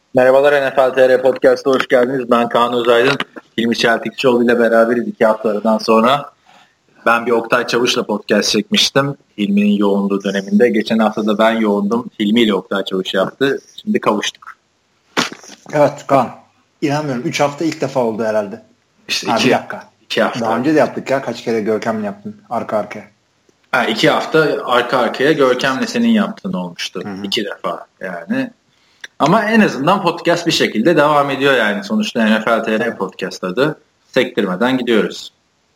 Merhabalar, NFL TR Podcast'a hoş geldiniz. Ben Kaan Özaydın. Hilmi Çeltikçioğlu ile beraberiz 2 hafta aradan sonra. Ben bir Oktay Çavuş'la podcast çekmiştim. Hilmi'nin yoğunluğu döneminde. Geçen hafta da ben yoğundum. Hilmi ile Oktay Çavuş yaptı. Şimdi kavuştuk. Evet Kaan. İnanmıyorum. 3 hafta ilk defa oldu herhalde. İşte bir dakika. 2 hafta. Daha önce de yaptık ya. Kaç kere Görkem'le yaptın arka arkaya. 2 hafta arka arkaya Görkem'le senin yaptığın olmuştu. Hı-hı. 2 defa yani. Ama en azından podcast bir şekilde devam ediyor yani. Sonuçta NFL TR Podcast adı. Sektirmeden gidiyoruz.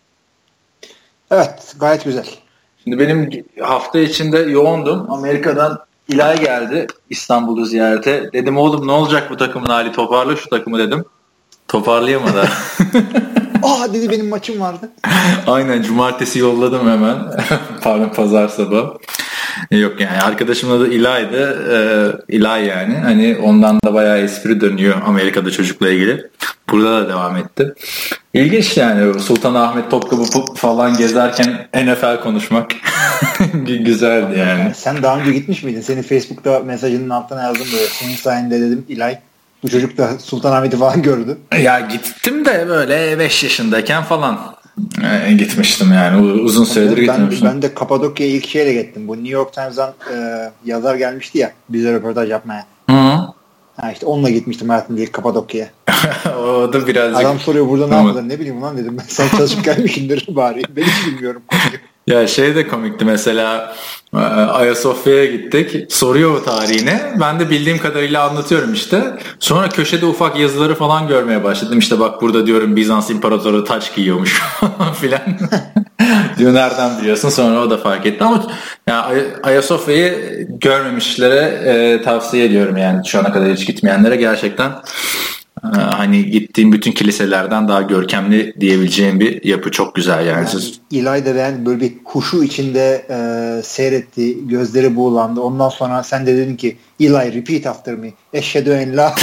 Evet, gayet güzel. Şimdi benim hafta içinde yoğundum. Amerika'dan İlay geldi İstanbul'u ziyarete. Dedim oğlum ne olacak bu takımın hali, toparla şu takımı dedim. Toparlayamadı. Dedi benim maçım vardı. Aynen, cumartesi yolladım hemen. Pardon, pazar sabahı. Yok yani, arkadaşımın adı İlay'dı. İlay yani. Hani ondan da bayağı espri dönüyor Amerika'da çocukla ilgili. Burada da devam etti. İlginç yani, Sultanahmet, Topkapı falan gezerken NFL konuşmak güzeldi yani. Sen daha önce gitmiş miydin? Senin Facebook'ta mesajının altına yazdım böyle. Senin sayende dedim İlay. Bu çocuk da Sultanahmet'i falan gördü. Ya gittim de böyle 5 yaşındayken falan gitmiştim yani. Uzun süredir gitmemiştim. Ben de Kapadokya'ya ilk şeyle gittim. Bu New York Times'dan yazar gelmişti ya bize röportaj yapmaya. Hı. İşte onunla gitmiştim hayatımda ilk Kapadokya'ya. O da birazcık... Adam soruyor burada ne yapalım, ne bileyim ulan dedim. Ben sen çalışıp gelmişsindir bari. Ben hiç bilmiyorum. Ya şey de komikti mesela, Ayasofya'ya gittik, soruyor o tarihini, ben de bildiğim kadarıyla anlatıyorum işte. Sonra köşede ufak yazıları falan görmeye başladım, işte bak burada diyorum Bizans İmparatoru taç giyiyormuş filan. Diyor nereden biliyorsun, sonra o da fark etti. Ama yani Ayasofya'yı görmemişlere tavsiye ediyorum yani, şu ana kadar hiç gitmeyenlere. Gerçekten hani gittiğim bütün kiliselerden daha görkemli diyebileceğim bir yapı, çok güzel yani. İlay da ben böyle bir huşu içinde seyretti, gözleri buğulandı. Ondan sonra sen de dedin ki İlay repeat after me. Eşhedü en la.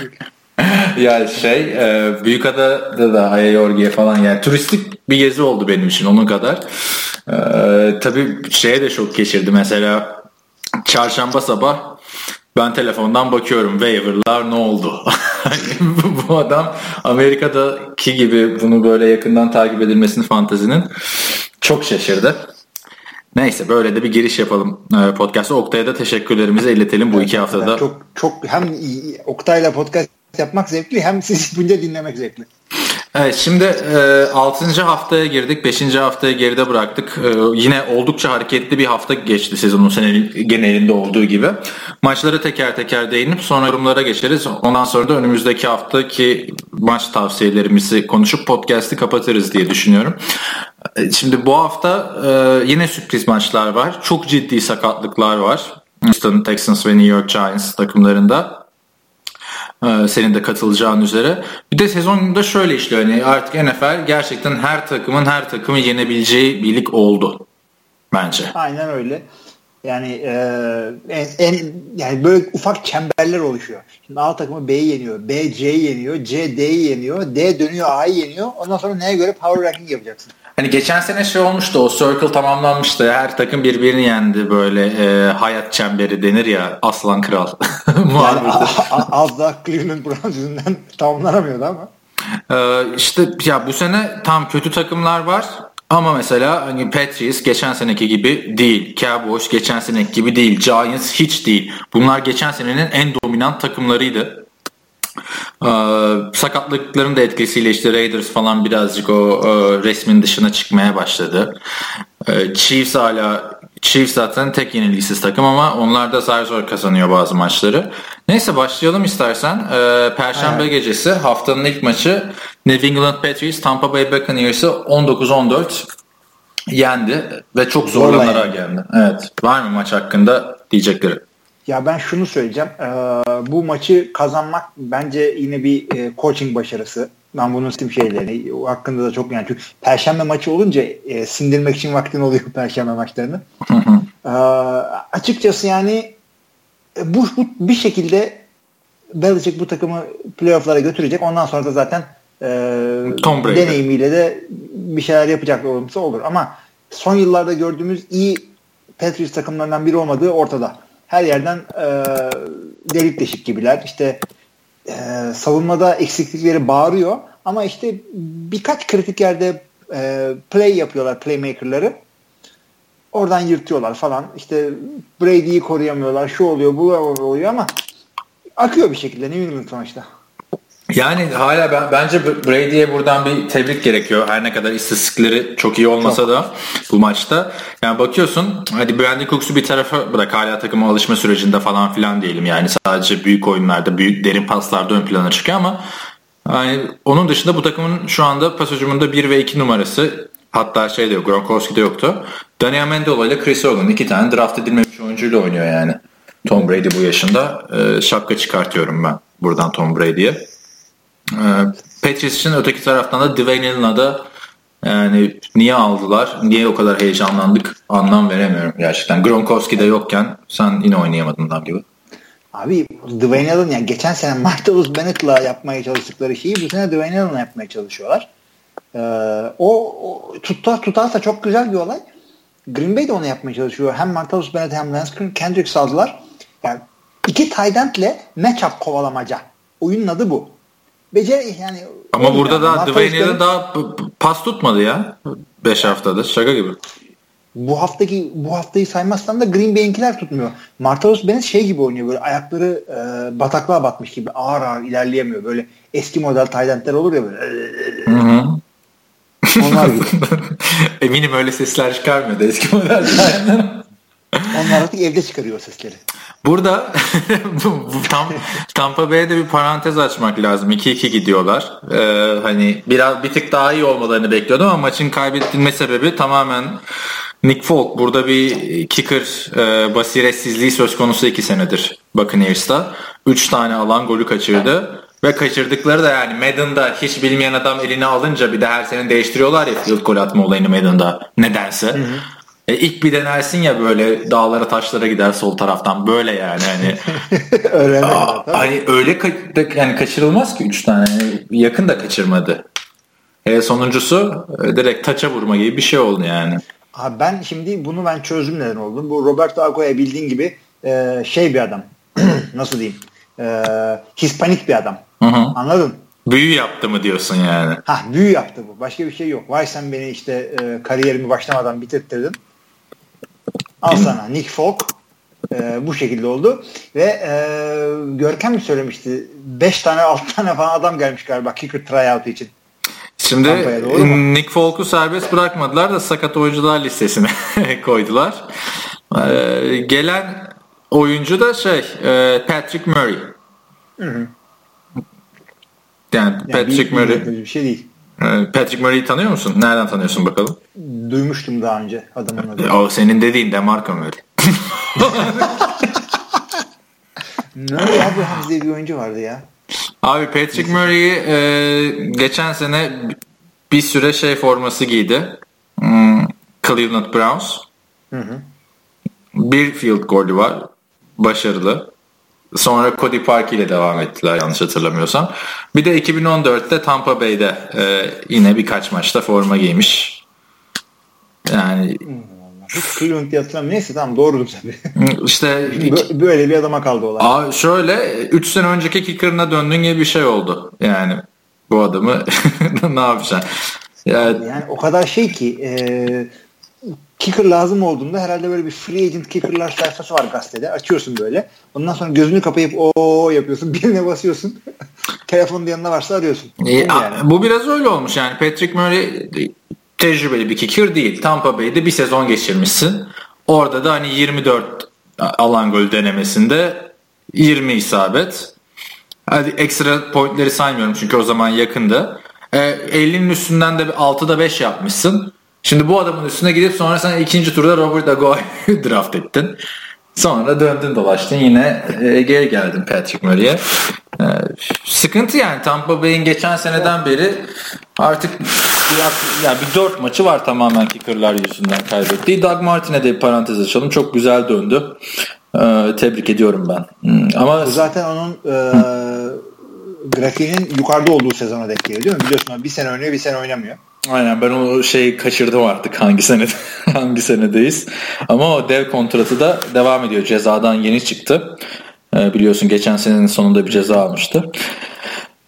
Ya Büyükada'da da Ayayorgi'ye falan, yani turistik bir gezi oldu benim için onun kadar. Tabii şeye de çok geçirdi mesela, çarşamba sabah ben telefondan bakıyorum, waiver'lar ne oldu? Bu adam Amerika'daki gibi bunu böyle yakından takip edilmesini fantezinin, çok şaşırdı. Neyse, böyle de bir giriş yapalım podcast'a. Oktay'a da teşekkürlerimizi iletelim bu 2 haftada. Çok hem Oktay'la podcast yapmak zevkli, hem siz yapınca dinlemek zevkli. Evet, şimdi 6. haftaya girdik. 5. haftaya geride bıraktık. Yine oldukça hareketli bir hafta geçti sezonun genelinde olduğu gibi. Maçlara teker teker değinip sonra yorumlara geçeriz. Ondan sonra da önümüzdeki haftaki maç tavsiyelerimizi konuşup podcast'i kapatırız diye düşünüyorum. Şimdi bu hafta yine sürpriz maçlar var. Çok ciddi sakatlıklar var Houston Texans ve New York Giants takımlarında. Senin de katılacağın üzere. Bir de sezonda şöyle işliyor. Yani artık NFL gerçekten her takımı yenebileceği bir lig oldu bence. Aynen öyle. Yani yani böyle ufak çemberler oluşuyor. Şimdi A takımı B'yi yeniyor, B C'yi yeniyor, C D'yi yeniyor, D dönüyor A'yı yeniyor. Ondan sonra neye göre power ranking yapacaksın? Hani geçen sene şey olmuştu, o circle tamamlanmıştı. Her takım birbirini yendi, böyle hayat çemberi denir ya, aslan kral. Yani az daha Cleveland Browns yüzünden tamamlanamıyordu ama. İşte ya bu sene tam kötü takımlar var. Ama mesela hani Patriots geçen seneki gibi değil. Cowboys geçen seneki gibi değil. Giants hiç değil. Bunlar geçen senenin en dominant takımlarıydı. Sakatlıkların da etkisiyle işte Raiders falan birazcık o resmin dışına çıkmaya başladı. Chiefs zaten tek yenilgisiz takım ama onlar da zar zor kazanıyor bazı maçları. Neyse, başlayalım istersen. Perşembe gecesi haftanın ilk maçı New England Patriots Tampa Bay Buccaneers'ı 19-14 yendi ve çok zorlanarak geldi. Evet. Var mı maç hakkında diyecekleri? Ya ben şunu söyleyeceğim. Bu maçı kazanmak bence yine bir coaching başarısı. Ben bunun şeylerini hakkında da çok, yani çünkü Perşembe maçı olunca sindirmek için vaktin oluyor Perşembe maçlarını. Açıkçası yani bu bir şekilde Belichick bu takımı playoff'lara götürecek. Ondan sonra da zaten deneyimiyle de bir şeyler yapacak olursa olur. Ama son yıllarda gördüğümüz iyi Patriots takımlarından biri olmadığı ortada. Her yerden delik deşik gibiler. İşte savunmada eksiklikleri bağırıyor ama işte birkaç kritik yerde play yapıyorlar playmaker'ları. Oradan yırtıyorlar falan. İşte Brady'yi koruyamıyorlar. Şu oluyor, bu oluyor ama akıyor bir şekilde New England sonuçta. Yani hala bence Brady'ye buradan bir tebrik gerekiyor. Her ne kadar istatistikleri çok iyi olmasa da bu maçta. Yani bakıyorsun hadi Brandon Cooks'u bir tarafa bırak, hala takıma alışma sürecinde falan filan diyelim. Yani sadece büyük oyunlarda, büyük derin paslarda ön plana çıkıyor ama yani onun dışında bu takımın şu anda pas hücumunda 1 ve 2 numarası, hatta şey de yok, Gronkowski de yoktu. Danny Amendola ile Chris Hogan, 2 tane draft edilmemiş oyuncuyla oynuyor yani. Tom Brady bu yaşında. Şapka çıkartıyorum ben buradan Tom Brady'ye. Patriots için öteki taraftan da Dwayne Allen'a da yani niye aldılar, niye o kadar heyecanlandık anlam veremiyorum gerçekten. Gronkowski de yokken sen yine oynayamadın adam gibi. Abi Dwayne Allen, yani geçen sene Martellus Bennett'la yapmaya çalıştıkları şeyi bu sene Dwayne Allen'la yapmaya çalışıyorlar. O tutarsa çok güzel bir olay. Green Bay de onu yapmaya çalışıyor. Hem Martellus Bennett hem Lance Kendricks aldılar. Yani iki tight end'le matchup kovalamaca. Oyunun adı bu. Yani ama burada da Dwayne Allen daha pas tutmadı ya 5 haftada. Şaka gibi. Bu haftayı saymazsan da Green Bay'inkiler tutmuyor. Martellus Bennett şey gibi oynuyor, böyle ayakları bataklığa batmış gibi ağır ağır ilerleyemiyor. Böyle eski model tight end'ler olur ya böyle. Hı. Onlar gibi. Eminim öyle sesler çıkarmıyordu eski model tight end'ler. Onlar artık evde çıkarıyor sesleri. Burada Tampa Bay'de bir parantez açmak lazım. 2-2 gidiyorlar. Hani bir tık daha iyi olmalarını bekliyordum ama maçın kaybedilme sebebi tamamen Nick Folk. Burada bir kicker basiretsizliği söz konusu 2 senedir Buccaneers'ta. 3 tane alan golü kaçırdı. Ve kaçırdıkları da yani Madden'da hiç bilmeyen adam eline alınca bir de her sene değiştiriyorlar ya field goal atma olayını Madden'da nedense. Hı hı. İlk bir denersin ya, böyle dağlara taşlara gider sol taraftan böyle yani hani. Hani öyle yani kaçırılmaz ki 3 tane. Yakın da kaçırmadı. Sonuncusu direkt taça vurma gibi bir şey oldu yani. Abi ben şimdi bunu çözdüm neden oldu. Bu Roberto Aguayo bildiğin gibi şey bir adam. Nasıl diyeyim? Hispanik bir adam. Hı. Anladın? Büyü yaptı mı diyorsun yani? Büyü yaptı bu. Başka bir şey yok. Vay sen beni işte kariyerimi başlamadan bitirttirdin. Al sana Nick Folk. Bu şekilde oldu. Ve Görkem mi söylemişti? 5 tane 6 tane falan adam gelmiş galiba kicker tryout için. Şimdi Nick Folk'u serbest bırakmadılar da sakat oyuncular listesine koydular. Gelen oyuncu da Patrick Murray. Hı. Yani Patrick Murray. Bir şey değil. Patrick Murray'i tanıyor musun? Nereden tanıyorsun bakalım? Duymuştum daha önce adamın adını. O senin dediğin DeMarco Murray. Murray abi Hamza bir oyuncu vardı ya. Abi Patrick Murray'i geçen sene bir süre forması giydi. Cleveland Browns. Hı. Bir field golü var. Başarılı. Sonra Cody Parkey ile devam ettiler yanlış hatırlamıyorsam. Bir de 2014'te Tampa Bay'de yine birkaç maçta forma giymiş. Yani Cleveland diye hatırlamıyorum. Neyse tamam doğrudur tabii. İşte böyle bir adama kaldı olay. Şöyle 3 sene önceki kicker'ına döndüğün gibi bir şey oldu. Yani bu adamı ne yapacaksın? Yani o kadar şey ki kicker lazım olduğunda herhalde böyle bir free agent kicker'lar sayfası var gazetede. Açıyorsun böyle. Ondan sonra gözünü kapayıp yapıyorsun. Birine basıyorsun. Telefonun yanında varsa arıyorsun. Yani. Bu biraz öyle olmuş yani. Patrick Murray tecrübeli bir kicker değil. Tampa Bay'de bir sezon geçirmişsin. Orada da hani 24 alan gol denemesinde 20 isabet. Hadi ekstra pointleri saymıyorum çünkü o zaman yakındı. 50'nin üstünden de 6'da 5 yapmışsın. Şimdi bu adamın üstüne gidip sonra sen ikinci turda Robert Aguayo'yu draft ettin. Sonra döndün dolaştın yine geri geldin Patrick Murray'e. Sıkıntı yani Tampa Bay'in geçen seneden beri artık bir 4 maçı var tamamen kicker'lar yüzünden kaybettiği. Doug Martin'e de bir parantez açalım. Çok güzel döndü. Tebrik ediyorum ben. Ama zaten onun grafiğinin yukarıda olduğu sezona denk geliyor değil mi? Biliyorsun bir sene oynuyor bir sene oynamıyor. Aynen ben o kaçırdım artık hangi senedeyiz. Ama o dev kontratı da devam ediyor. Cezadan yeni çıktı. Biliyorsun geçen senenin sonunda bir ceza almıştı.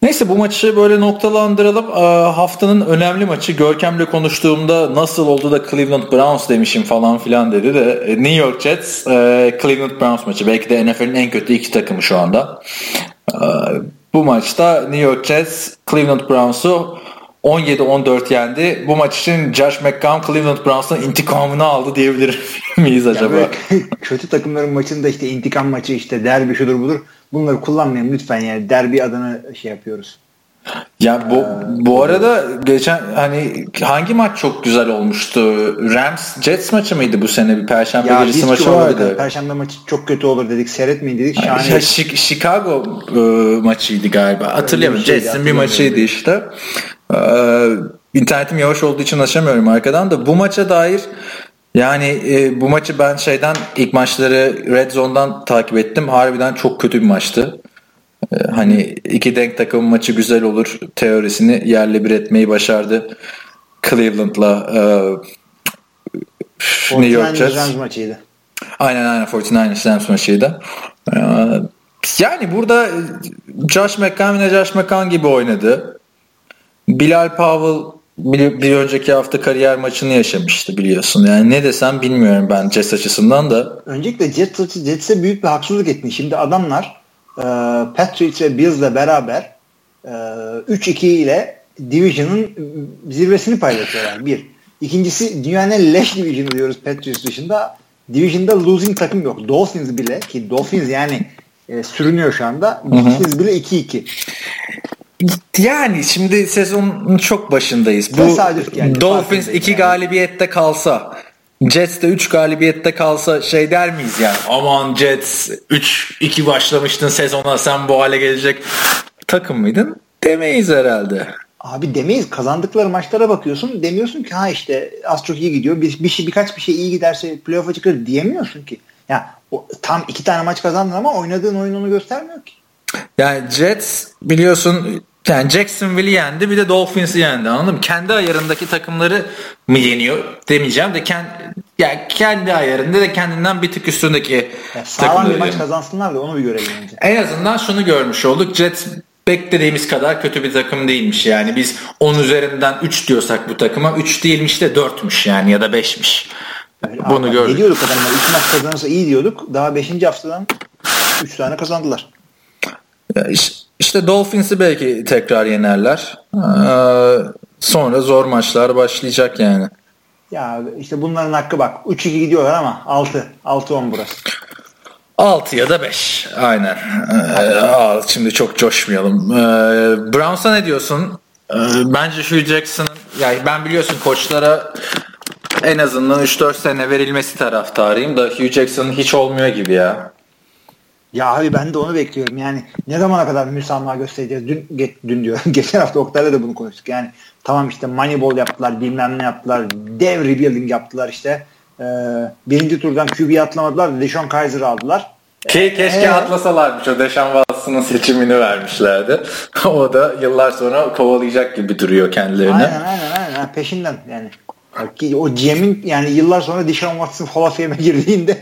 Neyse bu maçı böyle noktalandıralım. Haftanın önemli maçı, Görkem'le konuştuğumda nasıl oldu da Cleveland Browns demişim falan filan dedi de New York Jets Cleveland Browns maçı. Belki de NFL'in en kötü iki takımı şu anda. Bu maçta New York Jets Cleveland Browns'u 17-14 yendi. Bu maç için Josh McCown Cleveland Browns'ın intikamını aldı diyebilir miyiz acaba? Kötü takımların maçında işte intikam maçı, işte derbi, şudur budur. Bunları kullanmayalım lütfen yani. Derbi adına şey yapıyoruz. Ya bu arada geçen hani hangi maç çok güzel olmuştu? Rams Jets maçı mıydı bu sene? Bir Perşembe gecesi maçı vardı. Perşembe maçı çok kötü olur dedik. Seyretmeyin dedik. Şahane. Chicago maçıydı galiba. Hatırlayamıyorum. Jets'in bir maçıydı işte. İnternetim yavaş olduğu için açamıyorum arkadan da. Bu maça dair yani bu maçı ben ilk maçları Red Zone'dan takip ettim. Harbiden çok kötü bir maçtı. Hani iki denk takım maçı güzel olur teorisini yerle bir etmeyi başardı Cleveland'la New York Jets. Rams maçıydı. Aynen 49ers Rams maçıydı. Yani burada Josh McCown gibi oynadı. Bilal Powell bir önceki hafta kariyer maçını yaşamıştı biliyorsun. Yani ne desem bilmiyorum ben Jets açısından da. Öncelikle Jets'e büyük bir haksızlık ettin. Şimdi adamlar Patriots ve Bills'le beraber 3-2 ile Division'ın zirvesini paylaşıyorlar. Bir. İkincisi dünyanın en leş Division'ı diyoruz Patriots dışında. Division'da losing takım yok. Dolphins bile, ki Dolphins yani sürünüyor şu anda. Dolphins bile 2-2. Yani şimdi sezonun çok başındayız. Bu yani, Dolphins 2 galibiyette kalsa, Jets de 3 galibiyette kalsa der miyiz yani? Aman Jets 3-2 başlamıştın sezona, sen bu hale gelecek takım mıydın? Demeyiz herhalde. Abi demeyiz. Kazandıkları maçlara bakıyorsun. Demiyorsun ki işte az çok iyi gidiyor. Birkaç bir şey iyi giderse playoff'a çıkar diyemiyorsun ki. Ya tam 2 tane maç kazandın ama oynadığın oyun onu göstermiyor ki. Yani Jets biliyorsun yani Jacksonville'i yendi, bir de Dolphins'i yendi, anladın mı? Kendi ayarındaki takımları mı yeniyor demeyeceğim de kendi ayarında da kendinden bir tık üstündeki sağlam bir maç kazansınlar da onu bir görelim önce. En azından şunu görmüş olduk. Jets beklediğimiz kadar kötü bir takım değilmiş. Yani biz 10 üzerinden 3 diyorsak bu takıma 3 değilmiş de 4'müş yani ya da 5'miş. Bunu gördük. Ne diyorduk adamlar? 3 maç kazanırsa iyi diyorduk. Daha 5. haftadan 3 tane kazandılar. İşte Dolphins'i belki tekrar yenerler. Sonra zor maçlar başlayacak yani. Ya işte bunların hakkı bak. 3-2 gidiyorlar ama 6-10 burası. 6 ya da 5. Aynen. Şimdi çok coşmayalım. Browns'a ne diyorsun? Bence Hugh Jackson'ın, yani ben biliyorsun koçlara en azından 3-4 sene verilmesi taraftarıyım da Hugh Jackson'ın hiç olmuyor gibi ya. Ya abi ben de onu bekliyorum. Yani ne zamana kadar müsamaha göstereceğiz? Dün diyor. Geçen hafta Oktay'la da bunu konuştuk. Yani tamam işte Moneyball yaptılar, bilmem ne yaptılar, dev rebuilding yaptılar işte. Birinci turdan QB'ye atlamadılar. Deshaun Kaiser'ı aldılar. Keşke atlasalarmış. O Deshaun Watson'ın seçimini vermişlerdi. O da yıllar sonra kovalayacak gibi duruyor kendilerini. Aynen. Peşinden yani. O GM'in yani yıllar sonra Deshaun Watson Hall of Fame'e girdiğinde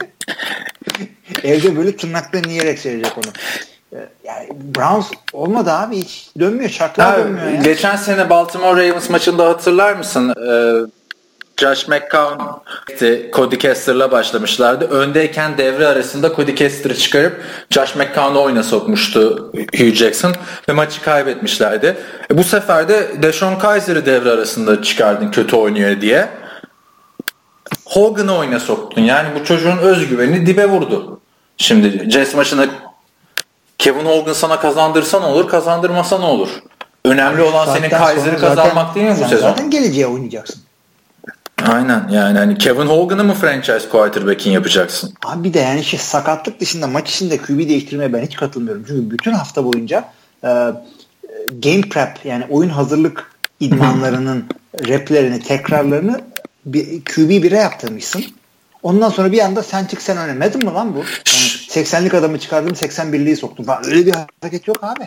evde böyle tırnaklarını yiyerek seyredecek onu. Yani Browns olmadı abi, hiç dönmüyor. Şartlar dönmüyor ya. Geçen sene Baltimore Ravens maçında hatırlar mısın? Josh McCown Cody Kessler'la başlamışlardı. Öndeyken devre arasında Cody Kessler'ı çıkarıp Josh McCown'u oyuna sokmuştu Hugh Jackson ve maçı kaybetmişlerdi. Bu sefer de Deshaun Kaiser'ı devre arasında çıkardın kötü oynuyor diye. Hogan'ı oyuna soktun. Yani bu çocuğun özgüveni dibe vurdu. Şimdi Jets maçını Kevin Hogan sana kazandırsa ne olur, kazandırmasa ne olur? Önemli olan senin Kaiser'ı kazanmak değil mi bu sezon? Zaten geleceğe oynayacaksın. Aynen yani hani Kevin Hogan'ı mı franchise quarterback'in yapacaksın? Abi bir de yani sakatlık dışında maç içinde QB değiştirmeye ben hiç katılmıyorum. Çünkü bütün hafta boyunca game prep yani oyun hazırlık idmanlarının replerini, tekrarlarını QB 1'e yaptırmışsın. Ondan sonra bir anda sen çık sen önemedin mi lan bu? Yani 80'lik adamı çıkardım 81'liği soktum falan. Öyle bir hareket yok abi.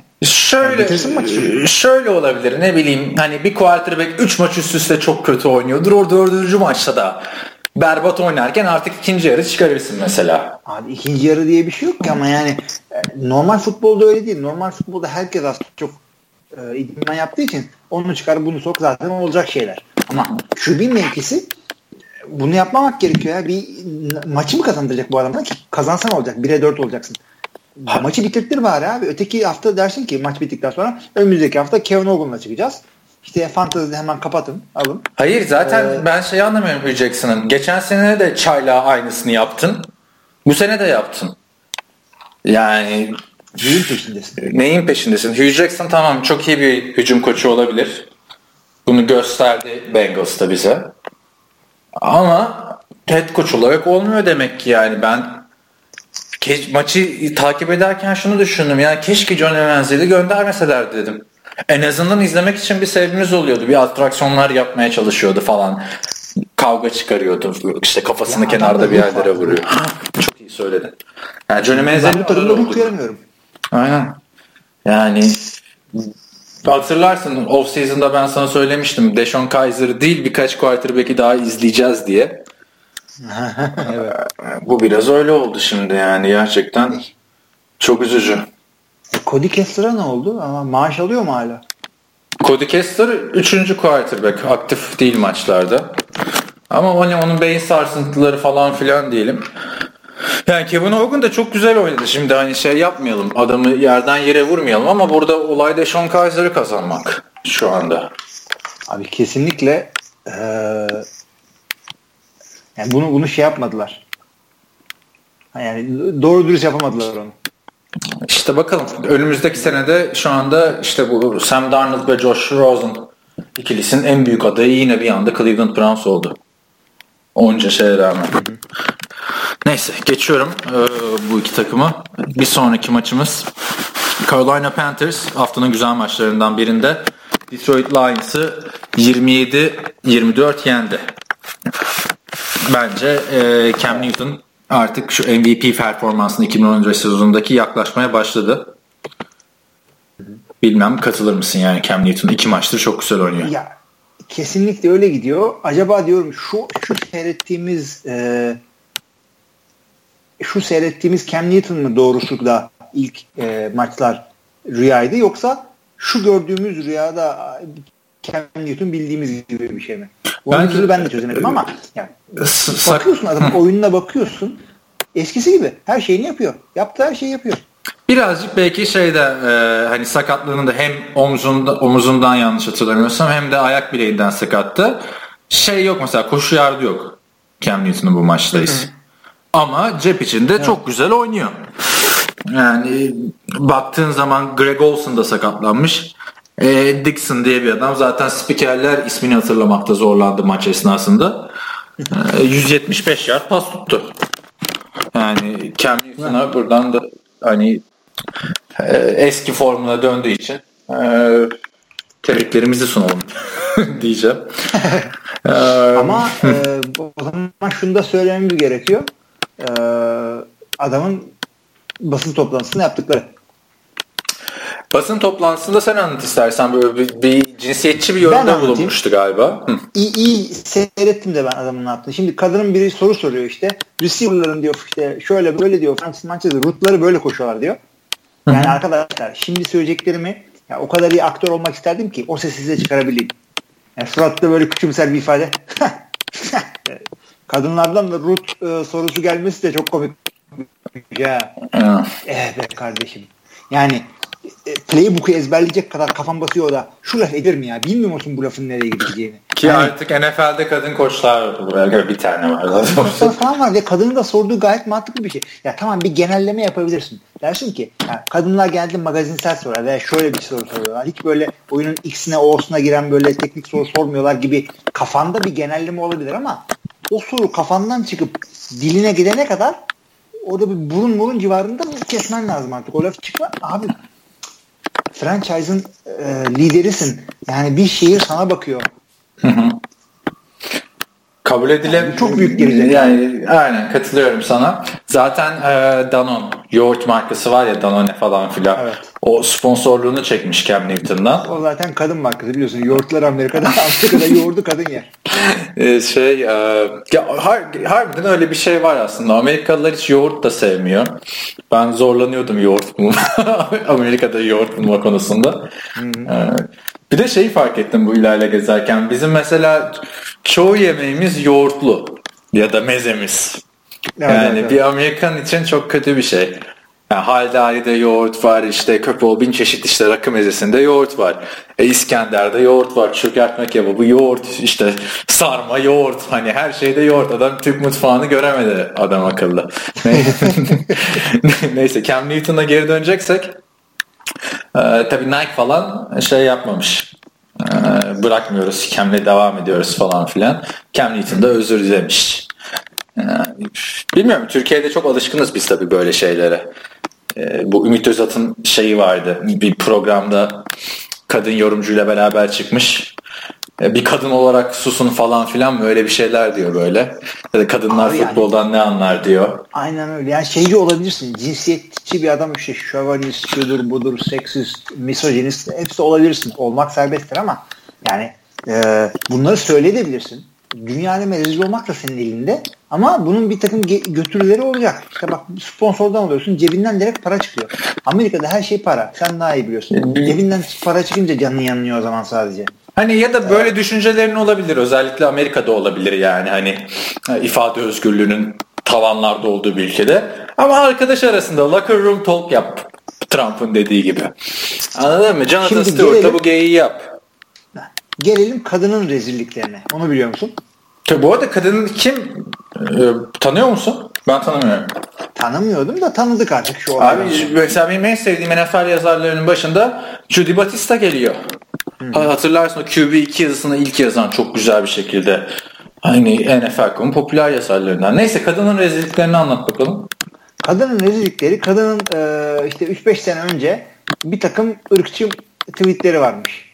Şöyle olabilir, ne bileyim hani bir quarterback 3 maç üst üste çok kötü oynuyordur. O 4. maçta da berbat oynarken artık ikinci yarı çıkarırsın mesela. Abi ikinci yarı diye bir şey yok ki ama yani normal futbolda öyle değil. Normal futbolda herkes aslında çok idman yaptığı için onu çıkar bunu sok zaten olacak şeyler. Ama QB mevkisi bunu yapmamak gerekiyor ya. Bir maçı mı kazandıracak bu adamlar ki? Kazansan olacak. 1'e 4 olacaksın. Maçı bitirtir bari abi. Öteki hafta dersin ki maç bittikten sonra önümüzdeki hafta Kevin Hogan'la çıkacağız. İşte Fantasy'de hemen kapatın. Alın. Hayır zaten ben şeyi anlamıyorum Hugh Jackson'ın. Geçen sene de Çayla aynısını yaptın. Bu sene de yaptın. Yani neyin peşindesin? Neyin peşindesin? Hugh Jackson tamam çok iyi bir hücum koçu olabilir. Bunu gösterdi Bengals'ta bize. Ama head coach olarak olmuyor demek ki yani. Ben maçı takip ederken şunu düşündüm. Yani keşke John Manziel'i göndermeseler dedim. En azından izlemek için bir sebebimiz oluyordu. Bir atraksiyonlar yapmaya çalışıyordu falan. Kavga çıkarıyordu. İşte kafasını ya kenarda bir yerlere vuruyor. Çok iyi söyledin. Yani Johnny Manziel'i ben bu takımda ruh kıramıyorum. Aynen. Yani hatırlarsın off-season'da ben sana söylemiştim. Deshaun Kaiser'ı değil birkaç quarterback'i daha izleyeceğiz diye. Evet. Bu biraz öyle oldu şimdi yani gerçekten çok üzücü. Cody Kessler'a ne oldu? Ama maaş alıyor mu hala? Cody Kessler 3. quarterback. Aktif değil maçlarda. Ama onun beyin sarsıntıları falan filan diyelim. Yani Kevin Hogan da çok güzel oynadı. Şimdi hani şey yapmayalım. Adamı yerden yere vurmayalım ama burada olay Deshaun Kaiser'ı kazanmak şu anda. Abi kesinlikle yani bunu şey yapmadılar. Yani doğru dürüst yapamadılar onu. İşte bakalım. Önümüzdeki senede şu anda işte bu Sam Darnold ve Josh Rosen ikilisinin en büyük adayı yine bir anda Cleveland Browns oldu. Onca şeye rağmen. Neyse geçiyorum bu iki takımı. Bir sonraki maçımız Carolina Panthers haftanın güzel maçlarından birinde Detroit Lions'ı 27-24 yendi. Bence Cam Newton artık şu MVP performansını 2013 sezonundaki yaklaşmaya başladı. Bilmem katılır mısın yani Cam Newton 2 maçtır çok güzel oynuyor. Ya kesinlikle öyle gidiyor. Acaba diyorum şu seyrettiğimiz Cam Newton mı doğruşlukla ilk maçlar rüyaydı yoksa şu gördüğümüz rüyada Cam Newton bildiğimiz gibi bir şey mi? Onun türlü ben de çözemedim ama yani, bakıyorsun adamın oyununa bakıyorsun eskisi gibi her şeyini yapıyor. Yaptığı her şeyi yapıyor. Birazcık belki hani sakatlığının da hem omuzundan yanlış hatırlamıyorsam hem de ayak bileğinden sakattı. Yok mesela koşu yardı yok Cam Newton'un bu maçtayız. Ama cep içinde çok güzel oynuyor. Yani baktığın zaman Greg Olsen da sakatlanmış. Dixon diye bir adam. Zaten spikerler ismini hatırlamakta zorlandı maç esnasında. 175 yard pas tuttu. Yani Cam Newton'a buradan da hani eski formuna döndüğü için tebriklerimizi sunalım diyeceğim. Ama o zaman şunu da söylememiz gerekiyor. Adamın basın toplantısını yaptıkları. Basın toplantısında sen anlat istersen böyle bir cinsiyetçi bir yorumda bulunmuştu galiba. İyi seyrettim de ben adamın ne yaptığını. Şimdi kadının biri soru soruyor işte. Receiver'ların diyor işte şöyle böyle diyor. Francis Manchester rootları böyle koşuyorlar diyor. Yani arkadaşlar şimdi söyleyeceklerimi ya o kadar iyi aktör olmak isterdim ki o sesi size çıkarabileyim. Yani suratta böyle küçümser bir ifade. Kadınlardan da root sorusu gelmesi de çok komik. Ya. Be kardeşim. Yani playbook'u ezberleyecek kadar kafam basıyor da şu laf edir mi ya? Bilmiyor musun bu lafın nereye gideceğini? Ki yani, artık NFL'de kadın koçlar var. Buraya göre bir tane var. Koçlar falan var ve kadının da sorduğu gayet mantıklı bir şey. Ya tamam bir genelleme yapabilirsin. Dersin ki ya, kadınlar geldi magazinsel sorar veya şöyle bir soru soruyorlar. Hiç böyle oyunun X'ine O'suna giren böyle teknik soru sormuyorlar gibi kafanda bir genelleme olabilir ama o soru kafandan çıkıp diline gidene kadar orada bir burun civarında kesmen lazım artık. O laf çıkma. Abi franchise'ın liderisin. Yani bir şehir sana bakıyor. Kabul edilebilir. Çok büyük gelecek. Yani aynen katılıyorum sana. Zaten Danone yoğurt markası var ya, Danone falan filan. Evet. O sponsorluğunu çekmiş Cam Newton'dan. O zaten kadın markası biliyorsun. Yoğurtlar Amerika'da yoğurdu kadın yer. Harbiden öyle bir şey var aslında. Amerikalılar hiç yoğurt da sevmiyor. Ben zorlanıyordum yoğurt bulma. Amerika'da yoğurt bulma konusunda. Bir de şeyi fark ettim bu ilerle gezerken. Bizim mesela çoğu yemeğimiz yoğurtlu ya da mezemiz. Yani evet. Bir Amerikan için çok kötü bir şey. Yani Haydari'de yoğurt var, işte Köpoğlu bin çeşit, işte rakı mezesinde yoğurt var. İskender'de yoğurt var, çökertme kebabı yoğurt, işte sarma yoğurt. Hani her şeyde yoğurt. Adam Türk mutfağını göremedi adam akıllı. Neyse Cam Newton'a geri döneceksek. Tabii Nike falan şey yapmamış. Bırakmıyoruz, Cam'le devam ediyoruz falan filan. Cam Newton da özür dilemiş. Bilmiyorum, Türkiye'de çok alışkınız biz tabii böyle şeylere. Bu Ümit Özat'ın şeyi vardı, bir programda kadın yorumcuyla beraber çıkmış. Bir kadın olarak susun falan filan, böyle bir şeyler diyor böyle. Ya da kadınlar abi futboldan yani, ne anlar diyor. Aynen öyle. Yani şeyci olabilirsin. Cinsiyetçi bir adam, işte şövalist, şudur budur, seksist, misojinist, hepsi olabilirsin. Olmak serbesttir ama yani bunları söyleyebilirsin. Dünya aleme rezil olmak da senin elinde. Ama bunun bir takım götürüleri olacak. İşte bak, sponsordan alıyorsun, cebinden direkt para çıkıyor. Amerika'da her şey para. Sen daha iyi biliyorsun. Cebinden para çıkınca canın yanıyor o zaman sadece. Hani ya da böyle düşüncelerin olabilir. Özellikle Amerika'da olabilir yani. Hani ifade özgürlüğünün tavanlarda olduğu bir ülkede. Ama arkadaş arasında locker room talk yap. Trump'ın dediği gibi. Anladın mı? Jonathan Stewart'la bu geyiği yap. Gelelim kadının rezilliklerine. Onu biliyor musun? Bu arada kadının kim? Tanıyor musun? Ben tanımıyorum. Tanımıyordum da tanıdık artık şu an. Abi mesela benim en sevdiğim NFL yazarlarının başında Judy Batista geliyor. Hatırlarsın, o QB2 yazısını ilk yazan, çok güzel bir şekilde. Hani NFL.com'un popüler yazarlarından. Neyse, kadının rezilliklerini anlat bakalım. Kadının rezillikleri, kadının işte 3-5 sene önce bir takım ırkçı tweetleri varmış.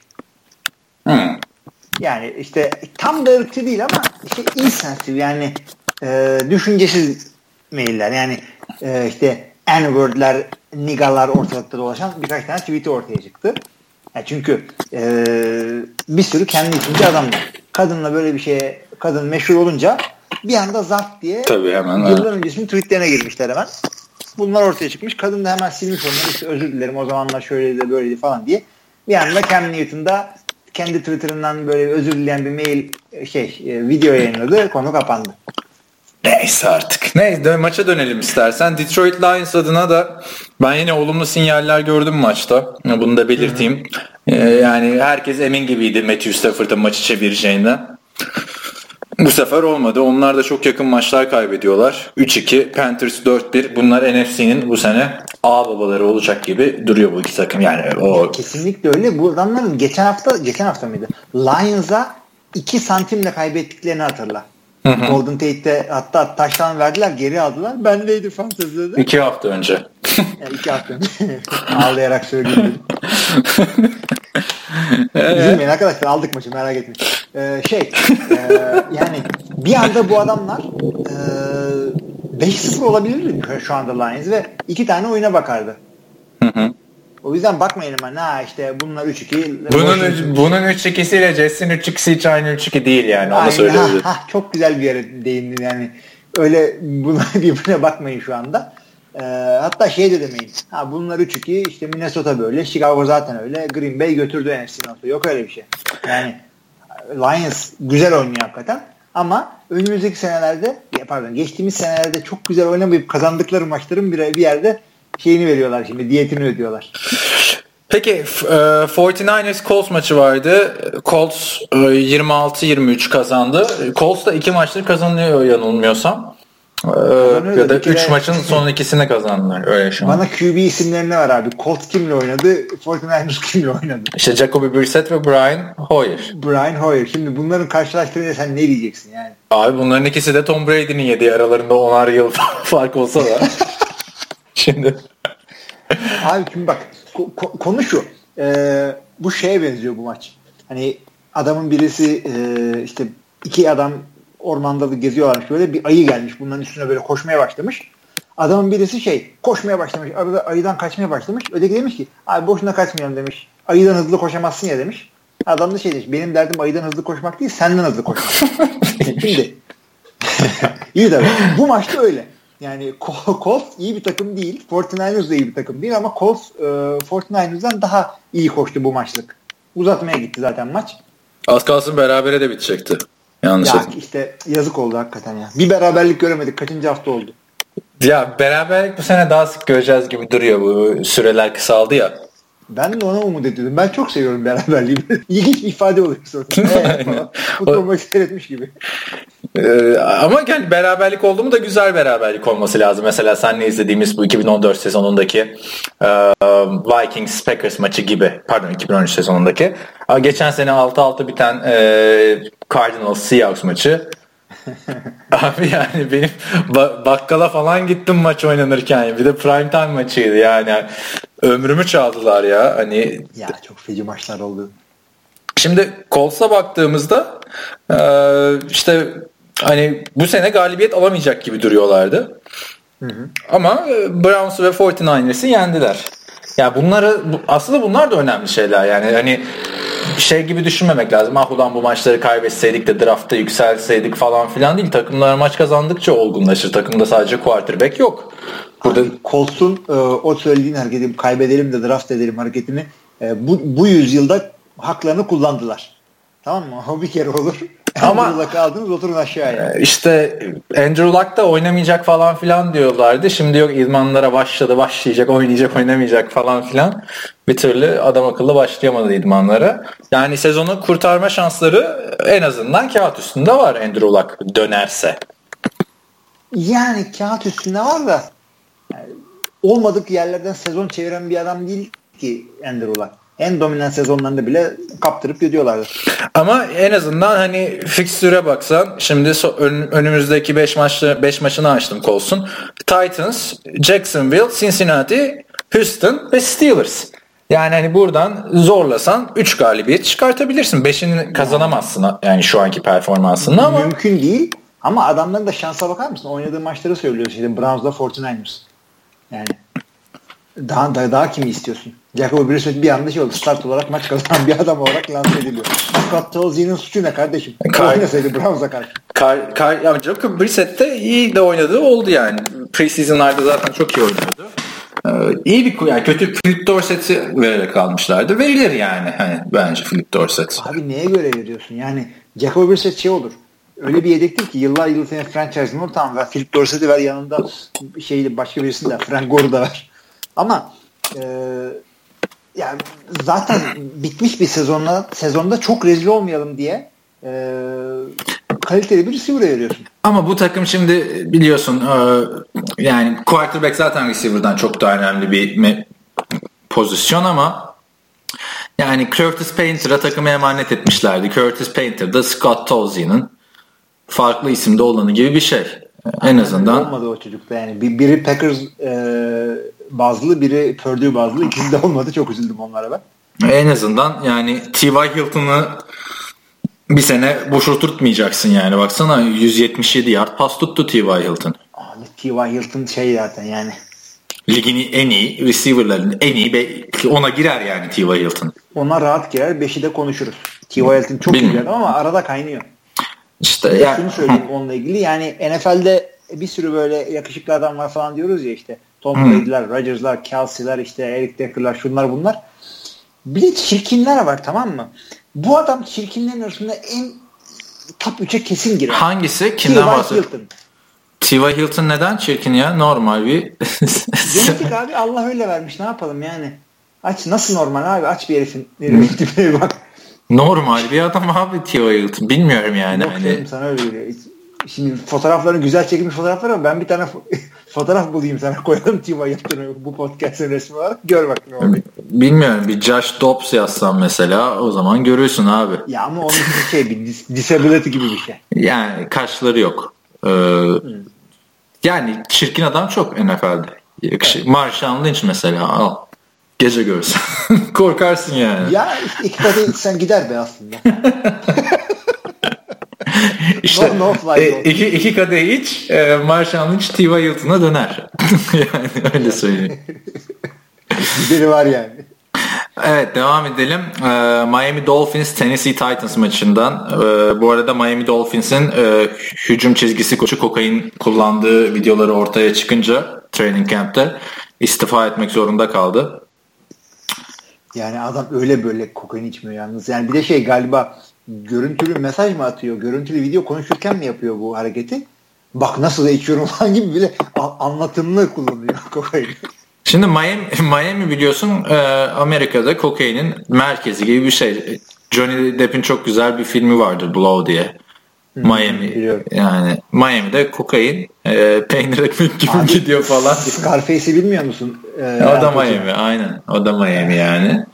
Yani işte tam da ırkçı değil ama işte insensitive, yani düşüncesiz mailler. Yani işte N-word'ler, niggalar ortalıkta dolaşan birkaç tane tweet'i ortaya çıktı. Yani çünkü bir sürü kendi içince adamlar. Kadınla böyle bir şeye, kadın meşhur olunca bir anda zart diye yıllar öncesinin tweetlerine girmişler hemen. Bunlar ortaya çıkmış. Kadın da hemen silmiş onları. İşte özür dilerim, o zamanlar şöyleydi böyleydi falan diye. Bir anda Cam Newton'da kendi Twitter'ından böyle özür dileyen bir mail video yayınladı. Konu kapandı. Neyse artık. Neyse, maça dönelim istersen. Detroit Lions adına da ben yine olumlu sinyaller gördüm maçta. Bunu da belirteyim. Yani herkes emin gibiydi Matthew Stafford'ın maçı çevireceğinden. Bu sefer olmadı. Onlar da çok yakın maçlar kaybediyorlar. 3-2, Panthers 4-1. Bunlar NFC'nin bu sene ağ babaları olacak gibi duruyor bu iki takım. Yani o kesinlikle öyle. Bu adamların geçen hafta mıydı? Lions'a 2 santimle kaybettiklerini hatırla. Golden Tate'de hatta taştan verdiler, geri aldılar. Bendeydi fantezide. 2 hafta önce. Yani 2 hafta önce. Ağlayarak söylüyorum. Üzülmeyin arkadaşlar, aldık maçı, merak etmeyin. Yani bir anda bu adamlar 5-0 olabilir mi şu anda Lions ve 2 tane oyuna bakardı. O yüzden bakmayın hemen. İşte bunlar 3-2. Bunun 3-2'siyle Jets'in 3-2'si hiç aynı 3-2 değil yani. Onu söyleyebilirim. Çok güzel bir yere değindin yani. Öyle birbirine bakmayın şu anda. Hatta de demeyin. Bunlar 3-2, işte Minnesota böyle, Chicago zaten öyle, Green Bay götürdü NFC North'u. Yok öyle bir şey. Yani Lions güzel oynuyor hakikaten. Ama önümüzdeki senelerde, geçtiğimiz senelerde çok güzel oynamayıp kazandıkları maçların bir yerde şeyini veriyorlar şimdi, diyetini ödüyorlar. Peki 49ers Colts maçı vardı. Colts 26-23 kazandı. Colts da 2 maçtır kazanıyor yanılmıyorsam. Ya da 3 maçın son ikisini kazandılar. Öyle şu an. Bana QB isimleri ne var abi? Colts kimle oynadı? 49ers kimle oynadı? İşte Jacoby Brissett ve Brian Hoyer. Şimdi bunların karşılaştırınca sen ne diyeceksin yani? Abi bunların ikisi de Tom Brady'nin yediği, aralarında 10'ar yıl fark olsa da. Şimdi. Abi şimdi bak, konu şu. Bu şeye benziyor bu maç. Hani adamın birisi işte 2 adam ormanda da geziyorlarmış. Böyle bir ayı gelmiş. Bunların üstüne böyle koşmaya başlamış. Adamın birisi koşmaya başlamış. Arada ayıdan kaçmaya başlamış. Öteki demiş ki abi boşuna kaçmayalım demiş. Ayıdan hızlı koşamazsın ya demiş. Adam da demiş. Benim derdim ayıdan hızlı koşmak değil, senden hızlı koşmak. Şimdi iyi de bu maçta öyle. Yani Colts iyi bir takım değil. 49ers da iyi bir takım değil ama Colts 49ers'dan daha iyi koştu bu maçlık. Uzatmaya gitti zaten maç. Az kalsın berabere de bitecekti. Ya işte yazık oldu hakikaten ya. Bir beraberlik göremedik. Kaçıncı hafta oldu? Ya beraberlik bu sene daha sık göreceğiz gibi duruyor. Bu süreler kısaldı ya. Ben de ona umut ediyordum. Ben çok seviyorum beraberliği. İlginç bir ifade oluyor sonra. Futbol maçı seyretmiş gibi. Ama yani beraberlik oldu mu da güzel beraberlik olması lazım. Mesela seninle izlediğimiz bu 2014 sezonundaki Vikings Packers maçı gibi. Pardon 2013 sezonundaki. Geçen sene 6-6 biten Cardinals Seahawks maçı. Abi yani benim bakkala falan gittim maç oynanırken. Bir de prime time maçıydı yani. Ömrümü çaldılar ya. Hani ya çok feci maçlar oldu. Şimdi Colts'a baktığımızda işte hani bu sene galibiyet alamayacak gibi duruyorlardı. Hı. Ama Browns ve 49ers'ı yendiler. Ya aslında bunlar da önemli şeyler. Yani hani şey gibi düşünmemek lazım. Ulan bu maçları kaybetseydik de draftta yükselseydik falan filan değil. Takımlar maç kazandıkça olgunlaşır. Takımda sadece quarterback yok. Burada Colts'un o söylediğin hareketi, kaybedelim de draft edelim hareketini bu yüzyılda haklarını kullandılar. Tamam mı? O bir kere olur. Ama Andrew Luck'ı aldınız, oturun aşağıya. İşte Andrew Luck da oynamayacak falan filan diyorlardı. Şimdi yok, idmanlara başlayacak, oynayacak, oynamayacak falan filan. Bir türlü adam akıllı başlayamadı idmanlara. Yani sezonu kurtarma şansları en azından kağıt üstünde var Andrew Luck dönerse. Yani kağıt üstünde var da yani olmadık yerlerden sezon çeviren bir adam değil ki Andrew Luck. En dominant sezonlarında bile kaptırıp gidiyorlardı. Ama en azından hani fikstüre baksan şimdi önümüzdeki 5 maçını açtım Colts'un. Titans, Jacksonville, Cincinnati, Houston ve Steelers. Yani hani buradan zorlasan 3 galibiyet çıkartabilirsin. 5'ini kazanamazsın yani şu anki performansında ama. Mümkün değil. Ama adamların da şansa bakar mısın? Oynadığı maçları söylüyoruz. İşte Browns'la 49ers. Yani daha kimi istiyorsun? Jacoby Brissett bir anda oldu. Start olarak maç kazanan bir adam olarak lanse ediliyor. Scott Tolzien'in suçu ne kardeşim? Oynasaydı Browns'a karşı. Ya Jacoby Brissett de iyi de oynadığı oldu yani. Preseason'larda zaten çok iyi oynadı. İyi bir yani kötü Philip Dorsett'i vererek almışlardı. Verilir yani hani bence Philip Dorsett. Abi neye göre veriyorsun? Yani Jacoby Brissett olur. Öyle bir yedektir ki yıllar senin franchise'ın olur, tamam ver. Philip Dorsett'i ver, yanında başka birisini de Frank Gore'u da ver. Ama yani zaten bitmiş bir sezonda çok rezil olmayalım diye kaliteli bir receiver'a veriyorsun. Ama bu takım şimdi biliyorsun yani quarterback zaten receiver'dan çok daha önemli bir pozisyon ama yani Curtis Painter'a takımı emanet etmişlerdi. Curtis Painter da Scott Tolzien'in farklı isimde olanı gibi bir şey. En azından. Olmadı o çocukta yani. Biri Packers bazlı, biri Purdue bazlı. İkisi de olmadı. Çok üzüldüm onlara ben. En azından yani T.Y. Hilton'ı bir sene boş oturtmayacaksın yani. Baksana 177 yard pas tuttu T.Y. Hilton. Abi T.Y. Hilton zaten yani. Ligin en iyi receiver'ların en iyi ona girer yani T.Y. Hilton. Ona rahat girer. 5'i de konuşuruz. T.Y. Hilton çok iyi bir adam ama arada kaynıyor. İşte yani. Şunu söyleyeyim onunla ilgili. Yani NFL'de bir sürü böyle yakışıklı adam var falan diyoruz ya, işte Tom Brady'ler, Rodgers'lar, Kelsey'ler, işte Eric Decker'lar, şunlar bunlar. Bir de çirkinler var, tamam mı? Bu adam çirkinlerin arasında en top 3'e kesin girer. Hangisi? Kimden bahsediyorsun? T.Y. Hilton neden çirkin ya? Normal bir. Genetik abi, Allah öyle vermiş. Ne yapalım yani? Aç, nasıl normal abi? Aç bir herifin tipine bak. Normal bir adam abi T.Y. Hilton. Bilmiyorum yani. Yok hani. Sana öyle geliyor. Şimdi fotoğrafların güzel çekilmiş fotoğraflar ama ben bir tane fotoğraf bulayım sana, koyalım T.Y. Hilton'u bu podcast'ın resmi olarak. Gör bak ne oluyor. Bilmiyorum. Bir Josh Dobbs yazsam mesela o zaman görürsün abi. Ya ama onun bir disability gibi bir şey. Yani kaşları yok. Yani çirkin adam çok NFL'de. Evet. Marshawn Lynch mesela al. Gece görsen. Korkarsın yani. Ya iki katı sen gider be aslında. İşte iki kadeh iç, Marshawn Lynch T.Y. Hilton'a döner. Yani öyle söyleyeyim. Biri var yani. Evet, devam edelim. Miami Dolphins Tennessee Titans maçından. Bu arada Miami Dolphins'in hücum çizgisi koçu kokain kullandığı videoları ortaya çıkınca training camp'te istifa etmek zorunda kaldı. Yani adam öyle böyle kokain içmiyor yalnız. Yani bir de galiba görüntülü mesaj mı atıyor? Görüntülü video konuşurken mi yapıyor bu hareketi? Bak nasıl da içiyorum falan gibi bile anlatımlı kullanıyor kokaini. Şimdi Miami biliyorsun Amerika'da kokainin merkezi gibi bir şey. Johnny Depp'in çok güzel bir filmi vardır, Blow diye. Miami. Biliyorum. Yani Miami'de kokain peynir ekmek gibi abi, gidiyor falan. Scarface'i bilmiyor musun? O da Miami, aynen. O da Miami yani.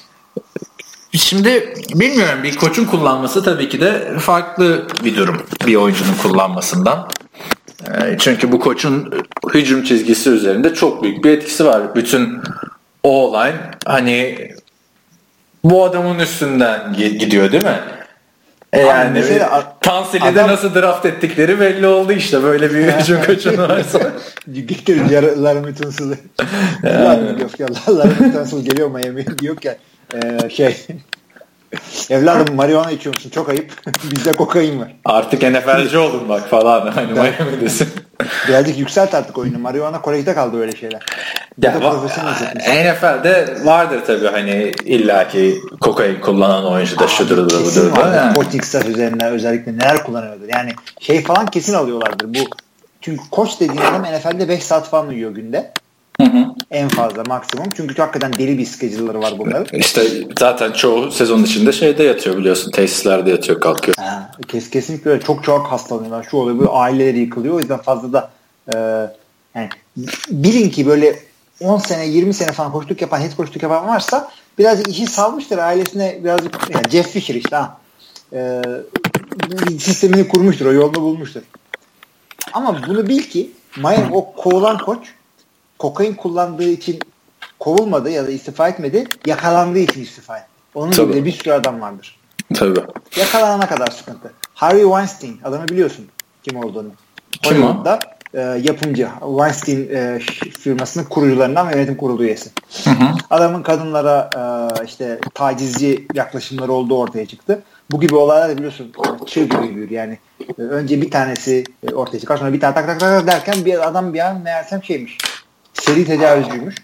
Şimdi bilmiyorum, bir koçun kullanması tabii ki de farklı bir durum bir oyuncunun kullanmasından. Çünkü bu koçun hücum çizgisi üzerinde çok büyük bir etkisi var. Bütün O-line hani bu adamın üstünden gidiyor değil mi? Yani Tanseli'de nasıl draft ettikleri belli oldu işte. Böyle bir hücum koçun varsa. Getirin Laramie Laramie Tunsil geliyor Miami'ye diyor ki evladım marihuana içiyor musun? Çok ayıp. Bizde kokain var. Artık NFL'ci oldun bak falan. Hani Miami'desin. Birazcık yükselt artık oyunu. Marihuana kolejde kaldı öyle şeyler. Ya, NFL'de vardır tabii hani illaki kokain kullanan oyuncu da şudur da budur. Coaching staff üzerinden özellikle neler kullanıyordur. Yani falan kesin alıyorlardır. Bu çünkü koç dediğin adam NFL'de 5 saat falan uyuyor günde. Hı. En fazla maksimum. Çünkü hakikaten deli bir schedule'ları var bunların. İşte zaten çoğu sezon içinde yatıyor biliyorsun. Tesislerde yatıyor, kalkıyor. Kesinlikle öyle. Çok hastalanıyorlar. Şu oluyor, böyle aileleri yıkılıyor. O yüzden fazla da yani bilin ki böyle 10 sene 20 sene falan head koçluk yapan varsa birazcık işi salmıştır ailesine, birazcık yani Jeff Fisher işte sistemini kurmuştur, o yolunu bulmuştur. Ama bunu bil ki Miami o kovulan koç kokain kullandığı için kovulmadı ya da istifa etmedi, yakalandığı için istifa etti. Onun gibi de bir sürü adam vardır. Tabii. Yakalanana kadar sıkıntı. Harvey Weinstein, adamı biliyorsun kim olduğunu. Kim o? Yapımcı. Weinstein firmasının kurucularından ve yönetim kurulu üyesi. Hı. Adamın kadınlara tacizci yaklaşımları olduğu ortaya çıktı. Bu gibi olaylar da biliyorsun çığ gibi büyür yani. Önce bir tanesi ortaya çıkar, sonra bir tane tak derken bir adam bir an meğersem seri tecavüzcüymüş.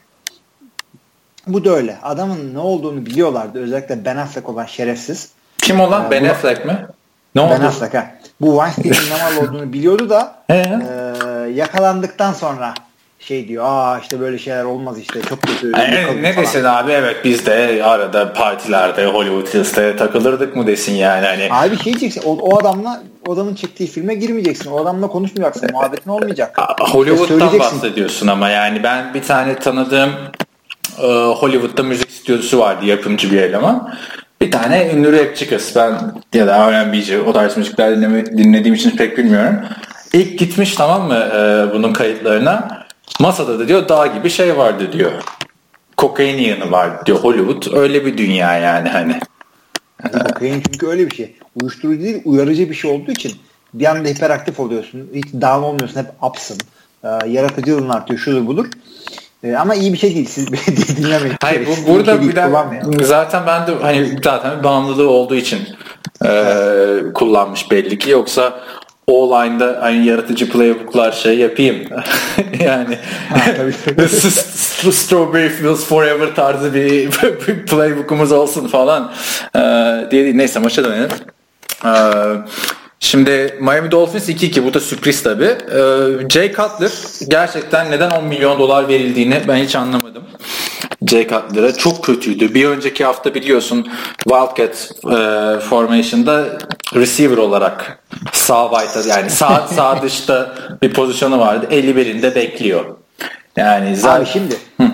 Bu da öyle. Adamın ne olduğunu biliyorlardı. Özellikle Ben Affleck olan şerefsiz. Kim olan? Ben Affleck mi? Ne oldu? Ben Affleck ha. Bu Weinstein'in ne mal olduğunu biliyordu da yakalandıktan sonra diyor. İşte böyle şeyler olmaz işte. Çok kötü. Ne desin abi? Evet biz de arada partilerde Hollywood Hills'te takılırdık mı desin yani. Hani. Abi diyeceksin. O adamın çektiği filme girmeyeceksin. O adamla konuşmayacaksın. Muhabbetin olmayacak. Hollywood'dan bahsediyorsun ama yani ben bir tane tanıdığım Hollywood'da müzik stüdyosu vardı, yapımcı bir eleman. Bir tane ünlü rapçi kız. Ben ya da R&B'ci, o tarz müzikler dinlediğim için pek bilmiyorum. İlk gitmiş, tamam mı, bunun kayıtlarına. Masada da diyor dağ gibi şey vardı diyor. Kokain yığını var diyor Hollywood. Öyle bir dünya yani hani. Kokain çünkü öyle bir şey. Uyuşturucu değil, uyarıcı bir şey olduğu için bir anda hiperaktif oluyorsun. Hiç down olmuyorsun. Hep upsın. Yaratıcılığın artıyor. Şudur budur. Ama iyi bir şey değil. Siz dinlemeyin. Hayır, burada zaten ben de zaten bağımlılığı olduğu için kullanmış belli ki. Yoksa O-line'da yaratıcı playbooklar yapayım. Yani Strawberry Fields Forever tarzı bir playbookumuz olsun falan diye değil. Neyse, maça dönelim. Şimdi Miami Dolphins 2-2. Bu da sürpriz tabii. Jay Cutler, gerçekten neden $10 milyon verildiğini ben hiç anlamadım. Jay Cutler'a çok kötüydü. Bir önceki hafta biliyorsun Wildcat formation'da receiver olarak sağ wide'da, yani sağ dışta bir pozisyonu vardı. 51'inde bekliyor. Yani abi şimdi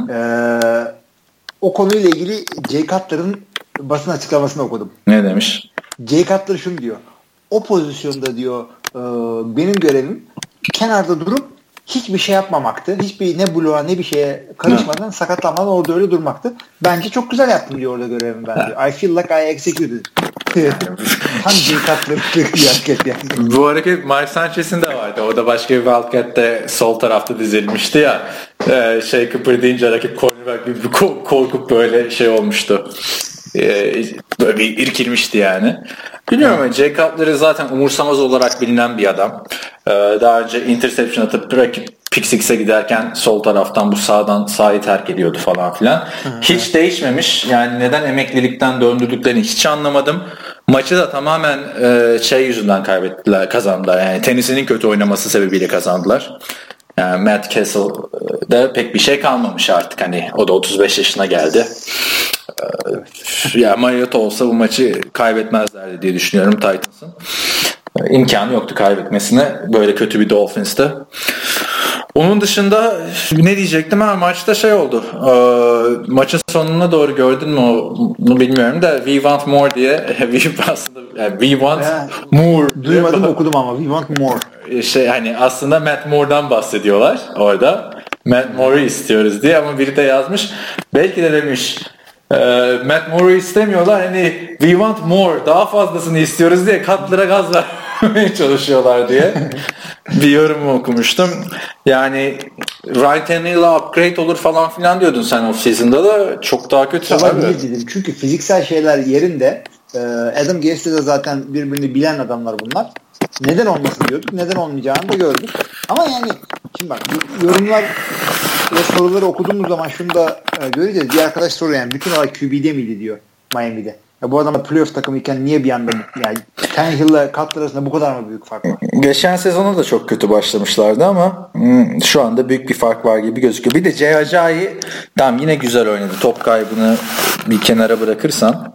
o konuyla ilgili Jay Cutler'ın basın açıklamasını okudum. Ne demiş? Jay Cutler şunu diyor. O pozisyonda diyor benim görevim kenarda durup hiçbir şey yapmamaktı. Hiçbir ne bloğa ne bir şeye karışmadan sakatlanmadan orada öyle durmaktı. Bence çok güzel yaptım diyor orada görevimi ben diyor. I feel like I executed. Tam J-Cutler'lık bir hareket yani. Bu hareket Mark Sanchez'in de vardı. O da başka bir Wildcat'te sol tarafta dizilmişti ya. Kıpırdayınca rakip cornerback bir korkup böyle şey olmuştu. Böyle bir irkilmişti yani. Bilmiyorum ama Jay Cutler'ı zaten umursamaz olarak bilinen bir adam. Daha önce interception atıp rakip pick six'e giderken sol taraftan bu sahayı terk ediyordu falan filan. Hiç değişmemiş. Yani neden emeklilikten döndürdüklerini hiç anlamadım. Maçı da tamamen yüzünden kazandılar. Yani Tennessee'nin kötü oynaması sebebiyle kazandılar. Yani Matt Castle'da pek bir şey kalmamış artık. Hani o da 35 yaşına geldi. Ya Mariota olsa bu maçı kaybetmezlerdi diye düşünüyorum Titans'ın. İmkanı yoktu kaybetmesine. Böyle kötü bir Dolphins'tı. Onun dışında ne diyecektim? Maçta oldu. Maçın sonuna doğru gördün mü onu bilmiyorum da We Want More diye We Want More duymadım okudum ama We Want More. Hani aslında Matt Moore'dan bahsediyorlar orada. Matt Moore'u istiyoruz diye ama biri de yazmış. Belki de demiş Matt Moore'u istemiyorlar. Hani we want more, daha fazlasını istiyoruz diye Cutler'a gaz vermeye çalışıyorlar diye bir yorum okumuştum. Yani Ryan Tannehill'a upgrade olur falan filan diyordun sen off-season'da da çok daha kötü. Olabilir dedim. Çünkü fiziksel şeyler yerinde. Adam Gase'de de zaten birbirini bilen adamlar bunlar. Neden olmasın diyorduk. Neden olmayacağını da gördük. Ama yani şimdi bak yorumlar ve soruları okuduğumuz zaman şunu da göreceğiz. Bir arkadaş soruyor yani bütün olay QB'de miydi diyor Miami'de. Ya bu adamlar playoff takımıyken niye bir anda yani Tannehill'la Cutler arasında bu kadar mı büyük fark var? Geçen sezona da çok kötü başlamışlardı ama şu anda büyük bir fark var gibi gözüküyor. Bir de Jay Ajayi tamam yine güzel oynadı. Top kaybını bir kenara bırakırsan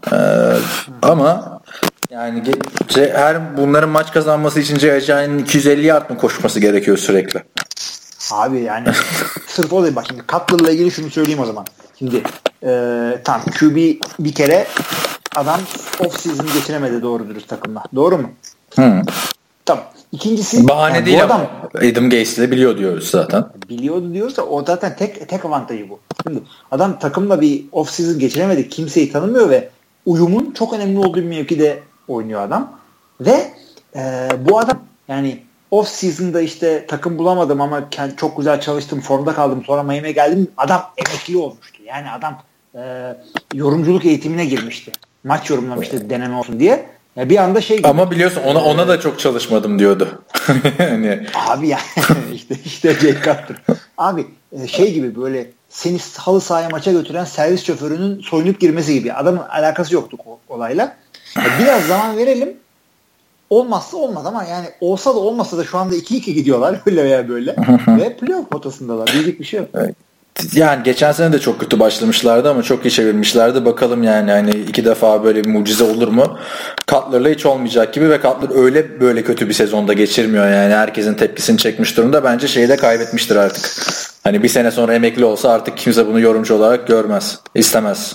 ama yani bunların maç kazanması için Jay Ajayi'nin 250 yard mı koşması gerekiyor sürekli? Abi yani sırf o değil. Bak şimdi Cutler'la ilgili şunu söyleyeyim o zaman. Şimdi tamam QB bir kere adam off-season geçiremedi doğru dürüst takımla. Doğru mu? Tamam. İkincisi bahane yani değil ama Adam Gase'le biliyor diyoruz zaten. Biliyordu diyorsa o zaten tek avantajı bu. Şimdi adam takımla bir off-season geçiremedi. Kimseyi tanımıyor ve uyumun çok önemli olduğu bir mevkide oynuyor adam. Ve bu adam yani off-season'da işte takım bulamadım ama çok güzel çalıştım, formda kaldım, sonra Miami'ye geldim. Adam emekli olmuştu. Yani adam yorumculuk eğitimine girmişti. Maç yorumlamıştı deneme olsun diye. Ya bir anda ama biliyorsun ona da çok çalışmadım diyordu. Yani. Abi ya işte Jay Cutler. Abi gibi böyle seni halı sahaya maça götüren servis şoförünün soyunup girmesi gibi. Adamın alakası yoktu olayla. Biraz zaman verelim. Olmazsa olmaz ama yani olsa da olmasa da şu anda 2-2 gidiyorlar öyle veya böyle. Ve playoff potasındalar. Diyecek bir şey yok. Yani geçen sene de çok kötü başlamışlardı ama çok iyi çevirmişlerdi. Bakalım yani hani 2 defa böyle bir mucize olur mu? Cutler'la hiç olmayacak gibi ve Cutler öyle böyle kötü bir sezonda geçirmiyor yani. Herkesin tepkisini çekmiş durumda. Bence şeyi de kaybetmiştir artık. Hani bir sene sonra emekli olsa artık kimse bunu yorumcu olarak görmez. İstemez.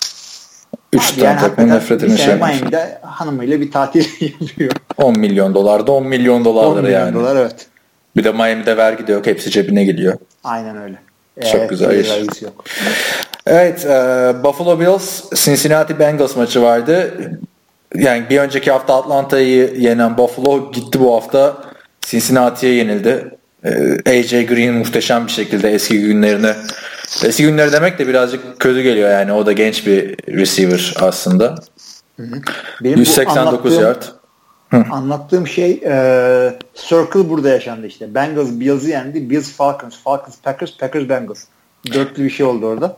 3 tane takımın nefretini şey yapmış. Miami'de hanımıyla bir tatil yapıyor. 10 milyon dolar da 10 milyon dolarları yani. 10 milyon dolar evet. Bir de Miami'de vergi de yok. Hepsi cebine gidiyor. Aynen öyle. Çok güzel iş. Yok. Evet, Buffalo Bills Cincinnati Bengals maçı vardı. Yani bir önceki hafta Atlanta'yı yenen Buffalo gitti bu hafta Cincinnati'ye yenildi. AJ Green muhteşem bir şekilde eski günleri demek de birazcık kötü geliyor yani. O da genç bir receiver aslında. Benim 189 yard. Anlattığım şey Circle burada yaşandı işte. Bengals Bills'i yendi. Bills Falcons Packers Bengals. Dörtlü bir şey oldu orada.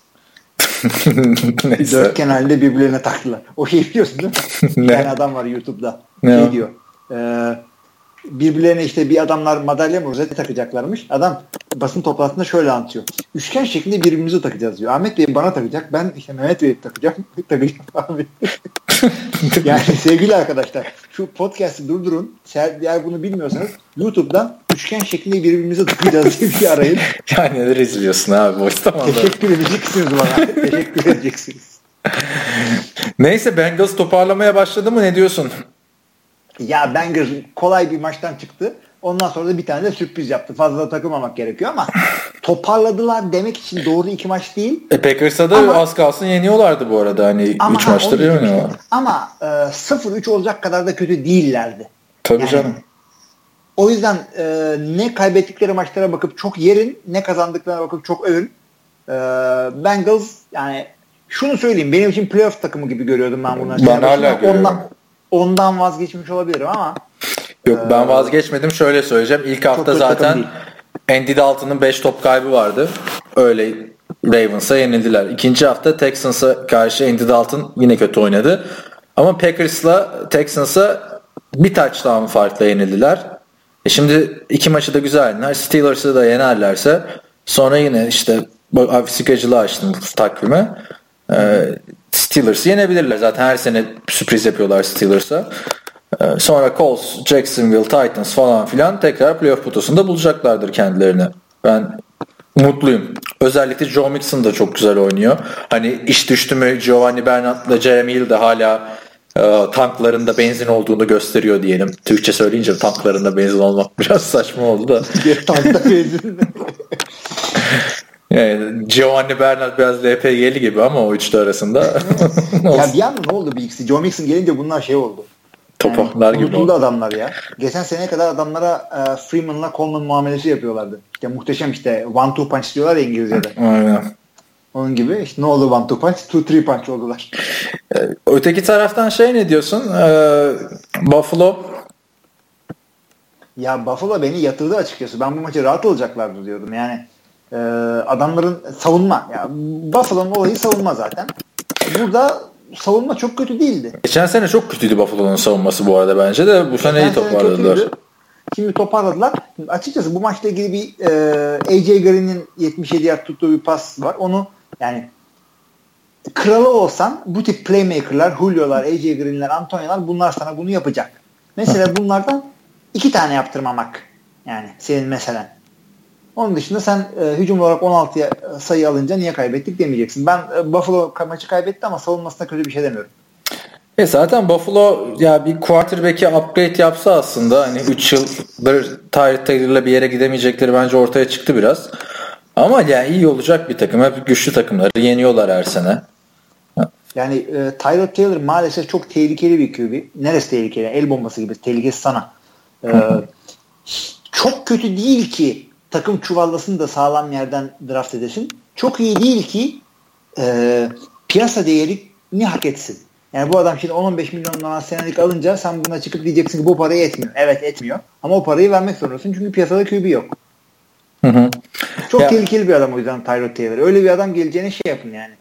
Dörtgen halinde birbirlerine taktılar. O şeyi biliyorsun değil mi? Bir tane adam var YouTube'da. Ne diyor. Birbirlerine işte bir adamlar madalya mı rozet takacaklarmış. Adam basın toplantısında şöyle anlatıyor. Üçgen şeklinde birbirimizi takacağız diyor. Ahmet Bey bana takacak. Ben işte Mehmet Bey'i takacağım abi. Yani sevgili arkadaşlar şu podcast'ı durdurun. Eğer bunu bilmiyorsanız YouTube'dan üçgen şeklinde birbirimizi takacağız diye bir arayın. Yani neler izliyorsun abi boş zamanda. Teşekkür edeceksiniz bana. Teşekkür edeceksiniz. Neyse Bengals toparlamaya başladı mı? Ne diyorsun? Ya Bengals kolay bir maçtan çıktı. Ondan sonra da bir tane de sürpriz yaptı. Fazla da takılmamak gerekiyor ama toparladılar demek için doğru 2 maç değil. Packers'a da az kalsın yeniyorlardı bu arada. Hani 3 maçtır yeniyorlar. Ama 0-3 olacak kadar da kötü değillerdi. Tabii yani, canım. O yüzden ne kaybettikleri maçlara bakıp çok yerin, ne kazandıklarına bakıp çok övün. Bengals yani şunu söyleyeyim, benim için playoff takımı gibi görüyordum ben bunları. Ben hala görüyorum. Ondan vazgeçmiş olabilirim ama yok ben vazgeçmedim. Şöyle söyleyeceğim. İlk hafta zaten Andy Dalton'ın 5 top kaybı vardı. Öyle Ravens'a yenildiler. İkinci hafta Texans'a karşı Andy Dalton yine kötü oynadı. Ama Packers'la Texans'a bir touchdown farkla yenildiler. Şimdi 2 maçı da güzel. Steelers'ı da yenerlerse sonra yine işte schedule'ı açtım takvime. Steelers'ı yenebilirler. Zaten her sene sürpriz yapıyorlar Steelers'a. Sonra Colts, Jacksonville, Titans falan filan tekrar playoff potasında bulacaklardır kendilerini. Ben mutluyum. Özellikle Joe Mixon da çok güzel oynuyor. Hani iş düştü mü Giovanni Bernard'la Jeremy Hill de hala tanklarında benzin olduğunu gösteriyor diyelim. Türkçe söyleyince tanklarında benzin olmak biraz saçma oldu da. Tankta benzin. Yani Giovanni Bernard biraz LPG'li gibi ama o üçlü arasında. Ya bir anda ne oldu bir ikisi? Joe Mixon gelince bunlar şey oldu. Topaklar gibi oldu. Adamlar ya. Geçen seneye kadar adamlara Freeman'la Coleman muamelesi yapıyorlardı. İşte muhteşem işte one two punch diyorlar ya İngilizce'de. Aynen. Onun gibi işte ne oldu one two punch? Two three punch oldular. Öteki taraftan ne diyorsun? Buffalo. Ya Buffalo beni yatırdı açıkçası. Ben bu maçı rahat alacaklardı diyordum. Yani adamların savunma. Ya Buffalo'nun olayı savunma zaten. Burada savunma çok kötü değildi. Geçen sene çok kötüydü Buffalo'nun savunması bu arada bence de. Bu sene iyi toparladılar. Şimdi toparladılar. Açıkçası bu maçla ilgili bir AJ Green'in 77 yard tuttuğu bir pas var. Onu yani kralı olsan bu tip playmaker'lar, Julio'lar, AJ Green'ler, Antonio'lar bunlar sana bunu yapacak. Mesela bunlardan 2 tane yaptırmamak. Yani senin meselen. Onun dışında sen hücum olarak 16 sayı alınca niye kaybettik demeyeceksin. Ben Buffalo maçı kaybetti ama savunmasına kötü bir şey demiyorum. Zaten Buffalo ya bir quarterback'i upgrade yapsa aslında hani 3 yıldır Tyrod Taylor'la bir yere gidemeyecekleri bence ortaya çıktı biraz. Ama yani iyi olacak bir takım. Hep güçlü takımları yeniyorlar her sene. Yani Tyrod Taylor maalesef çok tehlikeli bir QB. Neresi tehlikeli? El bombası gibi. Tehlikesi sana. Çok kötü değil ki takım çuvallasını da sağlam yerden draft edesin. Çok iyi değil ki piyasa değerini hak etsin. Yani bu adam şimdi 10-15 milyon dolar senelik alınca sen buna çıkıp diyeceksin ki bu parayı etmiyor. Evet etmiyor. Ama o parayı vermek zorundasın. Çünkü piyasada QB yok. Hı. Çok tehlikeli bir adam o yüzden Tyrod Taylor. Öyle bir adam geleceğine yapın yani.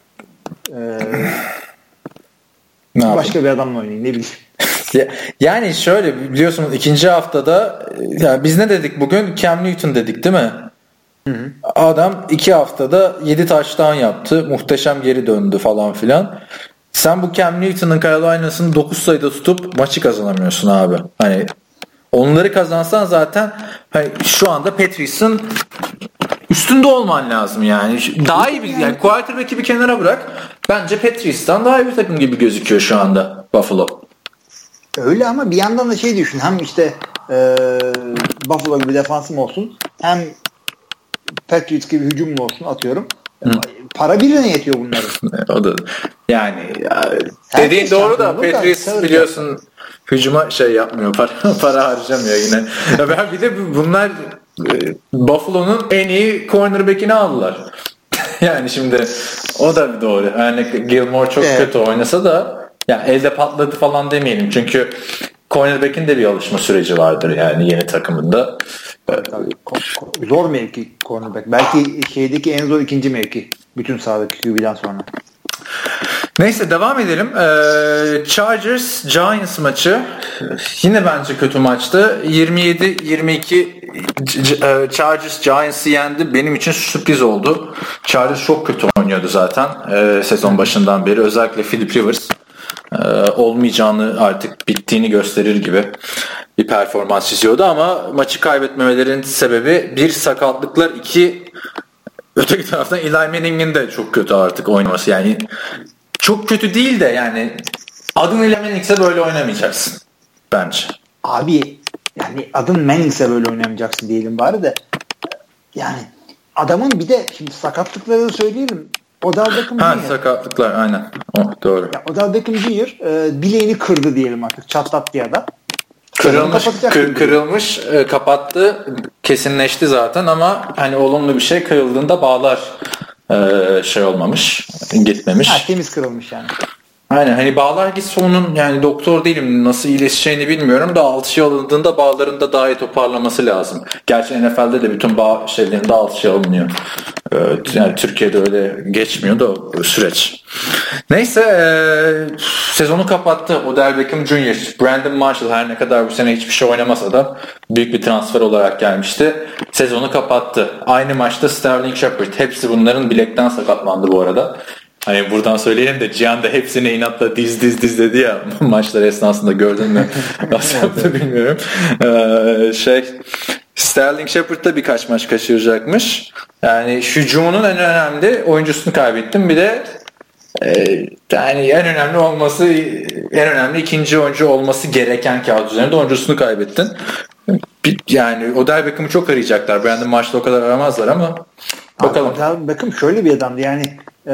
Başka bir adamla oynayın ne bileyim. Yani şöyle biliyorsunuz ikinci haftada yani biz ne dedik bugün? Cam Newton dedik değil mi? Hı. Adam 2 haftada 7 touchdown yaptı. Muhteşem geri döndü falan filan. Sen bu Cam Newton'ın Carolina'sını 9 sayıda tutup maçı kazanamıyorsun abi. Hani onları kazansan zaten hani şu anda Patrice'in üstünde olman lazım yani. Daha iyi bir yani quarterback'i bir kenara bırak. Bence Patrice'den daha iyi bir takım gibi gözüküyor şu anda Buffalo. Öyle ama bir yandan da düşün. Hem işte Buffalo gibi defansım olsun. Hem Patriots gibi hücum mu olsun atıyorum. Para birine yetiyor bunların. O da yani dediğin doğru da Patriots biliyorsun hücuma yapmıyor. Para harcamıyor yine. Ben bir de bunlar Buffalo'nun en iyi cornerback'ini aldılar. Yani şimdi o da doğru. Yani Gilmore çok kötü oynasa da yani elde patladı falan demeyelim. Çünkü cornerback'in de bir alışma süreci vardır yani yeni takımında. Tabii. Zor mevki cornerback. Belki en zor ikinci mevki. Bütün sahadaki QB'den sonra. Neyse devam edelim. Chargers Giants maçı yine bence kötü maçtı. 27-22 Chargers Giants'ı yendi. Benim için sürpriz oldu. Chargers çok kötü oynuyordu zaten sezon başından beri. Özellikle Philip Rivers olmayacağını artık bittiğini gösterir gibi bir performans çiziyordu ama maçı kaybetmemelerinin sebebi bir sakatlıklar, 2 öteki taraftan Eli Manning'in de çok kötü artık oynaması. Yani çok kötü değil de yani adın Eli Manning'se böyle oynamayacaksın bence. Abi yani adın Manning'se böyle oynamayacaksın diyelim bari de. Yani adamın bir de şimdi sakatlıkları da söyleyelim. Odell Beckham Jr. Sakatlıklar aynen. Doğru. Ya, Odell Beckham Jr. Bileğini kırdı diyelim artık. Çatlattı ya da. Kırılmış, kapattı, kesinleşti zaten ama hani olumlu bir şey, kırıldığında bağlar olmamış, gitmemiş. Temiz kırılmış yani. Aynen, hani bağlar gitse onun, yani doktor değilim, nasıl iyileşeceğini bilmiyorum da alçıya alındığında bağlarında daha iyi toparlaması lazım. Gerçi NFL'de de bütün bağ şeylerinde alçıya alınıyor. Yani Türkiye'de öyle geçmiyor da o süreç. Neyse, sezonu kapattı Odell Beckham Jr. Brandon Marshall her ne kadar bu sene hiçbir şey oynamasa da büyük bir transfer olarak gelmişti. Sezonu kapattı. Aynı maçta Sterling Shepard. Hepsi bunların bilekten sakatlandı bu arada. Hani buradan söyleyelim de Cihan da hepsine inatla diz dedi ya maçlar esnasında, gördün mü? Nasıl yaptı bilmiyorum. Sterling Shepard da birkaç maç kaçıracakmış. Yani hücumunun en önemli oyuncusunu kaybettim. Bir de yani en önemli ikinci oyuncu olması gereken kağıt üzerinde oyuncusunu kaybettin. Yani Odell Beckham'ı çok arayacaklar. Brandon Marshall o kadar aramazlar ama bakalım. Odell Beckham şöyle bir adamdı yani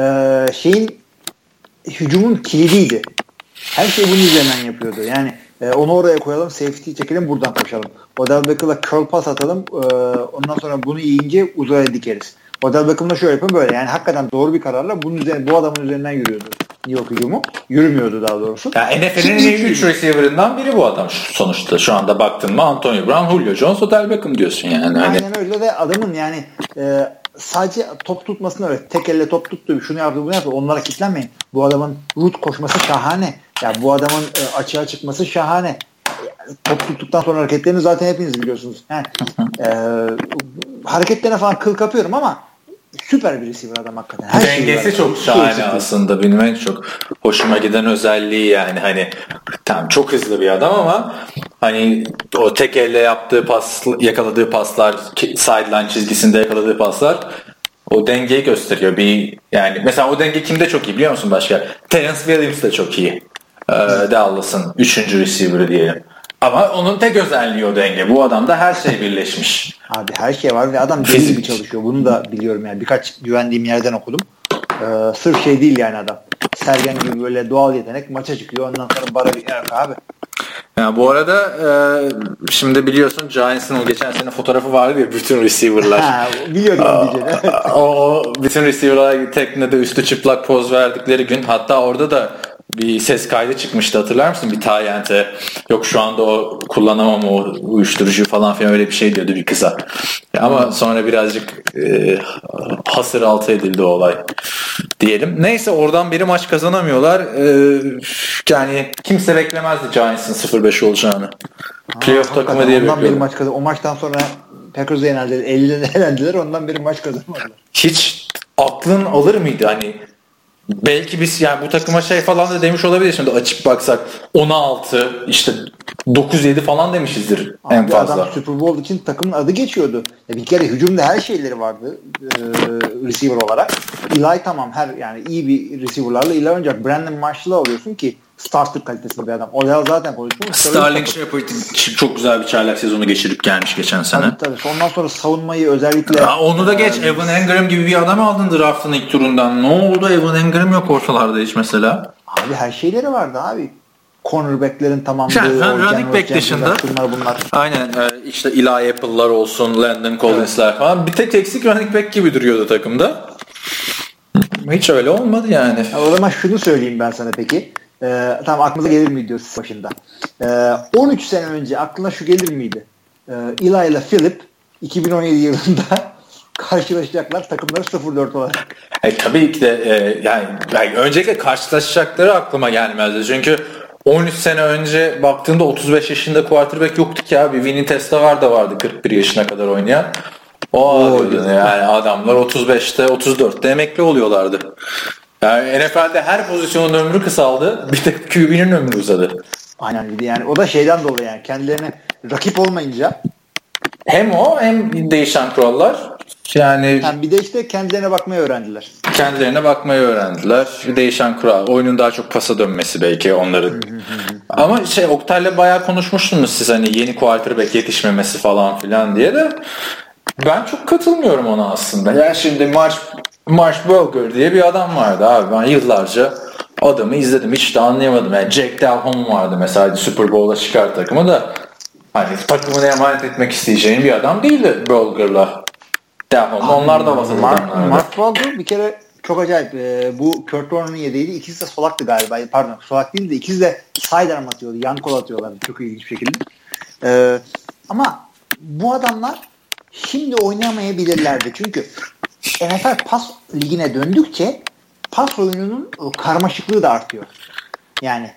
hücumun kilidiydi. Her şey bunun üzerinden yapıyordu. Yani onu oraya koyalım, safety çekelim, buradan koşalım. Odell Beckham'la curl pass atalım. Ondan sonra bunu yiyince uzaya dikeriz. Odell Beckham'la şöyle yapın böyle. Yani hakikaten doğru bir kararla bu adamın üzerinden yürüyordu. New York hücumu. Yürümüyordu daha doğrusu. Yani NFL'in en 3 receiver'ından biri bu adam sonuçta. Şu anda baktın mı Antonio Brown, Julio Jones, Odell Beckham diyorsun yani. Aynen öyle de adamın yani sadece top tutmasını öyle. Tek elle top tuttu. Şunu yaptı, bunu yaptı. Onlara kilitlenmeyin. Bu adamın root koşması şahane. Ya bu adamın açığa çıkması şahane. Top tuttuktan sonra hareketlerini zaten hepiniz biliyorsunuz. Yani, hareketlerine falan kıl kapıyorum ama süper bir receiver adam hakikaten. Her dengesi çok şahane aslında. Benim en çok hoşuma giden özelliği yani hani tamam çok hızlı bir adam ama hani o tek elle yaptığı yakaladığı paslar, sideline çizgisinde yakaladığı paslar o dengeyi gösteriyor. Yani mesela o denge kimde çok iyi biliyor musun başka? Terence Williams de çok iyi. Dallas'ın 3. receiver'ı diyelim. Ama onun tek özelliği o denge. Bu adamda her şey birleşmiş. Abi her şey var ve adam deli gibi çalışıyor. Bunu da biliyorum yani. Birkaç güvendiğim yerden okudum. Sırf şey değil yani adam. Sergen gibi böyle doğal yetenek maça çıkıyor. Ondan sonra bara bir abi. Ya bu arada şimdi biliyorsun Giants'ın o geçen sene fotoğrafı vardı ya bütün receiver'lar. Biliyorum diyeceğim. O bütün receiver'lar teknede üstü çıplak poz verdikleri gün, hatta orada da bir ses kaydı çıkmıştı, hatırlar mısın? Bir tayente yok şu anda o kullanamam o uyuşturucu falan filan öyle bir şey diyordu bir kıza. Ama sonra birazcık hasır altı edildi o olay diyelim. Neyse oradan biri maç kazanamıyorlar. Yani kimse beklemezdi Giants'ın 0-5 olacağını. Playoff takımı diye bekliyorum. O maçtan sonra Packers'ı yenildiler. 50'den elendiler. Ondan beri maç kazanmadılar. Hiç aklın alır mıydı hani? Belki biz yani bu takıma şey falan da demiş olabilir, şimdi açıp baksak 16 işte 9-7 falan demişizdir abi en fazla. Adam Super Bowl için takımın adı geçiyordu. Bir kere hücumda her şeyleri vardı receiver olarak. Eli tamam yani iyi bir receiver'larla Eli oynayacak. Brandon Marshall'ı alıyorsun ki starter kalitesinde bir adam. Odell zaten konuşmuyor. Sterling Shepard çok güzel bir çaylak sezonu geçirip gelmiş geçen sene. Tabii. Ondan sonra savunmayı özellikle... onu da geç. Evan Engram gibi bir adam aldın draft'ın ilk turundan. Ne oldu? Evan Engram yok ortalarda hiç mesela. Abi her şeyleri vardı abi. Cornerback'lerin tamamladığı... Yani running back dışında. Bunlar. Aynen. İşte Eli Apple'lar olsun, Landon Collins'ler falan. Bir tek eksik running back gibi duruyordu takımda. Hiç öyle olmadı yani. O zaman şunu söyleyeyim ben sana peki. Tamam aklınıza gelir miydi diyor başında. 13 sene önce aklına şu gelir miydi? Eli ile Philip 2017 yılında karşılaşacaklar takımları 0-4 olarak. Tabii ki de yani öncelikle karşılaşacakları aklıma gelmezdi. Çünkü 13 sene önce baktığında 35 yaşında quarterback yoktu ki abi. Vinny Testaverde vardı 41 yaşına kadar oynayan. Yani adamlar 35'te 34'te emekli oluyorlardı. Yani NFL'de her pozisyonun ömrü kısaldı. Bir tek QB'nin ömrü uzadı. Aynen yani o da şeyden dolayı yani kendilerine rakip olmayınca Hem o hem değişen kurallar. Yani bir de işte kendilerine bakmayı öğrendiler. Değişen kural. Oyunun daha çok pasa dönmesi belki onların. Ama Oktay'la bayağı konuşmuştunuz siz hani yeni quarterback yetişmemesi falan filan diye de ben çok katılmıyorum ona aslında. Yani şimdi Marsh Bulger diye bir adam vardı abi. Ben yıllarca adamı izledim. Hiç de anlayamadım. Yani Jack Delhomme vardı mesela Super Bowl'a çıkar takımı da hani takımını emanet etmek isteyeceğin bir adam değildi Bulger'la. Delhomme. Onlar da vasat adamlardı. Marsh Bulger bir kere çok acayip. Bu Kurt Warner'ın yedeğiydi. İkisi de solaktı galiba. Pardon, solak değildi. İkisi de sidearm atıyordu. Yan kol atıyorlardı. Çok ilginç bir şekilde. Ama bu adamlar şimdi oynayamayabilirlerdi. Çünkü NFL pas ligine döndükçe pas oyununun karmaşıklığı da artıyor. Yani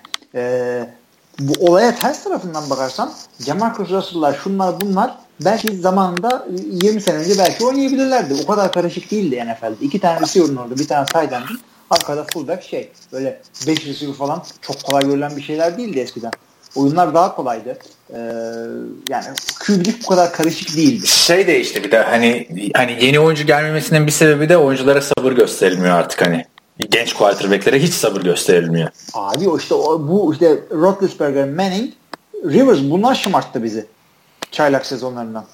bu olaya ters tarafından bakarsan Jamarcus Russell'lar şunlar bunlar belki zamanında 20 sene önce belki oynayabilirlerdi. O kadar karışık değildi NFL'de. 2 tane receiver'ın orada, bir tane tight end'in, arkada fullback böyle 5 receiver falan çok kolay görülen bir şeyler değildi eskiden. Oyunlar daha kolaydı. Yani QB'lik bu kadar karışık değildi. Değişti bir de hani yeni oyuncu gelmemesinin bir sebebi de oyunculara sabır gösterilmiyor artık hani. Genç quarterback'lere hiç sabır gösterilmiyor. Abi bu Roethlisberger, Manning, Rivers bunlar şımarttı bizi. Çaylak sezonlarından.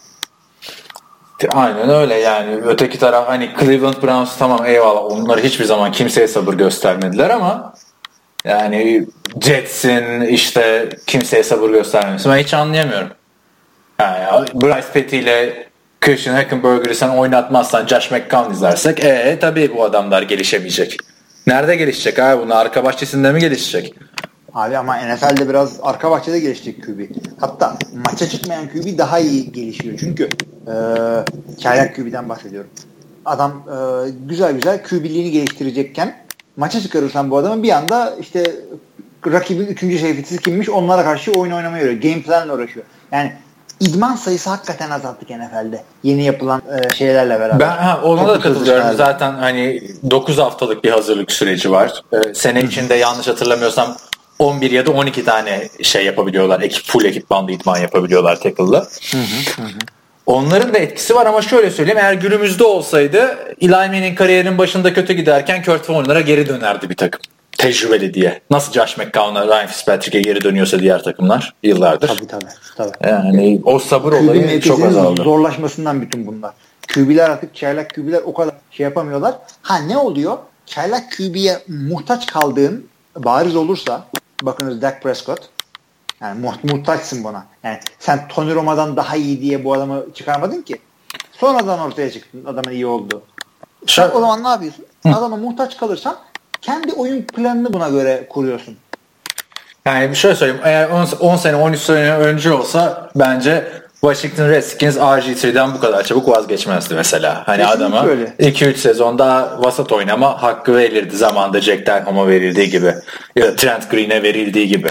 Aynen öyle yani. Öteki taraf hani Cleveland Browns tamam eyvallah onları hiçbir zaman kimseye sabır göstermediler ama yani Jets'in kimseye sabır göstermemesi ben hiç anlayamıyorum. Yani Bryce Petty ile Christian Hackenberger'ı sen oynatmazsan Josh McCown izlersek tabii bu adamlar gelişemeyecek. Nerede gelişecek abi? Bunun arka bahçesinde mi gelişecek? Abi ama NFL'de biraz arka bahçede gelişecek QB. Hatta maça çıkmayan QB daha iyi gelişiyor. Çünkü çaylak QB'den bahsediyorum. Adam güzel QB'liğini geliştirecekken maça çıkarırsan bu adamı bir anda rakibin 3. safety'si kimmiş onlara karşı oyun oynamaya öğreniyor. Game plan'la uğraşıyor. Yani idman sayısı hakikaten azalttık NFL'de. Yeni yapılan şeylerle beraber. Ben ona da katılıyorum. Zaten hani 9 haftalık bir hazırlık süreci var. Sene içinde yanlış hatırlamıyorsam 11 ya da 12 tane yapabiliyorlar. Full ekipmanlı idman yapabiliyorlar tackle'la. Onların da etkisi var ama şöyle söyleyeyim. Eğer günümüzde olsaydı Eli Manning'in kariyerinin başında kötü giderken Kurt Warner'a geri dönerdi bir takım. Tecrübeli diye. Nasıl Josh McCown'a, Ryan Fitzpatrick'e geri dönüyorsa diğer takımlar yıllardır. Tabii. Yani o sabır olayı çok azaldı. Zorlaşmasından bütün bunlar. QB'ler artık çaylak QB'ler o kadar yapamıyorlar. Ne oluyor? Çaylak QB'ye muhtaç kaldığın bariz olursa bakınız Dak Prescott yani muhtaçsın buna. Yani sen Tony Romo'dan daha iyi diye bu adamı çıkarmadın ki. Sonradan ortaya çıktın adamın iyi olduğu. O zaman ne yapıyorsun? Adama muhtaç kalırsan kendi oyun planını buna göre kuruyorsun. Yani şöyle söyleyeyim. Eğer 10 sene 13 sene önce olsa bence Washington Redskins RG3'den bu kadar çabuk vazgeçmezdi mesela. Hani kesinlikle adama 2-3 sezon daha vasat oynama hakkı verilirdi. Zamanında Jack Delhomme'a verildiği gibi. Ya da Trent Green'e verildiği gibi.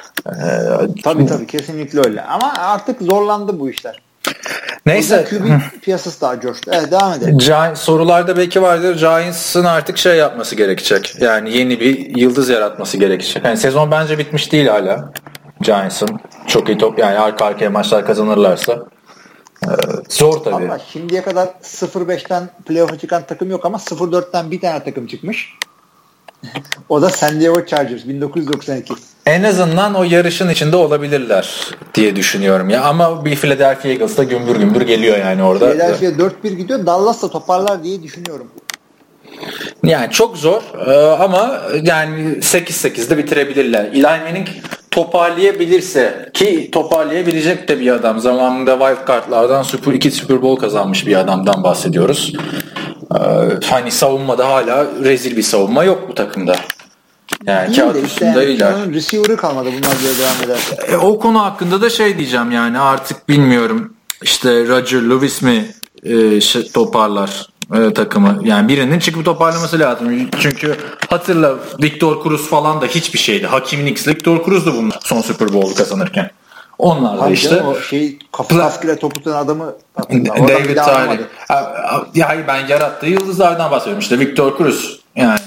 Tabii kesinlikle öyle. Ama artık zorlandı bu işler. Neyse. QB piyasası daha coştu. Evet, devam edelim. Sorularda belki vardır. Giants'ın artık yapması gerekecek. Yani yeni bir yıldız yaratması gerekecek. Yani sezon bence bitmiş değil hala. Giants'ın. Çok iyi top. Yani arka arkaya maçlar kazanırlarsa. Zor tabii. Ama şimdiye kadar 0-5'ten playoff'a çıkan takım yok ama 0-4'ten bir tane takım çıkmış. O da San Diego Chargers 1992. En azından o yarışın içinde olabilirler diye düşünüyorum ya. Ama bir Philadelphia Eagles da gümbür gümbür geliyor yani orada. Philadelphia 4-1 gidiyor. Dallas da toparlar diye düşünüyorum. Yani çok zor ama yani 8-8'de bitirebilirler. Eli Manning toparlayabilirse ki toparlayabilecek de bir adam. Zamanında wild card'lardan 2 Super Bowl kazanmış bir adamdan bahsediyoruz. Hani savunmada hala rezil bir savunma yok bu takımda. Yani kağıt üstünde iyiler. Receiver'ı kalmadı bunlar böyle devam ederse. O konu hakkında da diyeceğim yani artık bilmiyorum. Roger Lewis mi toparlar takımı. Yani birinin çıkıp toparlaması lazım. Çünkü hatırla Victor Cruz falan da hiçbir şeydi. Hakim Nicks, Victor Cruz'du bunlar son Super Bowl'u kazanırken. Onlar da o kaskıyla topu tutan adamı David Tyree. Ya ben yarattığı yıldızlardan bahsediyorum. Victor Cruz yani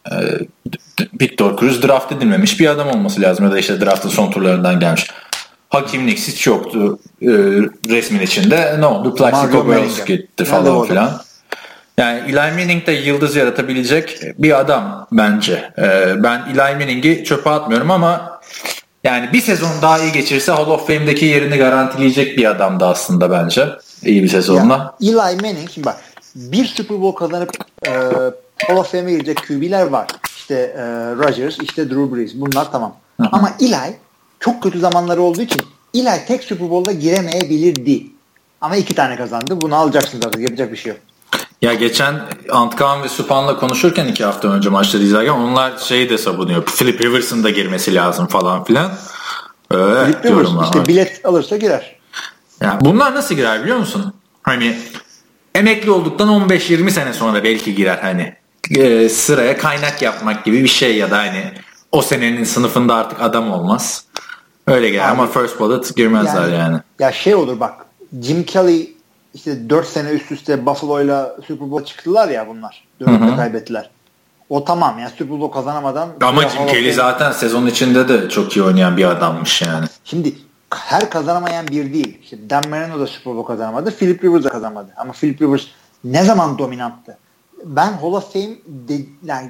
Victor Cruz draft edilmemiş bir adam olması lazım ya da draftın son turlarından gelmiş. Hakimlik hiç yoktu resmin içinde. Ne oldu? Plaxico Burress gitti falan filan. Yani Eli Manning de yıldız yaratabilecek bir adam bence. Ben Eli Manning'i çöpe atmıyorum ama yani bir sezon daha iyi geçirse Hall of Fame'deki yerini garantileyecek bir adamdı aslında bence. İyi bir sezonla. Eli Manning şimdi bak bir Super Bowl kazanıp Hall of Fame'e girecek QB'ler var. İşte Rodgers, işte Drew Brees. Bunlar tamam. Hı-hı. Ama Eli çok kötü zamanları olduğu için Eli tek Super Bowl'da giremeyebilirdi. Ama 2 tane kazandı. Bunu alacaksınız artık. Yapacak bir şey yok. Ya geçen Antkan ve Supan'la konuşurken 2 hafta önce maçları izlerken onlar şeyi de savunuyor. Philip Rivers'ın da girmesi lazım falan filan. Philip Rivers işte bilet alırsa girer. Ya bunlar nasıl girer biliyor musun? Hani emekli olduktan 15-20 sene sonra belki girer hani. Sıraya kaynak yapmak gibi bir şey ya da hani o senenin sınıfında artık adam olmaz. Öyle girer ama first ballot girmezler yani. Ya şey olur bak. Jim Kelly işte 4 sene üst üste Buffalo'yla Super Bowl çıktılar ya bunlar. 4'te kaybettiler. O tamam ya Super Bowl kazanamadan. Ama Jim Kelly zaten sezon içinde de çok iyi oynayan bir adammış yani. Şimdi her kazanamayan bir değil. İşte Dan Marino da Super Bowl kazanamadı. Philip Rivers da kazanamadı. Ama Philip Rivers ne zaman dominanttı? Ben Hall of Fame yani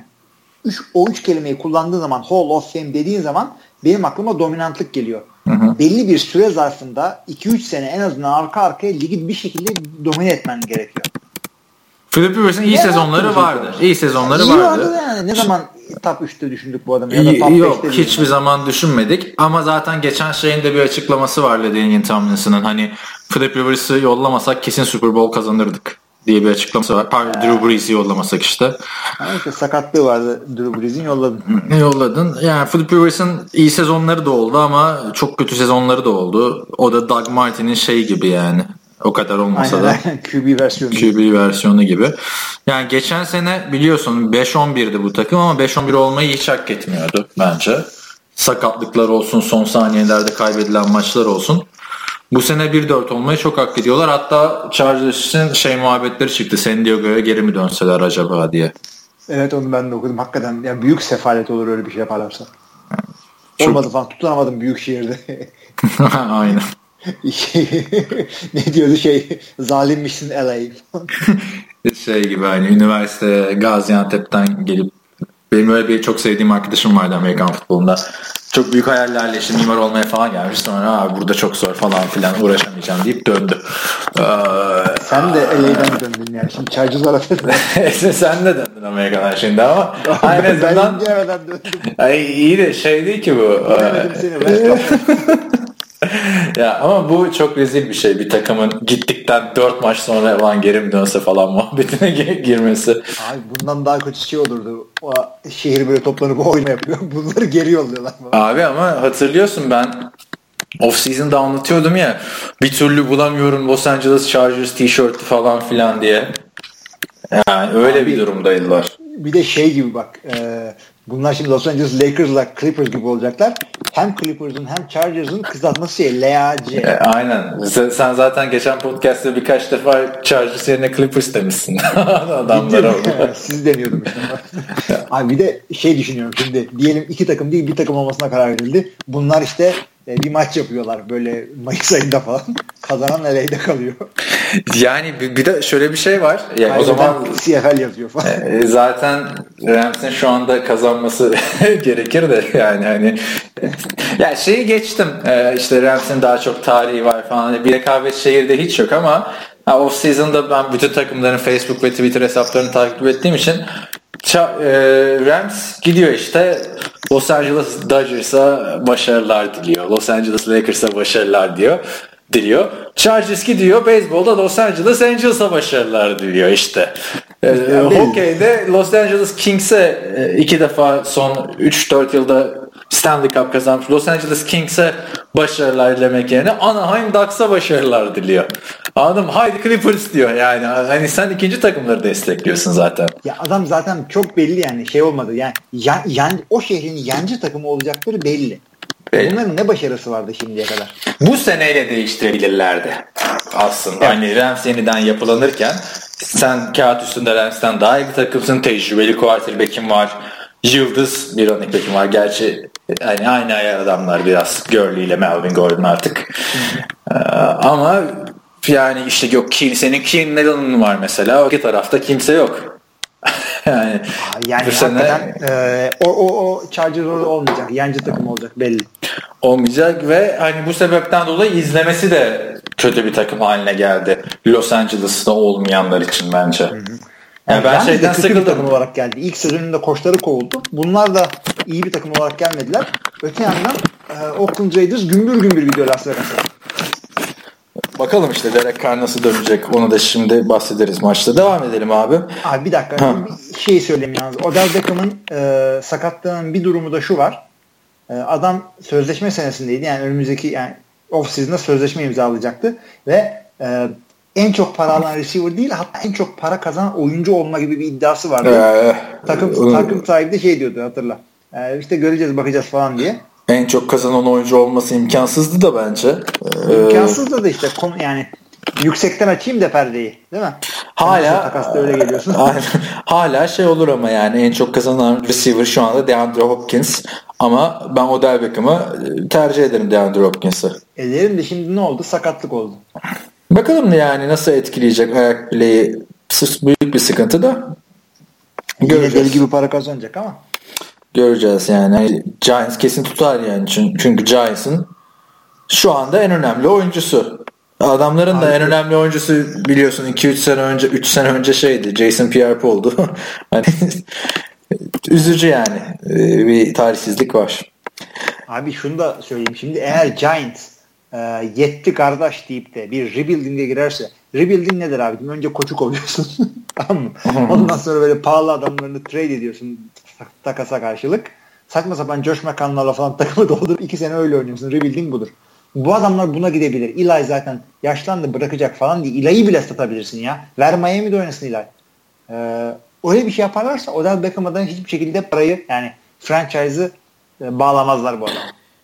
o 3 kelimeyi kullandığı zaman Hall of Fame dediğin zaman benim aklıma dominantlık geliyor. Hı-hı. Belli bir süre zarfında 2-3 sene en azından arka arkaya ligi bir şekilde domine etmen gerekiyor. Philip Rivers'ın iyi sezonları vardı. İyi sezonları vardı. Yani. Ne zaman top 3'te düşündük bu adamı ya da top 5'te yok hiçbir zaman düşünmedik ama zaten geçen şeyin de bir açıklaması var Ladainian Tomlinson'ın hani Philip Rivers'ı yollamasak kesin Super Bowl kazanırdık diye bir açıklaması var. Drew Brees'i yollamasak işte. İşte sakatlığı vardı Drew Brees'in yolladın. Yani Philip Rivers'ın iyi sezonları da oldu ama çok kötü sezonları da oldu. O da Doug Martin'in şey gibi yani. O kadar olmasa da QB versiyonu gibi. Yani geçen sene biliyorsun 5-11'di bu takım ama 5-11 olmayı hiç hak etmiyordu bence. Sakatlıklar olsun, son saniyelerde kaybedilen maçlar olsun. Bu sene 1-4 olmayı çok hak ediyorlar. Hatta Chargers'ın muhabbetleri çıktı. San Diego'ya geri mi dönseler acaba diye. Evet onu ben de okudum. Hakikaten yani büyük sefalet olur öyle bir şey yaparlarsa. Yani olmadı falan tutunamadım büyük şehirde. Aynen. Ne diyordu zalimmişsin LA. Gibi hani üniversite Gaziantep'ten gelip benim öyle bir çok sevdiğim arkadaşım vardı Amerikan futbolunda. Çok büyük hayallerle işte mimar olmaya falan gelmiş. Sonra burada çok zor falan filan uğraşamayacağım deyip döndü. Sen de LA'den döndün yani. Şimdi Chargers arasında. Sen de döndün Amerika'dan şimdi ama. Aynen ben gelmeden döndüm. İyi de değil ki bu. Demedim seni. Ya ama bu çok rezil bir şey. Bir takımın gittikten 4 maç sonra falan geri mi dönse falan muhabbetine girmesi. Abi bundan daha kötü şey olurdu. O şehir böyle toplanıp oyun yapıyor. Bunları geri yolluyorlar. Abi ama hatırlıyorsun ben off-season'da anlatıyordum ya bir türlü bulamıyorum Los Angeles Chargers tişörtü falan filan diye. Yani öyle abi, bir durumdaydılar. Bir de gibi bak bunlar şimdi Los Angeles Lakers'la Clippers gibi olacaklar. Hem Clippers'ın hem Chargers'ın kısaltması LAC. Aynen. Sen zaten geçen podcast'ta birkaç defa Chargers yerine Clippers demişsin. Adamlara. Siz deniyordum işte. Abi bir de düşünüyorum şimdi. Diyelim 2 takım değil bir takım olmasına karar verildi. Bunlar işte bir maç yapıyorlar böyle Mayıs ayında falan. Kazanan LA'de kalıyor. Yani bir de şöyle bir şey var. Yani o zaman CFL yazıyor falan. Zaten Rams'in şu anda kazanması gerekir de yani hani ya şeyi geçtim. İşte Rams'in daha çok tarihi var falan. Bir rekabet şehirde hiç yok ama off season'da ben bütün takımların Facebook ve Twitter hesaplarını takip ettiğim için Rams gidiyor işte Los Angeles Dodgers'a başarılar diliyor. Los Angeles Lakers'a başarılar diliyor. Chargers gidiyor beyzbolda Los Angeles Angels'a başarılar diliyor işte. Hokey'de Los Angeles Kings'e 2 defa son 3-4 yılda Stanley Cup kazanmış Los Angeles Kings'e başarılar dilemek yerine Anaheim Ducks'a başarılar diliyor. Anladım. Haydi Clippers diyor yani. Hani sen ikinci takımları destekliyorsun zaten. Ya adam zaten çok belli yani olmadı. Yani o şehrin yancı takımı olacakları belli. Bunların ne başarısı vardı şimdiye kadar? Bu seneyle değiştirebilirlerdi aslında. Evet. Hani Rams yeniden yapılanırken sen kağıt üstünde Rams'ten daha iyi bir takımsın. Tecrübeli quarterback'in var. Yıldız bir running back'in var. Gerçi Yani aynı ayar adamlar biraz, Gurley ile Melvin Gordon artık. Ama yani işte yok, senin Keenan Allen'ın var mesela. O iki tarafta kimse yok. yani bu sene o Chargers olmayacak. Yancı takım olacak belli. Olmayacak ve hani bu sebepten dolayı izlemesi de kötü bir takım haline geldi. Los Angeles'ta olmayanlar için bence. Hı hı. Yani ben şeyden sıkıldım. Bir takım olarak geldi. İlk sezonunda koçları kovuldu. Bunlar da iyi bir takım olarak gelmediler. Öte yandan Oakland Raiders gümbür gümbür gidiyor Las Vegas'a. Bakalım işte Derek Carr nasıl dönecek. Onu da şimdi bahsederiz maçta. Devam edelim abi. Abi bir dakika. Bir şey söyleyeyim yalnız. Odell Beckham'ın sakatlığının bir durumu da şu var. Adam sözleşme senesindeydi. Yani önümüzdeki off-season'da sözleşme imzalayacaktı. Ve en çok para alan receiver değil, hatta en çok para kazanan oyuncu olma gibi bir iddiası vardı. Takım sahibi de şey diyordu, hatırla. İşte göreceğiz, bakacağız falan diye. En çok kazanan oyuncu olması imkansızdı da bence. İmkansızdı da işte yani yüksekten açayım da perdeyi, değil mi? Hala takasta öyle geliyorsun. Hala şey olur ama yani en çok kazanan receiver şu anda DeAndre Hopkins, ama ben Odell Beckham'ı tercih ederim DeAndre Hopkins'ı. Ederim de şimdi ne oldu? Sakatlık oldu. Bakalım yani nasıl etkileyecek ayak bileği, büyük bir sıkıntı da. Göreceğiz gibi para kazanacak ama. Göreceğiz yani. Giants kesin tutar yani. Çünkü Giants'ın şu anda en önemli oyuncusu. Adamların da en önemli oyuncusu biliyorsun 3 sene önce şeydi. Jason Pierre-Paul'du. Hani üzücü yani. Bir talihsizlik var. Abi şunu da söyleyeyim. Şimdi eğer Giants yetti kardeş deyip de bir rebuilding'e girerse, rebuilding nedir abi? Önce koçu kovuyorsun. Tamam mı? Ondan sonra böyle pahalı adamlarını trade ediyorsun takasa karşılık. Saçma sapan Josh McCown'larla falan takımı doldurup 2 sene öyle oynuyorsun. Rebuilding budur. Bu adamlar buna gidebilir. Eli zaten yaşlandı, bırakacak falan diye. Eli'yi bile satabilirsin ya. Ver Miami'de oynasın Eli. Öyle bir şey yaparlarsa Odell Beckham'dan hiçbir şekilde parayı, yani franchise'ı bağlamazlar bu adamı.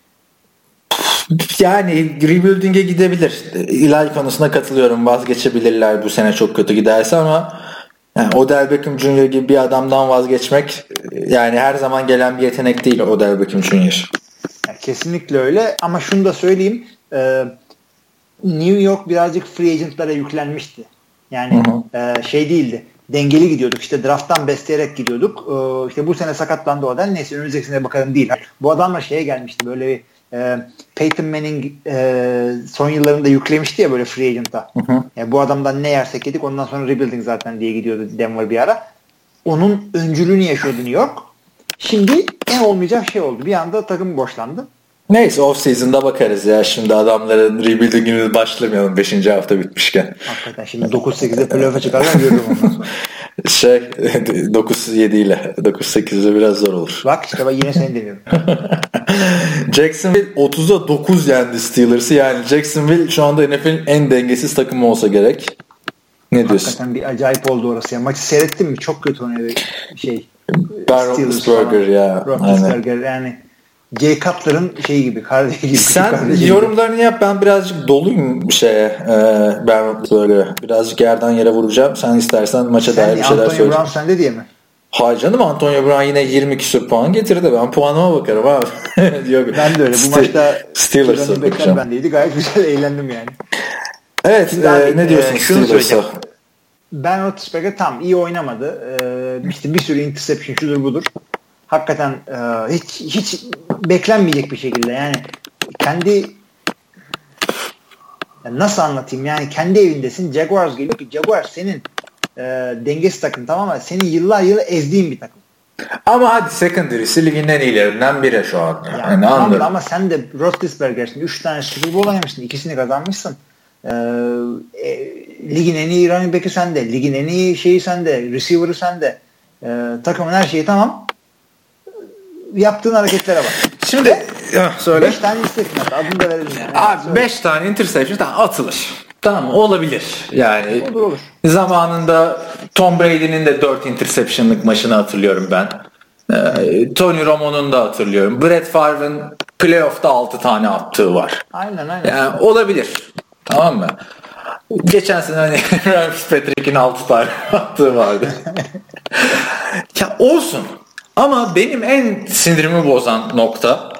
Yani rebuilding'e gidebilir. Eli konusuna katılıyorum. Vazgeçebilirler bu sene çok kötü giderse, ama yani Odell Beckham Jr. gibi bir adamdan vazgeçmek yani her zaman gelen bir yetenek değil Odell Beckham Jr. Yani kesinlikle öyle, ama şunu da söyleyeyim, New York birazcık free agent'lara yüklenmişti. Yani şey değildi. Dengeli gidiyorduk. İşte draft'tan besleyerek gidiyorduk. İşte bu sene sakatlandı Odell. Neyse önümüzdeki sene bakalım değil. Bu adamla şeye gelmişti. Böyle bir Peyton Manning son yıllarında yüklemişti ya böyle free agent'a. Yani bu adamdan ne yersek yedik, ondan sonra rebuilding zaten diye gidiyordu Denver bir ara. Onun öncülüğünü yaşıyordu New York. Şimdi en olmayacak şey oldu. Bir anda takım boşlandı. Neyse off season'da bakarız ya. Şimdi adamların rebuilding'ini başlamayalım 5. hafta bitmişken. Hakikaten şimdi 9-8'de playoff'a çıkarlar görürüm ondan sonra. 9-7 ile 9-8'de biraz zor olur. Bak işte ben yine seni demiyorum. Jacksonville 30'a 9 yendi Steelers'ı. Yani Jacksonville şu anda NFL'in en dengesiz takımı olsa gerek. Ne diyorsun? Hakikaten bir acayip oldu orası ya. Maçı seyrettin mi? Çok kötü oynuyor şey. Ben Roethlisberger ya. Roethlisberger yani Jay Cutler'ın şeyi gibi, kardeşi gibi. Sen yorumlarını yap, ben birazcık doluyum bir şeye. Ben böyle birazcık yerden yere vuracağım. Sen istersen maça dair bir şeyler söyle. Antonio Brown sende diye mi? Hayır canım, Antonio Brown yine 20 küsur puan getirdi. Ben puanıma bakarım abi. Ben de öyle. Bu maçta Steelers'a bakacağım. Bendeydi. Gayet güzel eğlendim yani. Evet. Ne diyorsun Steelers'a? Ben Roethlisberger tam iyi oynamadı. İşte bir sürü interception şudur budur. Hakikaten hiç beklenmeyecek bir şekilde, yani kendi, nasıl anlatayım, yani kendi evindesin, Jaguars geliyor ki Jaguars senin dengesiz takım, tamam mı? Senin yıllar ezdiğin bir takım. Ama hadi secondary'si ligin en iyilerinden biri şu an. Yani tamam da ama sen de Roethlisberger'sin. 3 tane Super Bowl oynamışsın. 2'sini kazanmışsın. Ligin en iyi running back'i sende. Ligin en iyi şeyi sende. Receiver'ı sende. Takımın her şeyi tamam. Yaptığın hareketlere bak. Şimdi söyle. 5 tane interception attı. Adını da verelim yani. Abi 5 tane interception atılır. Tamam, olabilir. Yani olur. Zamanında Tom Brady'nin de 4 interception'lık maçını hatırlıyorum ben. Tony Romo'nun da hatırlıyorum. Brett Favre'ın playoff'ta 6 tane attığı var. Aynen. Yani olabilir. Tamam mı? Geçen sene hani Ryan Fitzpatrick'in 6 tane attığı vardı. Ya olsun. Ama benim en sinirimi bozan nokta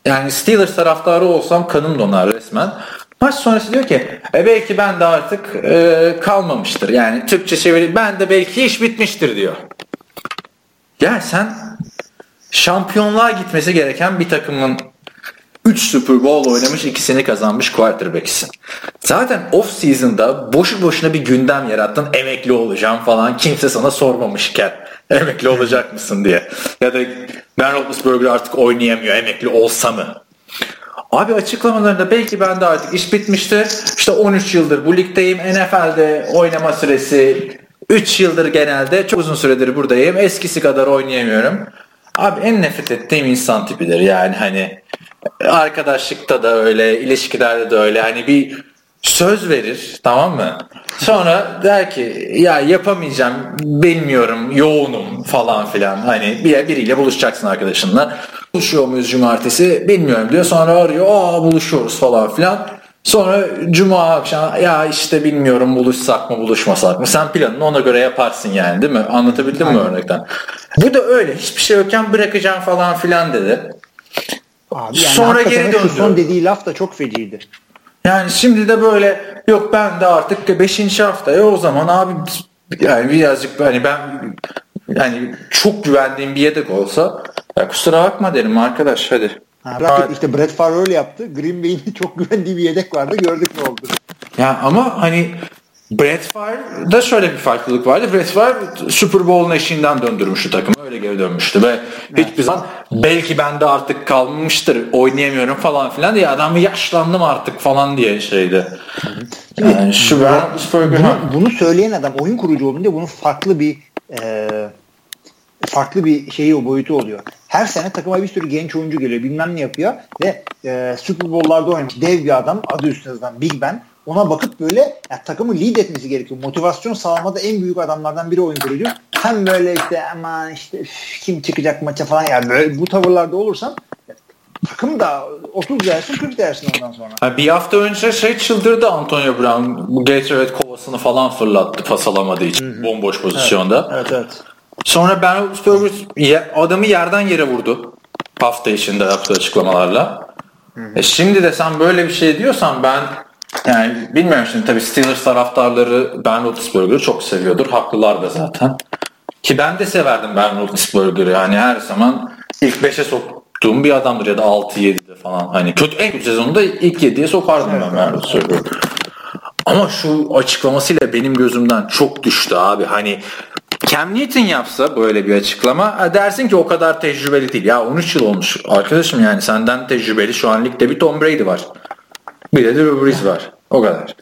Yani Steelers taraftarı olsam kanım donar resmen. Maç sonrası diyor ki belki ben de artık kalmamıştır. Yani Türkçe çeviri ben de belki iş bitmiştir diyor. Ya sen şampiyonluğa gitmesi gereken bir takımın 3 Super Bowl oynamış, 2'sini kazanmış quarterback'sin. Zaten off season'da boşu boşuna bir gündem yarattın. Emekli olacağım falan. Kimse sana sormamışken emekli olacak mısın diye. Ya da Ben Roethlisberger artık oynayamıyor. Emekli olsa mı? Abi açıklamalarında belki ben de artık iş bitmiştir. İşte 13 yıldır bu ligdeyim. NFL'de oynama süresi 3 yıldır genelde. Çok uzun süredir buradayım. Eskisi kadar oynayamıyorum. Abi en nefret ettiğim insan tipidir. Yani hani arkadaşlıkta da öyle, ilişkilerde de öyle. Hani bir söz verir, tamam mı? Sonra der ki ya yapamayacağım, bilmiyorum, yoğunum falan filan. Hani biriyle buluşacaksın arkadaşınla. Buluşuyor muyuz cumartesi? Bilmiyorum diyor. Sonra arıyor, buluşuyoruz falan filan. Sonra cuma akşam ya işte bilmiyorum buluşsak mı buluşmasak mı? Sen planını ona göre yaparsın yani, değil mi? Anlatabildim mi örnekten? Bu da öyle. Hiçbir şey yokken bırakacağım falan filan dedi. Abi yani sonra geri döndü. Son dediği laf da çok feciydi. Yani şimdi de böyle yok ben de artık 5. haftaya o zaman abi yani birazcık hani ben yani çok güvendiğim bir yedek olsa ya kusura bakma derim arkadaş hadi. İşte Brett Favre öyle yaptı. Green Bay'in çok güvendiği bir yedek vardı. Gördük ne oldu. Ya ama hani Brett Favre'da şöyle bir farklılık vardı. Brett Favre Super Bowl'un eşiğinden döndürmüştü takımı. Öyle geri dönmüştü ve hiçbir zaman belki ben de artık kalmıştır oynayamıyorum falan filan diye adam yaşlandım artık falan diye şeydi. Yani bunu söyleyen adam oyun kurucu olunca bunun farklı bir şeyi o boyutu oluyor. Her sene takıma bir sürü genç oyuncu geliyor. Bilmem ne yapıyor ve Super Bowl'larda oynamış dev bir adam adı üstüne yazılan Big Ben. Ona bakıp böyle takımı lead etmesi gerekiyor. Motivasyon sağlamada en büyük adamlardan biri oyun kurucu. Hem böyle işte aman işte kim çıkacak maça falan yani böyle bu tavırlarda olursan takım da 30 dersin 40 dersin ondan sonra. Bir hafta önce çıldırdı Antonio Brown. Bu Gatorade kovasını falan fırlattı pas alamadığı için. Bomboş pozisyonda. Evet. Sonra Ben Roethlisberger adamı yerden yere vurdu. Hafta içinde yaptığı açıklamalarla. Şimdi de sen böyle bir şey diyorsan ben yani bilmiyorum şimdi tabii Steelers taraftarları Ben Roethlisberger'ı çok seviyordur. Haklılar da zaten. Ki ben de severdim Ben Roethlisberger'ı. Yani her zaman ilk 5'e soktuğum bir adamdır ya da 6-7'de falan. Hani en kötü sezonunda ilk 7'ye sokardım ben Roethlisberger'ı. Ama şu açıklamasıyla benim gözümden çok düştü abi. Hani Cam Newton yapsa böyle bir açıklama dersin ki o kadar tecrübeli değil. Ya 13 yıl olmuş arkadaşım yani senden tecrübeli şu an ligde bir Tom Brady var. Bir de Drew Brees var. O kadar.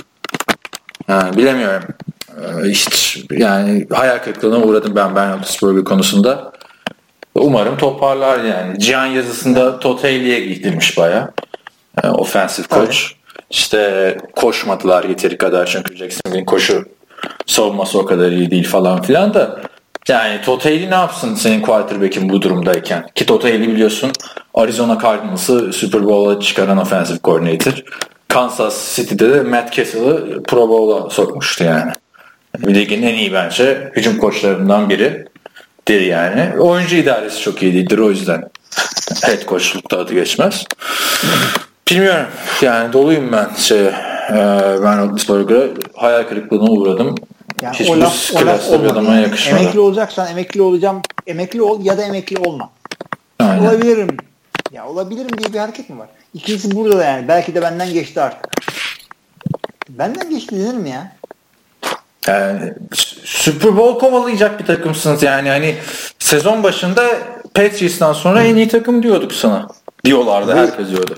Yani bilemiyorum. Hiç yani hayal kırıklığına uğradım ben Roethlisberger konusunda. Umarım toparlar yani. Cihan yazısında Todd Haley'e gidilmiş bayağı. Offensive coach. İşte koşmadılar yeteri kadar çünkü Jacksonville'in koşu savunması o kadar iyi değil falan filan da yani Todd Haley ne yapsın senin quarterback'in bu durumdayken? Ki Todd Haley biliyorsun Arizona Cardinals'ı Super Bowl'a çıkaran offensive coordinator. Kansas City'de de Matt Cassel'ı Pro Bowl'a sokmuştu yani. Bir ligin en iyi bence hücum koçlarından biridir yani. Oyuncu idaresi çok iyi değildir o yüzden head coachlukta adı geçmez. Bilmiyorum yani doluyum ben Ben Roethlisberger'a hayal kırıklığına uğradım. Yani hiçbir klaslı bir adama yakışmadı. Emekli olacaksan emekli ol ya da emekli olma. Aynen. Olabilirim diye bir hareket mi var? İkincisi burada da yani. Belki de benden geçti artık. Benden geçti denir mi ya? Yani, Super Bowl kovalayacak bir takımsınız yani. Hani sezon başında Patriots'tan sonra en iyi takım diyorduk sana. Diyorlardı. Herkes diyordu.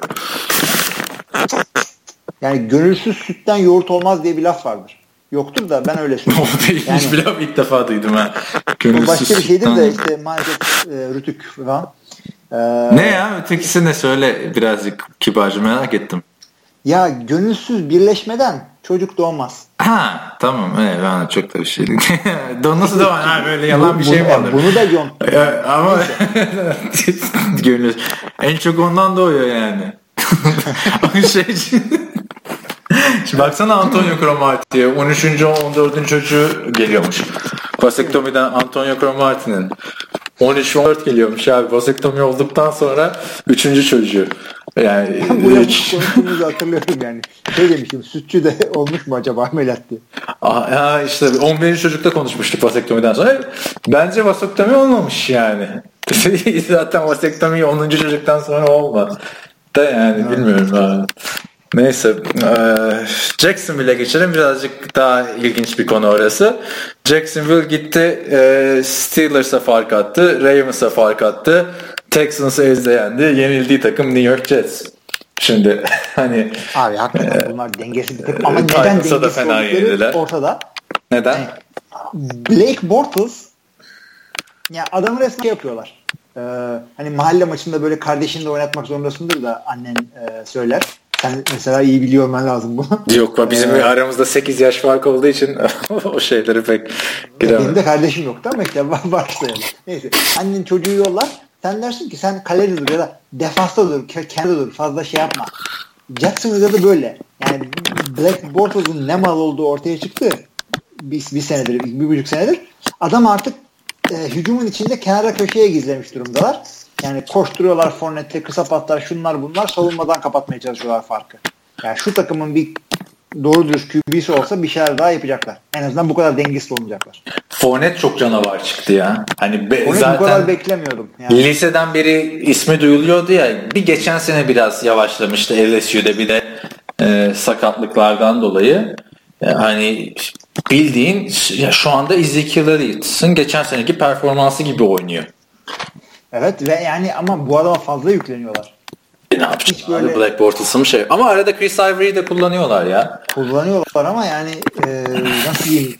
Yani gönülsüz sütten yoğurt olmaz diye bir laf vardır. Yoktur da ben öyle söylüyorum. O değilmiş bir laf ilk defa duydum ha. O başka bir şeydir de işte maalesef rütük falan. Ne ya? Ötekisi ne söyle birazcık kibarca merak ettim. Ya gönülsüz birleşmeden çocuk doğmaz. Ha tamam ben çok da bir şey değil. Nasıl doğar? Ha böyle yalan bir şey mi olur? Bunu da yont. Ama gönül en çok ondan doğuyor yani. Şimdi baksana Antonio Cromartie'ye 13. 14. çocuğu geliyormuş. Vasektomiden Antonio Cromartie'nin 13-14 geliyormuş abi. Vasektomi olduktan sonra 3. çocuğu. Yani bu yapmış konuştuğumuzu hatırlıyorum yani. Şey demiştim, sütçü de olmuş mu acaba ameliyat diye. İşte 11. çocukta konuşmuştuk vasektomiden sonra. Bence vasektomi olmamış yani. Zaten vasektomi 10. çocuktan sonra olmaz. Da yani bilmiyorum abi. Neyse, Jacksonville'e geçelim. Birazcık daha ilginç bir konu orası. Jacksonville gitti, Steelers'a fark attı, Ravens'a fark attı, Texans'ı ezdi, yenildiği takım New York Jets. Şimdi hani abi hakikaten bunlar dengesiz bir takım ama neden dengesiz oldukları ortada. Neden? Yani, Blake Bortles ya adamı resmen yapıyorlar. Hani mahalle maçında böyle kardeşini de oynatmak zorundasındır da annen söyler. Sen mesela iyi biliyor olman lazım bunu. Yok bizim aramızda 8 yaş fark olduğu için o şeyleri pek giremem. Benim de kardeşim yoktu ama işte başlayalım. Neyse annen çocuğu yollar. Sen dersin ki sen kalede dur ya da defansta dur, kenarda dur, fazla şey yapma. Jacksonville'da da böyle. Yani Black Bortles'un ne mal olduğu ortaya çıktı. Bir senedir, 1,5 senedir. Adam artık hücumun içinde kenara köşeye gizlemiş durumdalar. Yani koşturuyorlar Fournette'e, kısa patlar, şunlar bunlar, savunmadan kapatmaya çalışıyorlar farkı. Yani şu takımın bir doğru dürüst QB'si olsa bir şeyler daha yapacaklar. En azından bu kadar dengesiz olmayacaklar. Fournette çok canavar çıktı ya. Hani zaten bu kadar beklemiyordum. Yani. Liseden beri ismi duyuluyordu ya. Bir geçen sene biraz yavaşlamıştı LSU'da bir de sakatlıklardan dolayı. Hani bildiğin şu anda Ezekiel Elliott'ın geçen seneki performansı gibi oynuyor. Evet ve yani ama bu adama fazla yükleniyorlar. Ne yapacak böyle... Black Bortles'ın mı şey? Ama arada Chris Ivory'yi de kullanıyorlar ya. Kullanıyorlar ama yani nasıl diyeyim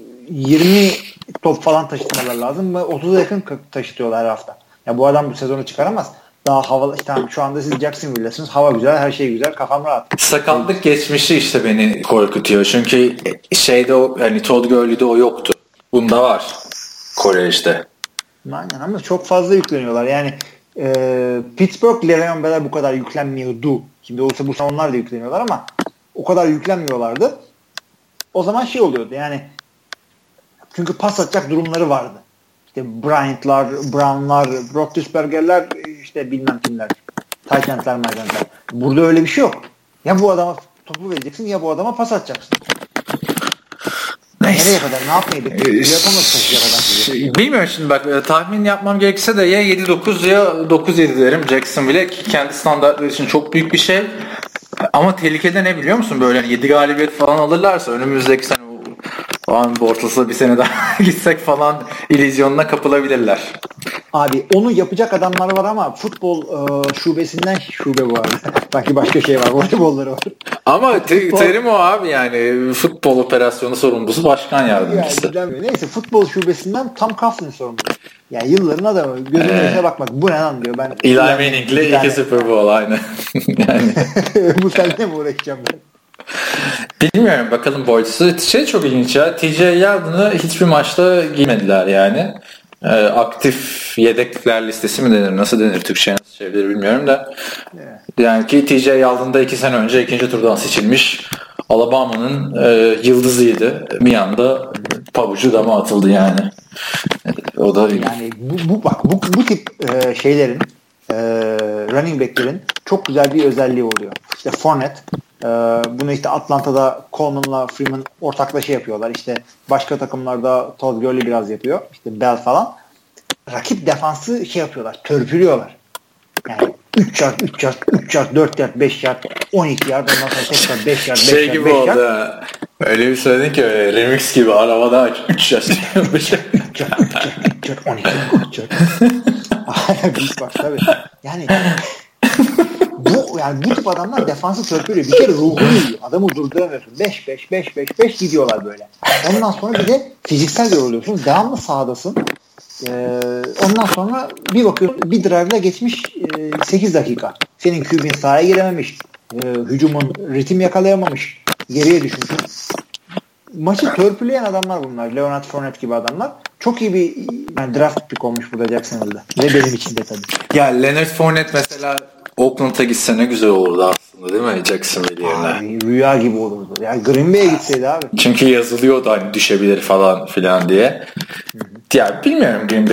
20 top falan taşıtmalar lazım ve 30'a yakın taşıtıyorlar her hafta. Ya bu adam bu sezonu çıkaramaz. Daha havalı tamam şu anda siz Jacksonville'desiniz. Hava güzel, her şey güzel. Kafam rahat. Sakatlık geçmişi işte beni korkutuyor. Çünkü şeyde o hani Todd Gurley'de o yoktu. Bunda var. Kolejde. Aynen ama çok fazla yükleniyorlar. Yani Pittsburgh Le'Veon Bell'e bu kadar yüklenmiyordu. Şimdi olsa bu onlar da yükleniyorlar ama o kadar yüklenmiyorlardı. O zaman şey oluyordu yani çünkü pas atacak durumları vardı. İşte Bryant'lar, Brown'lar, Roethlisberger'ler işte bilmem kimler. Titans''lar. Burada öyle bir şey yok. Ya bu adama topu vereceksin ya bu adama pas atacaksın. Neyse. Nereye kadar? Ne yapmayı bekliyorsun? Bilmiyorum şimdi bak tahmin yapmam gerekirse de ya 7-9 ya 9-7 derim Jacksonville'e ki kendi standartları için çok büyük bir şey. Ama tehlikede ne biliyor musun? Böyle 7 galibiyet falan alırlarsa önümüzdeki sene Bortles'a bir sene daha gitsek falan illüzyonuna kapılabilirler. Abi onu yapacak adamlar var ama futbol şubesinden şube var. Belki başka şey var. Voleybolları var. Ama terim o abi yani futbol operasyonu sorumlusu başkan yardımcısı. Yani, neyse futbol şubesinden Tom Coughlin sorumlu. Yani yılların adamı gözünün önüne bakmak bu ne lan diyor. Ben Eli Manning'le 2 Super Bowl aynı. Yani. Bu seninle mi uğraşacağım ben? Bilmiyorum bakalım boyutusu. Çok ilginç ya. TJ Yeldon'ı hiçbir maçta giymediler yani. Aktif yedekler listesi mi denir? Nasıl denir? Türkçe nasıl çevrilir bilmiyorum da. Yani ki TJ Yeldon da 2 sene önce 2. turdan seçilmiş. Alabama'nın yıldızıydı. Bir anda pabucu dama atıldı yani. O da yani bu tip şeylerin running back'lerin çok güzel bir özelliği oluyor. İşte Fournette bunu işte Atlanta'da Coleman'la Freeman ortaklaşa yapıyorlar. İşte başka takımlarda Todd Gurley biraz yapıyor. İşte Bell falan. Rakip defansı şey yapıyorlar. Törpülüyorlar. Yani 3 yard, 3 yard, 3 yard, 4 yard, 5 yard, 12 yard, ondan sonra tekrar 5 yard, 5 şey yard, gibi 5 oldu yard. Ha. Öyle bir söyledin ki öyle remix gibi arabada aç 3 yard. 3 yard, 12 yard, 3 yard. Bak tabii. Yani bu tip adamlar defansı törpülüyor. Bir kere ruhunu yiyor. Adamı durduramıyorsun. 5 gidiyorlar böyle. Ondan sonra bir de fiziksel yoruluyorsun. Devamlı sahadasın. Ondan sonra bir bakıyorsun bir drive'la geçmiş 8 dakika. Senin QB'in sahaya girememiş. Hücumun ritim yakalayamamış. Geriye düşmüş. Maçı törpüleyen adamlar bunlar. Leonard Fournette gibi adamlar. Çok iyi bir draft pick olmuş burada Jacksonville'da. Ve benim için de tabii. Ya Leonard Fournette mesela Oakland'a gitse ne güzel olurdu aslında değil mi Jacksonville yerine? Rüya gibi olurdu. Yani Green Bay'e gitseydi abi. Çünkü yazılıyordu hani düşebilir falan filan diye. Ya bilmiyorum Green Bay'e gitse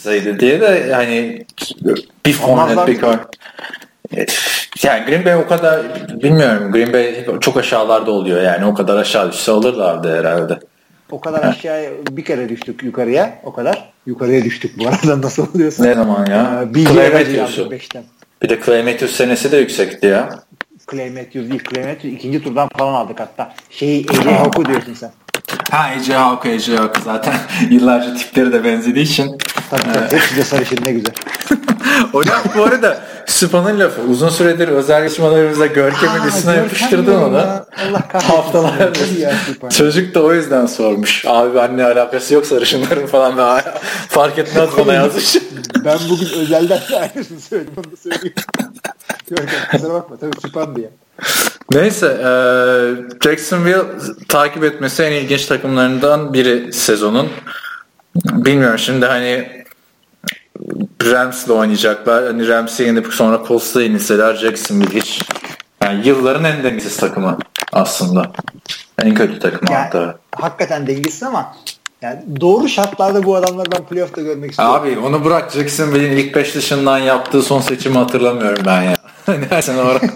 çıksaydı diye de hani bir Fournette bir Carr. Yani Green Bay o kadar bilmiyorum. Green Bay çok aşağılarda oluyor yani. O kadar aşağı düşse alırlardı herhalde. O kadar aşağıya bir kere düştük yukarıya. O kadar. Yukarıya düştük bu arada nasıl oluyorsa. Ne zaman ya? Clay Matthews'u. Bir de Clay Matthews senesi de yüksekti ya. Clay Matthews değil. Clay Matthews ikinci turdan falan aldık hatta. AJ Hawk'u diyorsun sen. Ha AJ Hawk zaten yıllarca tipleri de benzediği için. Tabii. Hepsi de sarışın ne güzel. Hocam bu arada Spa'nın lafı. Uzun süredir özel yarışmalarımızda Görkem'in üstüne yapıştırdın onu. Allah kahretsin. Haftalardır. Çocuk da o yüzden sormuş. Abi anne alakası yok sarışınların falan. Fark etmez bana yazmış. Ben bugün özelden de aynısını söyledim. Onu da söyleyeyim. Görkem kusura bakma. Tabii Spa'ndı ya. Neyse Jacksonville takip etmesi en ilginç takımlarından biri sezonun. Bilmiyorum şimdi hani Rams'la oynayacaklar. Hani Rams'i yenip sonra Colts'la yenilseler Jacksonville hiç yani yılların en dengesiz takımı aslında. En kötü takımı yani, hatta. Hakikaten dengesiz ama yani doğru şartlarda bu adamları ben playoff'ta görmek istiyorum. Abi onu bırak Jacksonville'in ilk 5 dışından yaptığı son seçimi hatırlamıyorum ben ya. Nereden orada?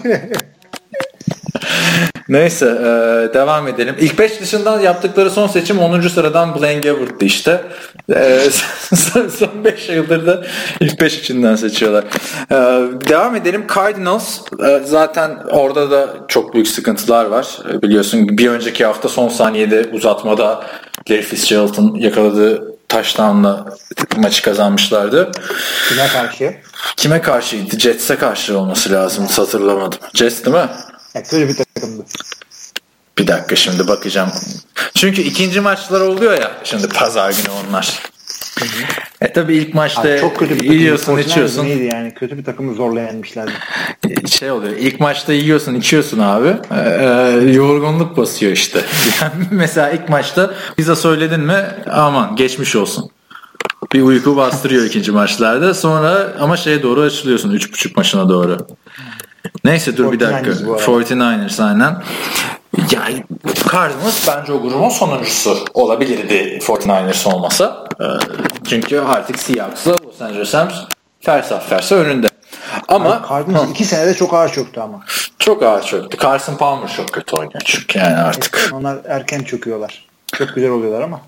Neyse devam edelim. İlk 5 dışından yaptıkları son seçim 10. sıradan Blaine Gabbert'tı işte. Son 5 yıldır da ilk 5 içinden seçiyorlar. Devam edelim. Cardinals zaten orada da çok büyük sıkıntılar var. Biliyorsun bir önceki hafta son saniyede uzatmada Larry Fitzgerald'ın yakaladığı touchdown'la maçı kazanmışlardı. Kime karşı? Kime karşıydı? Jets'e karşı olması lazım. Hatırlamadım. Jets değil mi? Böyle bir takımdı. Bir dakika şimdi bakacağım. Çünkü ikinci maçlar oluyor ya şimdi pazar günü onlar. Tabii ilk maçta çok kötü bir yiyorsun içiyorsun. Neydi yani kötü bir takımı zorla yenmişlerdi. Şey oluyor ilk maçta yiyorsun içiyorsun abi. Yorgunluk basıyor işte. Yani mesela ilk maçta bize söyledin mi aman geçmiş olsun. Bir uyku bastırıyor ikinci maçlarda. Sonra ama şeye doğru açılıyorsun 3.5 maçına doğru. Neyse dur bir dakika. 49ers aynen. Yani Cardinals bence o grubun sonuncusu olabilirdi 49ers olmasa. Çünkü artık Seahawks'la Los Angeles Rams fersa önünde. Ama Cardinals 2 senede çok ağır çöktü ama. Çok ağır çöktü. Carson Palmer çok kötü oynuyor çünkü yani artık. Onlar erken çöküyorlar. Çok güzel oluyorlar ama.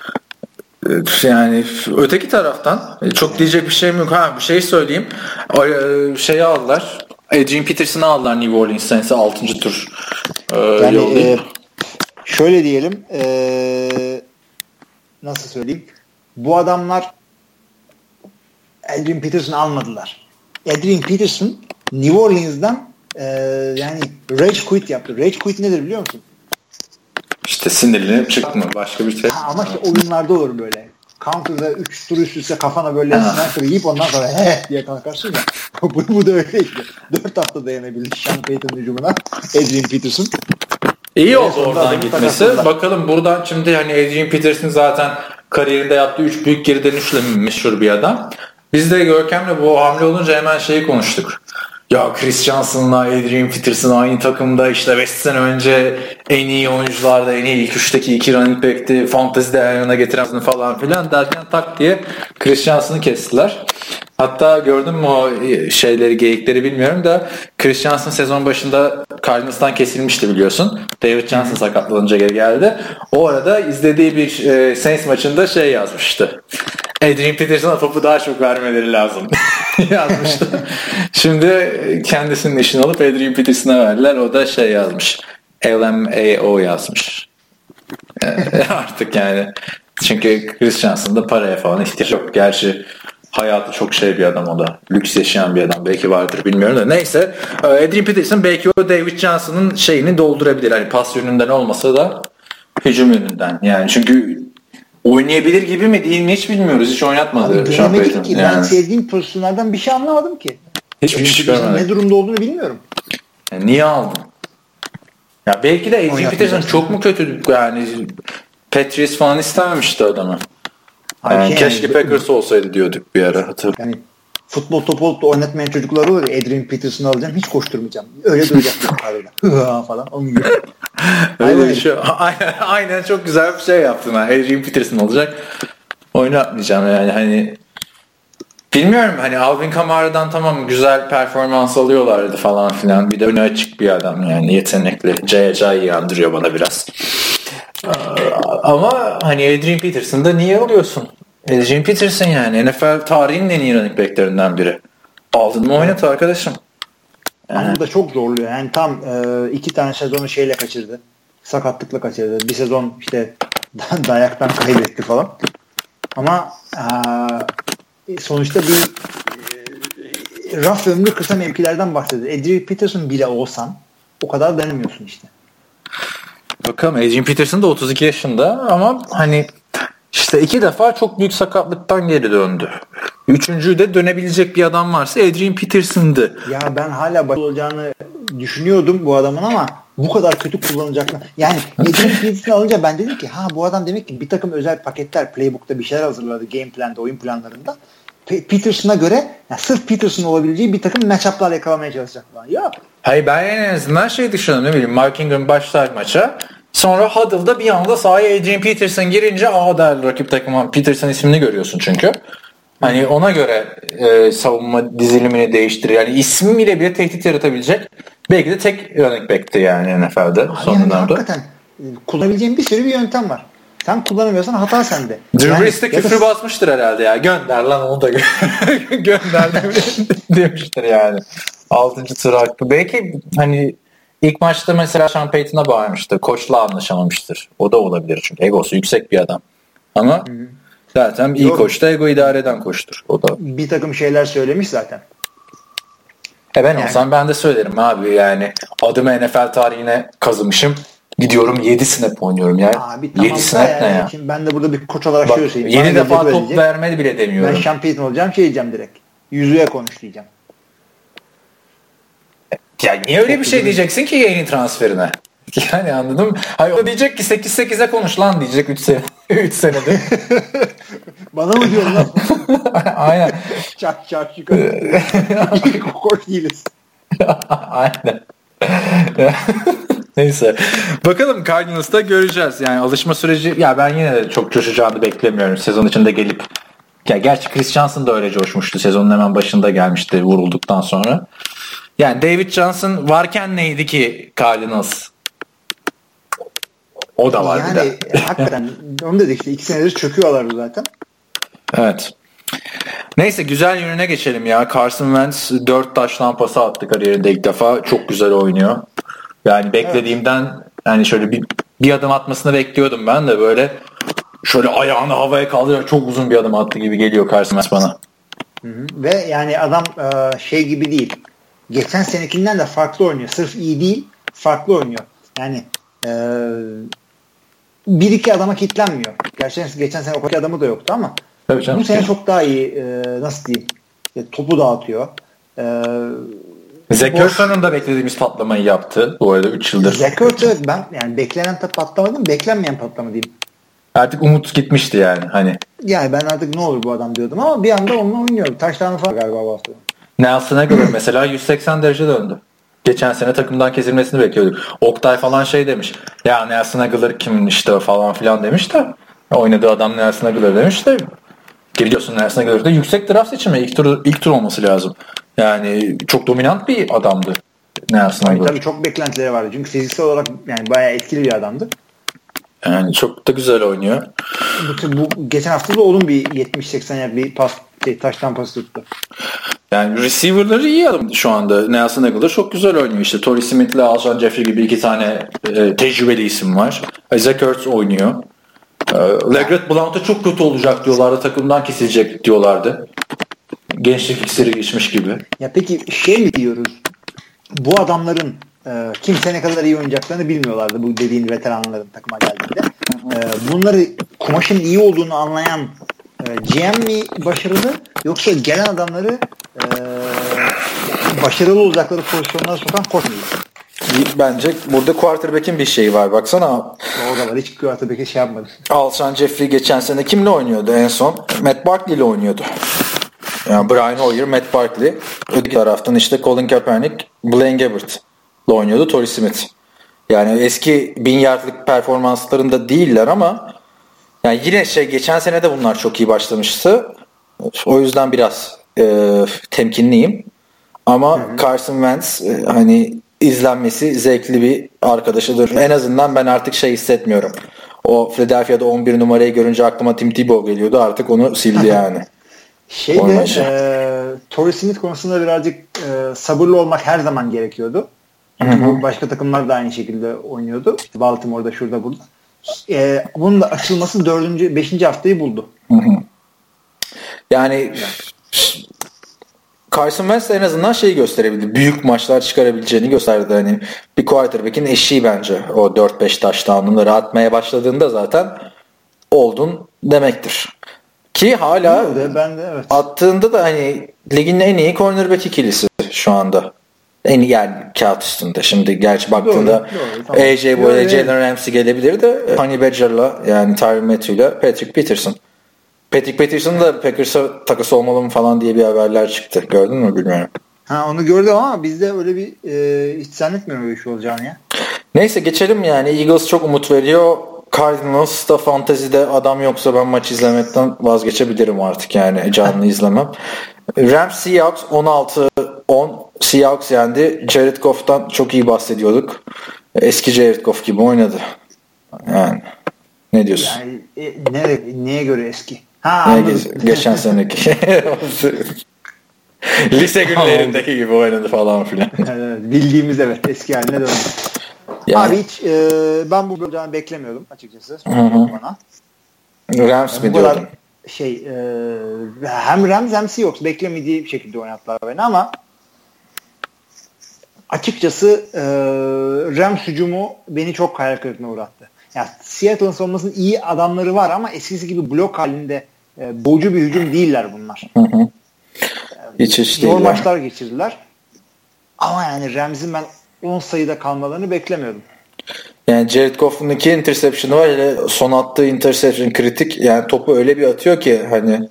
Yani öteki taraftan çok diyecek bir şeyim yok. Bir şey söyleyeyim. Şeyi aldılar. Adrian Peterson'ı aldılar New Orleans Saints'e 6. tur yollayıp. Şöyle diyelim nasıl söyleyeyim bu adamlar Adrian Peterson'ı almadılar. Adrian Peterson New Orleans'dan yani rage quit yaptı. Rage quit nedir biliyor musun? İşte sinirlenip çıkma. Başka bir şey. Ama işte oyunlarda olur böyle. Counter'da 3 tur üst üste kafana böyle sniper yiyip ondan sonra diye kalkarsın ya. Bu da öyle işte. 4 hafta dayanabildi Sean Payton'ın hücumuna Adrian Peterson. İyi oldu oradan gitmesi. Bakalım buradan şimdi hani Adrian Peterson zaten kariyerinde yaptığı 3 büyük geri dönüşle meşhur bir adam. Biz de Görkem'le bu hamle olunca hemen şeyi konuştuk. Ya Chris Johnson'la Adrian Peterson aynı takımda işte 5 sene önce en iyi oyuncularda en iyi ilk 3'teki 2 running back'ti. Fantasy'de ayağına getiren falan filan derken tak diye Chris Johnson'ı kestiler. Hatta gördün mü o şeyleri geyikleri bilmiyorum da Chris Johnson sezon başında Cardinals'tan kesilmişti biliyorsun. David Johnson sakatlanınca geri geldi. O arada izlediği bir Saints maçında şey yazmıştı. Adrian Peterson'a topu daha çok vermeleri lazım yazmıştı. Şimdi kendisinin işini alıp Adrian Peterson'a verdiler. O da şey yazmış. LMAO yazmış. Artık yani. Çünkü Chris Johnson'da paraya falan ihtiyaç yok. Gerçi hayatı çok şey bir adam o da. Lüks yaşayan bir adam. Belki vardır bilmiyorum da. Neyse. Adrian Peterson belki o David Johnson'ın şeyini doldurabilir. Hani pas yönünden olmasa da hücum yönünden. Yani çünkü oynayabilir gibi mi değil mi hiç bilmiyoruz. Hiç oynatmadı. Abi göremedik ki. Yani. Ben sevdiğim pozisyonlardan bir şey anlamadım ki. Hiçbir şey görmedim. Ne durumda olduğunu bilmiyorum. Yani niye aldın? Ya belki de Adrian Peterson çok mu kötü yani Patriots falan istememişti adamı. Yani keşke Packers olsaydı diyorduk bir ara. Yani futbol topu oynatmayan çocuklar olur ya Adrian Peterson'ı alacağım hiç koşturmayacağım. Öyle duracak yukarıda. falan. Onun gibi. Öyle bir şey. Aynen çok güzel bir şey yaptın ha. Adrian Peterson olacak. Oynatmayacağım yani hani Bilmiyorum hani Alvin Kamara'dan tamam güzel performans alıyorlardı falan filan. Bir de öne açık bir adam yani yetenekli. Jay'ı andırıyor bana biraz. Ama hani Adrian Peterson'da niye alıyorsun? Adrian Peterson yani NFL tarihinin en iyi running back'lerinden biri. Aldın mı oynat arkadaşım. Yani. Bu da çok zorluyor. Yani tam 2 tane sezonu şeyle kaçırdı. Sakatlıkla kaçırdı. Bir sezon işte dayaktan kaybetti falan. Ama sonuçta bir raf ömrü kısa mevkilerden bahsediyor. Adrian Peterson bile olsan o kadar denemiyorsun işte. Bakalım Adrian Peterson da 32 yaşında ama hani işte 2 defa çok büyük sakatlıktan geri döndü. Üçüncüyü de dönebilecek bir adam varsa Adrian Peterson'dı. Ya ben hala başarılı olacağını düşünüyordum bu adamın ama bu kadar kötü kullanacaklar. Yani Adrian Peterson'ı alınca ben dedim ki bu adam demek ki bir takım özel paketler playbook'ta bir şeyler hazırladı game plan'da, oyun planlarında. Peterson'a göre sırf Peterson olabileceği bir takım matchup'lar yakalamaya çalışacaklar. Ya. Hayır ben en azından düşünüyorum ne bileyim Mark Ingram başlar maça. Sonra huddle'da bir anda sahaya Adrian Peterson girince der rakip takıma Peterson ismini görüyorsun çünkü. Hani ona göre savunma dizilimini değiştirir. Yani ismiyle bile tehdit yaratabilecek belki de tek running back'ti yani NFL'de sonunda. Yani hakikaten kullanabileceğin bir sürü bir yöntem var. Sen kullanamıyorsan hata sende. Drew Brees de küfrü basmıştır herhalde ya. Gönder lan onu da gönder demiştir yani. 6. tur hakkı. Belki hani ilk maçta mesela Sean Payton'a bağırmıştı. Koçla anlaşamamıştır. O da olabilir çünkü egosu yüksek bir adam. Ama zaten iyi koç da ego idare eden koçtur. O da. Bir takım şeyler söylemiş zaten. Ben olsam ben de söylerim abi yani. Adımı NFL tarihine kazımışım. Gidiyorum 7 snap oynuyorum ya. Abi, tamam 7 snap ne ya? Şimdi ben de burada bir koç olarak şöyle söyleyeyim. 7 defa top vermedi bile demiyorum. Ben Sean Payton olacağım diyeceğim direkt. Yüzüğe konuş diyeceğim. Ya niye öyle bir şey diyeceksin ki yayın transferine? Yani anladım. Hayır o diyecek ki 8-8'e konuş lan diyecek 3 senede. Bana mı diyorsun lan? Aynen. Çak yukarı. Koç değiliz. Aynen. Neyse. Bakalım Cardinals'ta göreceğiz. Yani alışma süreci ben yine de çok coşacağını beklemiyorum. Sezon içinde gelip gerçi Chris Johnson da öyle coşmuştu. Sezonun hemen başında gelmişti vurulduktan sonra. Yani David Johnson varken neydi ki Cardinals? O da var bir de. Yani hakikaten onu dedik işte 2 senedir çöküyorlardı zaten. Evet. Neyse güzel yönüne geçelim ya. Carson Wentz 4 taş lampası attı kariyerinde ilk defa. Çok güzel oynuyor. Yani beklediğimden yani şöyle bir adım atmasını bekliyordum ben de böyle şöyle ayağını havaya kaldırarak çok uzun bir adım attı gibi geliyor Carson Wentz bana. Ve yani adam şey gibi değil. Geçen senekinden de farklı oynuyor. Sırf iyi değil, farklı oynuyor. Yani bir iki adama kitlenmiyor. Gerçekten geçen sene o kadar adamı da yoktu ama bu sene çok daha iyi nasıl diyeyim topu dağıtıyor. Zach Ertz'ın da beklediğimiz patlamayı yaptı. Bu arada 3 yıldır. Zach Ertz ben yani beklenen patlama değil mi? Beklenmeyen patlama diyeyim. Artık umut gitmişti yani hani. Yani ben artık ne olur bu adam diyordum ama bir anda onunla oynuyor. Taşlarını falan galiba bastı. Nelson Aguilar mesela 180 derece döndü. Geçen sene takımdan kesilmesini bekliyorduk. Oktay falan şey demiş. Ya Nelson Aguilar kimin işte falan filan demiş de. Oynadığı adam Nelson Aguilar demiş de. Biliyorsun Nelson Aguilar'da yüksek draft seçimi. İlk tur olması lazım. Yani çok dominant bir adamdı Nelson Aguilar. Tabii çok beklentileri vardı. Çünkü fiziksel olarak yani bayağı etkili bir adamdı. Yani çok da güzel oynuyor. Bu geçen hafta da onun bir 70-80 yer bir taştan pas tuttu. Yani receiver'ları iyi adam şu anda. Nelson Aguilar çok güzel oynuyor. İşte Torrey Smith ile Alshon Jeffrey gibi 2 tane tecrübeli isim var. Zach Ertz oynuyor. Legarrette Blount'a çok kötü olacak diyorlardı. Takımdan kesilecek diyorlardı. Gençlik iksiri geçmiş gibi. Ya peki şey mi diyoruz? Bu adamların kimse ne kadar iyi oynayacaklarını bilmiyorlardı bu dediğin veteranların takıma geldiğinde. Bunları kumaşın iyi olduğunu anlayan GM mi başarılı yoksa gelen adamları başarılı olacakları pozisyonlara sokan koç mu? Bence burada quarterback'in bir şeyi var. Baksana. O da var. Hiç quarterback'e şey yapmadı. Alshon Jeffrey geçen sene kimle oynuyordu en son? Matt Barkley ile oynuyordu. Yani Brian Hoyer, Matt Barkley. Öteki taraftan işte Colin Kaepernick, Blaine Gabbert ile oynuyordu. Torrey Smith. Yani eski 1000 yardlık performanslarında değiller ama yani yine geçen sene de bunlar çok iyi başlamıştı. O yüzden biraz temkinliyim. Ama Carson Wentz hani izlenmesi zevkli bir arkadaşıdır. En azından ben artık hissetmiyorum. O Philadelphia'da 11 numarayı görünce aklıma Tim Tebow geliyordu. Artık onu sildi yani. Torrey Smith konusunda birazcık sabırlı olmak her zaman gerekiyordu. Çünkü başka takımlar da aynı şekilde oynuyordu. İşte Baltimore'da şurada burada. Bunun da açılması 5. haftayı buldu. Yani Carson Wentz en azından gösterebildi. Büyük maçlar çıkarabileceğini gösterdi. Hani bir quarterback'in eşiği bence. O 4-5 touchdown'ları atmaya başladığında zaten oldun demektir. Ki hala evet. Attığında da hani ligin en iyi cornerback ikilisi şu anda. En iyi yani kağıt üstünde. Şimdi gerçi baktığında doğru, tamam. AJ Boyle, Jalen Ramsey gelebilir de Honey Badger'la yani Tyrann Matthew'la Patrick Peterson. Patrick Peterson da Packers'a takası olmalı mı falan diye bir haberler çıktı. Gördün mü bilmiyorum. Onu gördüm ama bizde öyle bir hiç zannetmiyorum öyle bir şey olacağını ya. Neyse geçelim yani. Eagles çok umut veriyor. Cardinals'ta fantezide adam yoksa ben maç izlemekten vazgeçebilirim artık yani canlı izlemem. Rams Seahawks 16-10 Seahawks yendi. Jared Goff'tan çok iyi bahsediyorduk. Eski Jared Goff gibi oynadı. Yani ne diyorsun? Yani neye göre eski? Geçen seneki. Lise günlerindeki gibi oynadı falan filan. Evet, bildiğimiz eski haline döndü. Yani. Abi hiç ben bu bölümden beklemiyordum açıkçası. Bana. Rams mi diyordun? Hem Rams hem Seahawks beklemediği bir şekilde oynattılar beni ama açıkçası Rams hücumu beni çok hayal kırıklığına uğrattı. Yani Seattle'ın savunmasının iyi adamları var ama eskisi gibi blok halinde boğucu bir hücum değiller bunlar. Hiç zor maçlar geçirdiler. Ama yani Rams'in ben 10 sayıda kalmalarını beklemiyordum. Yani Jared Goff'un 2 interception'ı var. Hele son attığı interception kritik. Yani topu öyle bir atıyor ki hani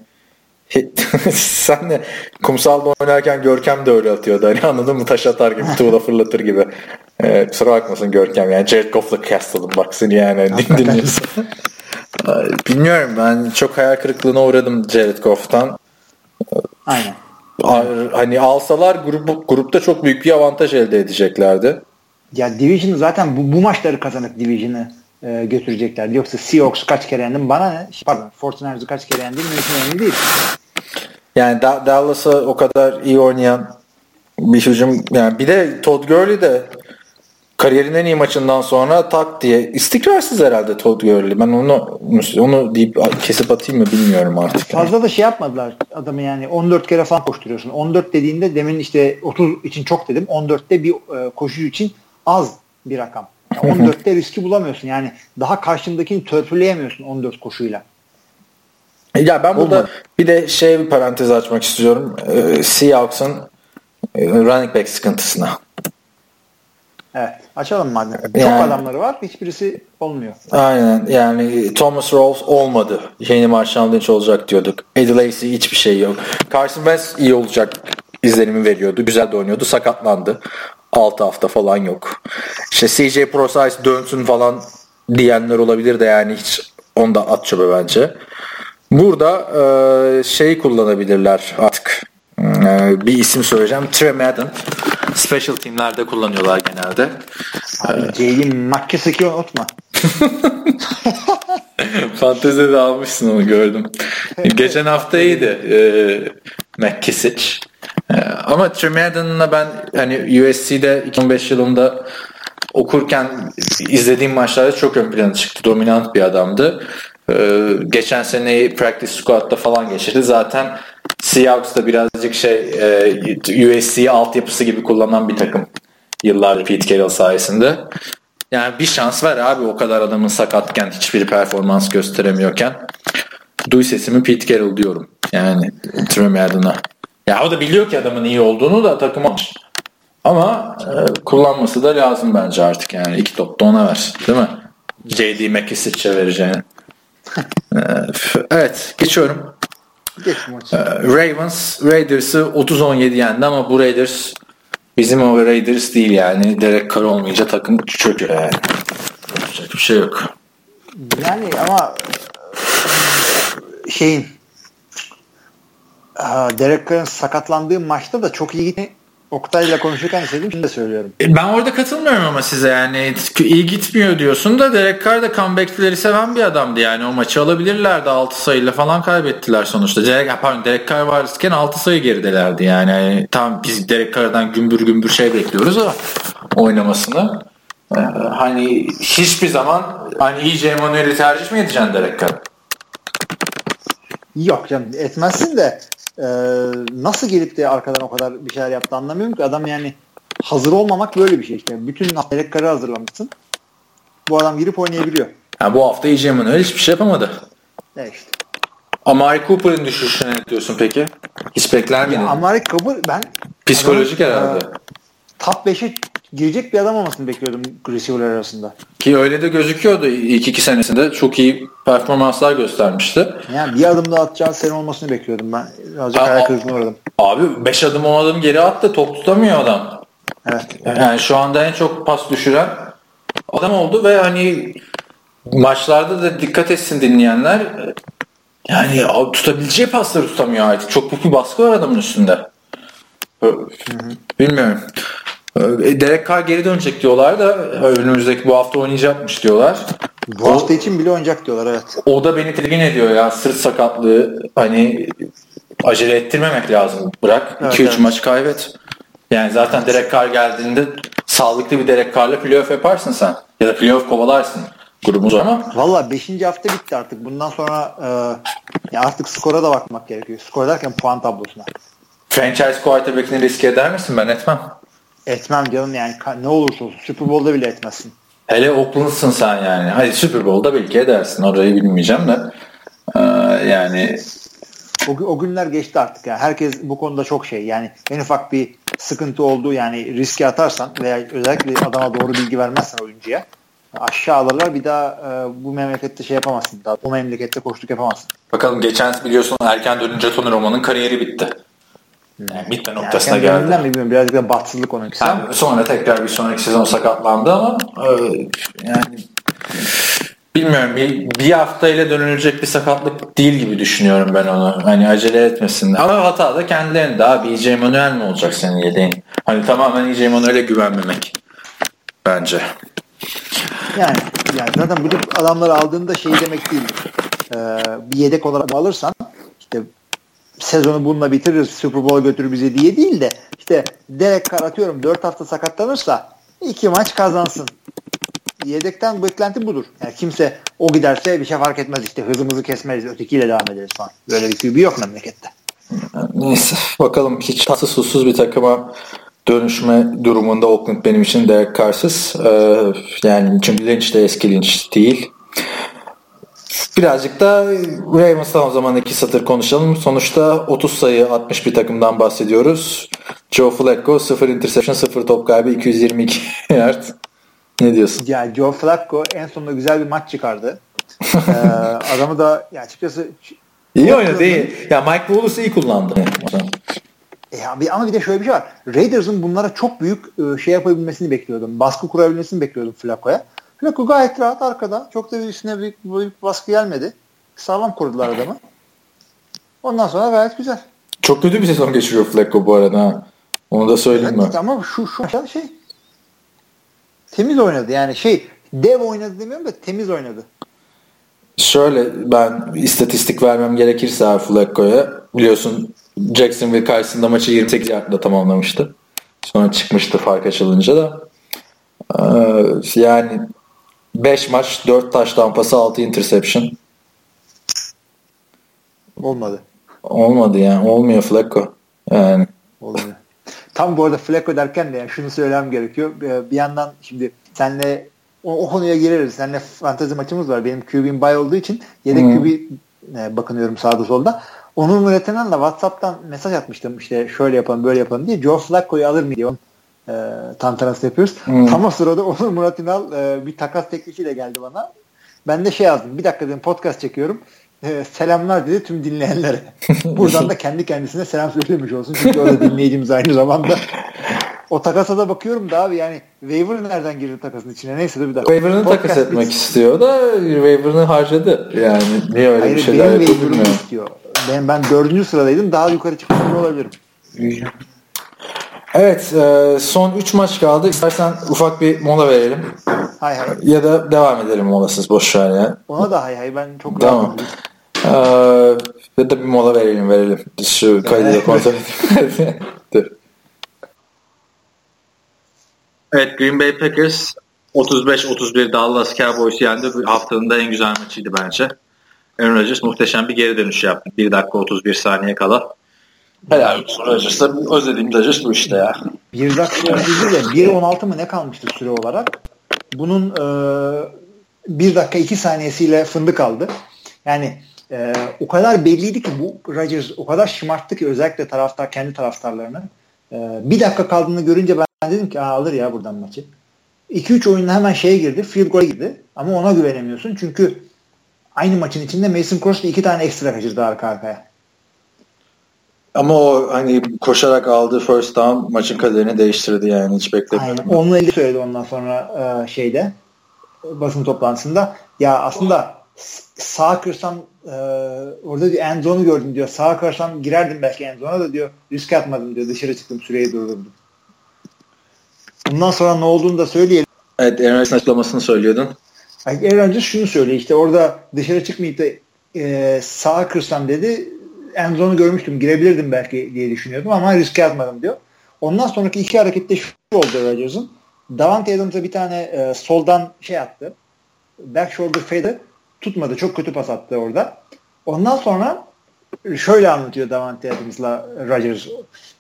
sen de kumsalda oynarken Görkem de öyle atıyordu. Hani anladın mı? Taş atar gibi, tuğla fırlatır gibi. Kusura bakmasın Görkem. Yani Jared Goff'la kıyasladım bak seni yani. Dinliyorsun. Bilmiyorum ben çok hayal kırıklığına uğradım Jared Goff'tan. Aynen. Hani alsalar grupta çok büyük bir avantaj elde edeceklerdi. Ya Division'ı zaten bu maçları kazanıp Division'ı götüreceklerdi. Yoksa Seahawks kaç kere yendim bana ne? Pardon 49ers'ı kaç kere yendim önemli değil. Yani Dallas'a o kadar iyi oynayan bir hücum yani bir de Todd Gurley de kariyerinin en iyi maçından sonra tak diye istikrarsız herhalde Todd Gurley. Ben onu deyip kesip atayım mı bilmiyorum artık. Fazla da yapmadılar adamı yani 14 kere falan koşturuyorsun. 14 dediğinde demin 30 için çok dedim. 14'te bir koşucu için az bir rakam. Yani 14'te riski bulamıyorsun. Yani daha karşındakini törpüleyemiyorsun 14 koşuyla. Ya ben burada bir de bir parantez açmak istiyorum. Seahawks'ın running back sıkıntısına. Evet. Açalım madem. Çok adamları var. Hiçbirisi olmuyor. Aynen. Yani Thomas Rawls olmadı. Yeni Marshawn Lynch olacak diyorduk. Eddie Lacy hiçbir şey yok. Carson Wentz iyi olacak izlenimi veriyordu. Güzel de oynuyordu. Sakatlandı. 6 hafta falan yok. CJ Prosise dönsün falan diyenler olabilir de yani hiç onu da at çöpe bence. Burada kullanabilirler artık. Bir isim söyleyeceğim. Trey Madden. Special teamlerde kullanıyorlar genelde. J.D. McKissic'i unutma. Fantezi'de almışsın onu gördüm. Geçen hafta iyiydi McKissic. Ama Trey Madden'la ben hani USC'de 2015 yılında okurken izlediğim maçlarda çok ön plana çıktı. Dominant bir adamdı. Geçen seneyi practice squad'da falan geçirdi. Zaten Seahawks'ta birazcık USC altyapısı gibi kullanan bir takım. Yıllardır Pete Carroll sayesinde. Yani bir şans ver abi o kadar adamın sakatken hiçbir performans gösteremiyorken. Duy sesimi Pete Carroll diyorum. Yani Trey Madden'a. Ya o da biliyor ki adamın iyi olduğunu da takım almış. Ama kullanması da lazım bence artık yani. 2 top da ona ver. Değil mi? J.D. McKissic'e vereceğini. Evet. Geçiyorum. Ravens Raiders'ı 30-17 yendi ama bu Raiders bizim o Raiders değil yani. Derek Carr olmayınca takım çöküyor yani. Yapacak bir şey yok. Yani ama Derek Carr'ın sakatlandığı maçta da çok iyi gitti. Oktay'la konuşurken istediğim için de söylüyorum. Ben orada katılmıyorum ama size yani iyi gitmiyor diyorsun da Derek Carr da comeback'leri seven bir adamdı yani o maçı alabilirlerdi 6 sayıyla falan kaybettiler sonuçta. Derek Carr varken 6 sayı geridelerdi yani tam biz Derek Carr'dan gümbür gümbür şey bekliyoruz ama oynamasını. Hani hiçbir zaman hani EJ Manuel'i tercih mi edeceksin Derek Carr? Yok canım etmezsin de nasıl gelip de arkadan o kadar bir şeyler yaptı anlamıyorum ki. Adam yani hazır olmamak böyle bir şey işte. Bütün Derek Carr'ı hazırlamışsın. Bu adam girip oynayabiliyor. Yani bu hafta EJ Manuel hiçbir şey yapamadı. Evet işte. Amari Cooper'ın düşüşüne ne diyorsun peki? Hiç bekler miydin? Amari Cooper ben psikolojik herhalde. Top 5'e girecek bir adam olmasını bekliyordum receiver'lar arasında. Ki öyle de gözüküyordu ilk 2 senesinde. Çok iyi performanslar göstermişti. Yani bir adım daha atacağı sene olmasını bekliyordum ben. Birazcık hayal kırıklığına uğradım. Abi 5 adım 10 adım geri attı. Top tutamıyor adam. Evet. Yani şu anda en çok pas düşüren adam oldu ve hani maçlarda da dikkat etsin dinleyenler. Yani tutabileceği pasları tutamıyor artık. Çok büyük bir baskı var adamın üstünde. Bilmiyorum. Derek Carr geri dönecek diyorlar da önümüzdeki bu hafta oynayacakmış diyorlar. Bu hafta için bile oynayacak diyorlar evet. O da beni tedirgin ediyor ya. Sırt sakatlığı hani acele ettirmemek lazım. Bırak 2-3 evet. Maç kaybet. Yani zaten Derek Carr geldiğinde sağlıklı bir Derek Carr'la playoff yaparsın sen. Ya da playoff kovalarsın grubumuz ama. Valla 5. hafta bitti artık. Bundan sonra artık skora da bakmak gerekiyor. Skor derken puan tablosuna. Franchise quarterback'ini riske eder misin? Ben etmem. Etmem canım yani ne olursa olsun. Super Bowl'da bile etmezsin. Hele Oakland'sın sen yani. Hadi Super Bowl'da belki edersin. Orayı bilmeyeceğim de. Yani o günler geçti artık. Yani. Herkes bu konuda çok şey. Yani en ufak bir sıkıntı olduğu yani riske atarsan veya özellikle adama doğru bilgi vermezsen oyuncuya aşağı alırlar. Bir daha bu memlekette şey yapamazsın. Daha o memlekette koçluk yapamazsın. Bakalım geçen biliyorsun erken dönünce Tony Romo'nun kariyeri bitti. Yani bitme noktasına geldi. Mi bilmiyorum. Birazcık da bahtsızlık onun için. Yani sonra tekrar bir sonraki sezon sakatlandı ama yani bilmiyorum bir haftayla dönülecek bir sakatlık değil gibi düşünüyorum ben onu. Hani acele etmesin. Ama hata da kendilerinde. Abi EJ Manuel mi olacak senin yedeğin? Hani tamamen EJ Manuel'e güvenmemek bence. Yani zaten bu tip adamları aldığında şey demek değil. Bir yedek olarak alırsan işte sezonu bununla bitiririz, Super Bowl'a götürür bizi diye değil de işte Derek Carr atıyorum 4 hafta sakatlanırsa 2 maç kazansın. Yedekten beklenti budur. Yani kimse o giderse bir şey fark etmez işte hızımızı kesmeyiz, ötekiyle devam ederiz falan. Böyle bir QB yok memlekette. Neyse bakalım hiç tatsız susuz bir takıma dönüşme durumunda Oakland benim için Derek Carr'sız. Yani Jim Lynch de eski Lynch değil. Birazcık da Ravens'tan o zaman 2 satır konuşalım. Sonuçta 30 sayı atmış bir takımdan bahsediyoruz. Joe Flacco 0 interception 0 top kaybı 222 yard. Ne diyorsun? Ya Joe Flacco en sonunda güzel bir maç çıkardı. Adamı da ya açıkçası iyi oynadı iyi. Ya Mike Wallace'ı iyi kullandı. Ama bir de şöyle bir şey var. Raiders'ın bunlara çok büyük şey yapabilmesini bekliyordum. Baskı kurabilmesini bekliyordum Flacco'ya. Flacco gayet rahat arkada. Çok da üstüne büyük baskı gelmedi. Sağlam kurdular adamı. Ondan sonra gayet güzel. Çok kötü bir sezon geçiriyor Flacco bu arada. Ha. Onu da söyleyeyim evet, ama şu aşağıda şey temiz oynadı. Yani dev oynadı demiyorum da temiz oynadı. Şöyle ben istatistik vermem gerekirse Flacco'ya biliyorsun Jacksonville karşısında maçı 28 yardla tamamlamıştı. Sonra çıkmıştı fark açılınca da. Yani 5 maç 4 touchdown pası 6 interception. Olmadı yani. Olmuyor Flacco. Yani. Olmuyor. Tam bu arada Flacco derken de yani şunu söylemem gerekiyor. Bir yandan şimdi senle o konuya gireriz. Seninle fantezi maçımız var. Benim QB'm bay olduğu için yedek QB bakınıyorum sağda solda. Onur Murat İnan'la WhatsApp'tan mesaj atmıştım. İşte şöyle yapalım böyle yapalım diye. Joe Flacco'yu alır mı diye tantanası yapıyoruz. Tam o sırada Onur Murat İnal bir takas teklifiyle geldi bana. Ben de yazdım. Bir dakika dedim podcast çekiyorum. Selamlar dedi tüm dinleyenlere. Buradan da kendi kendisine selam söylemiş olsun. Çünkü o da dinleyicimiz aynı zamanda. O takasa da bakıyorum da abi yani waiver nereden girdi takasın içine? Neyse de bir dakika. Waiver'ını takas etmek istiyor da waiver'ını harcadı. Yani niye öyle bir şeyler yapıyor bilmiyorum. Ben 4. sıradaydım. Daha yukarı çıkmış olabilirim. Evet. Son 3 maç kaldı. İstersen ufak bir mola verelim. Hay. Ya da devam edelim molasız. Boş ver ya. Ona da hay. Ben çok tamam. Ya da bir mola verelim. Şu kaydı da kontrol edeyim. Dur. Evet, Green Bay Packers 35-31 Dallas Cowboys'u yendi. Haftanın da en güzel maçıydı bence. Aaron Rodgers muhteşem bir geri dönüş yaptı. 1 dakika 31 saniye kala. Helal olsun Rodgers'a. Özlediğim Rodgers bu işte ya. 1 dakika 31 de 1.16 mı ne kalmıştı süre olarak? Bunun 1 dakika 2 saniyesiyle fındık aldı. Yani o kadar belliydi ki bu Rodgers o kadar şımarttı ki özellikle kendi taraftarlarını. 1 dakika kaldığını görünce ben dedim ki alır ya buradan maçı. 2-3 oyunla hemen girdi. Field goal'e girdi. Ama ona güvenemiyorsun. Çünkü aynı maçın içinde Mason Crosby 2 tane ekstra kaçırdı arka arkaya. Ama o hani koşarak aldığı first down maçın kaderini değiştirdi yani. Hiç beklemiyordum. Aynen. Onunla ilgili söyledi ondan sonra basın toplantısında. Ya aslında sağa kırsam orada diyor end zone'u gördüm diyor. Sağa kırsam girerdim belki end zone'a da diyor. Risk atmadım diyor. Dışarı çıktım. Süreyi durdurdum. Bundan sonra ne olduğunu da söyleyelim. Evet, Aaron Rodgers'ın açıklamasını söylüyordun. Aaron Rodgers şunu söylüyor. İşte orada dışarı çıkmayıp da sağa kırsam dedi. End zone'u görmüştüm. Girebilirdim belki diye düşünüyordum ama riske atmadım diyor. Ondan sonraki 2 harekette şu oldu Rodgers'ın. Davante Adams'a bir tane soldan attı. Back shoulder fade tutmadı. Çok kötü pas attı orada. Ondan sonra şöyle anlatıyor Davante Adams'la Rodgers.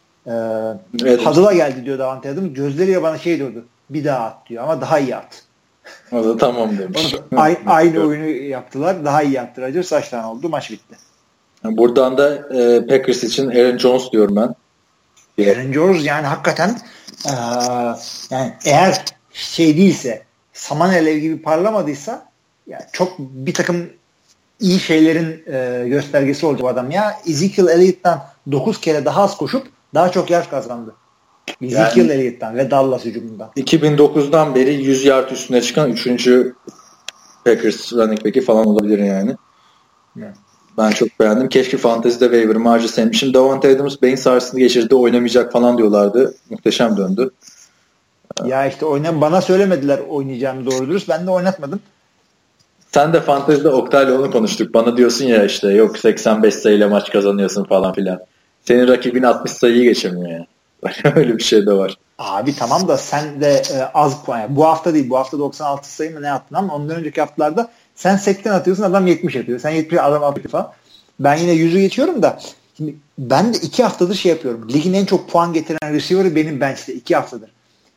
Huddle'a geldi diyor Davante Adams. Gözleriyle bana diyordu. Bir daha at diyor ama daha iyi at. O da tamam demiş. Aynı oyunu yaptılar. Daha iyi yaptı Rodgers. Saçtan oldu. Maç bitti. Buradan da Packers için Aaron Jones diyorum ben. Aaron Jones yani hakikaten yani eğer değilse saman alev gibi parlamadıysa yani çok bir takım iyi şeylerin göstergesi olacak bu adam ya. Ezekiel Elliott'tan 9 kere daha az koşup daha çok yard kazandı. Ezekiel Elliott'tan ve Dallas hücumundan. 2009'dan beri 100 yard üstüne çıkan 3. Packers running back'i falan olabilir yani. Evet. Ben çok beğendim. Keşke fantezide waiver'ımı harcasaymışım. Davante Adams beyin sarsıntı geçirdi. Oynamayacak falan diyorlardı. Muhteşem döndü. Ya işte bana söylemediler oynayacağımı doğru dürüst. Ben de oynatmadım. Sen de fantezide Oktay'la onu konuştuk. Bana diyorsun ya işte yok 85 sayıyla maç kazanıyorsun falan filan. Senin rakibin 60 sayıyı geçemiyor ya. Öyle bir şey de var. Abi tamam da sen de az puan. Yani bu hafta değil. Bu hafta 96 sayı mı ne attın ama ondan önceki haftalarda sen 80 atıyorsun adam 70 atıyor. Sen 70 adam 60 falan. Ben yine 100'ü geçiyorum da şimdi ben de 2 haftadır yapıyorum. Ligin en çok puan getiren receiver'ı benim bench'te 2 haftadır.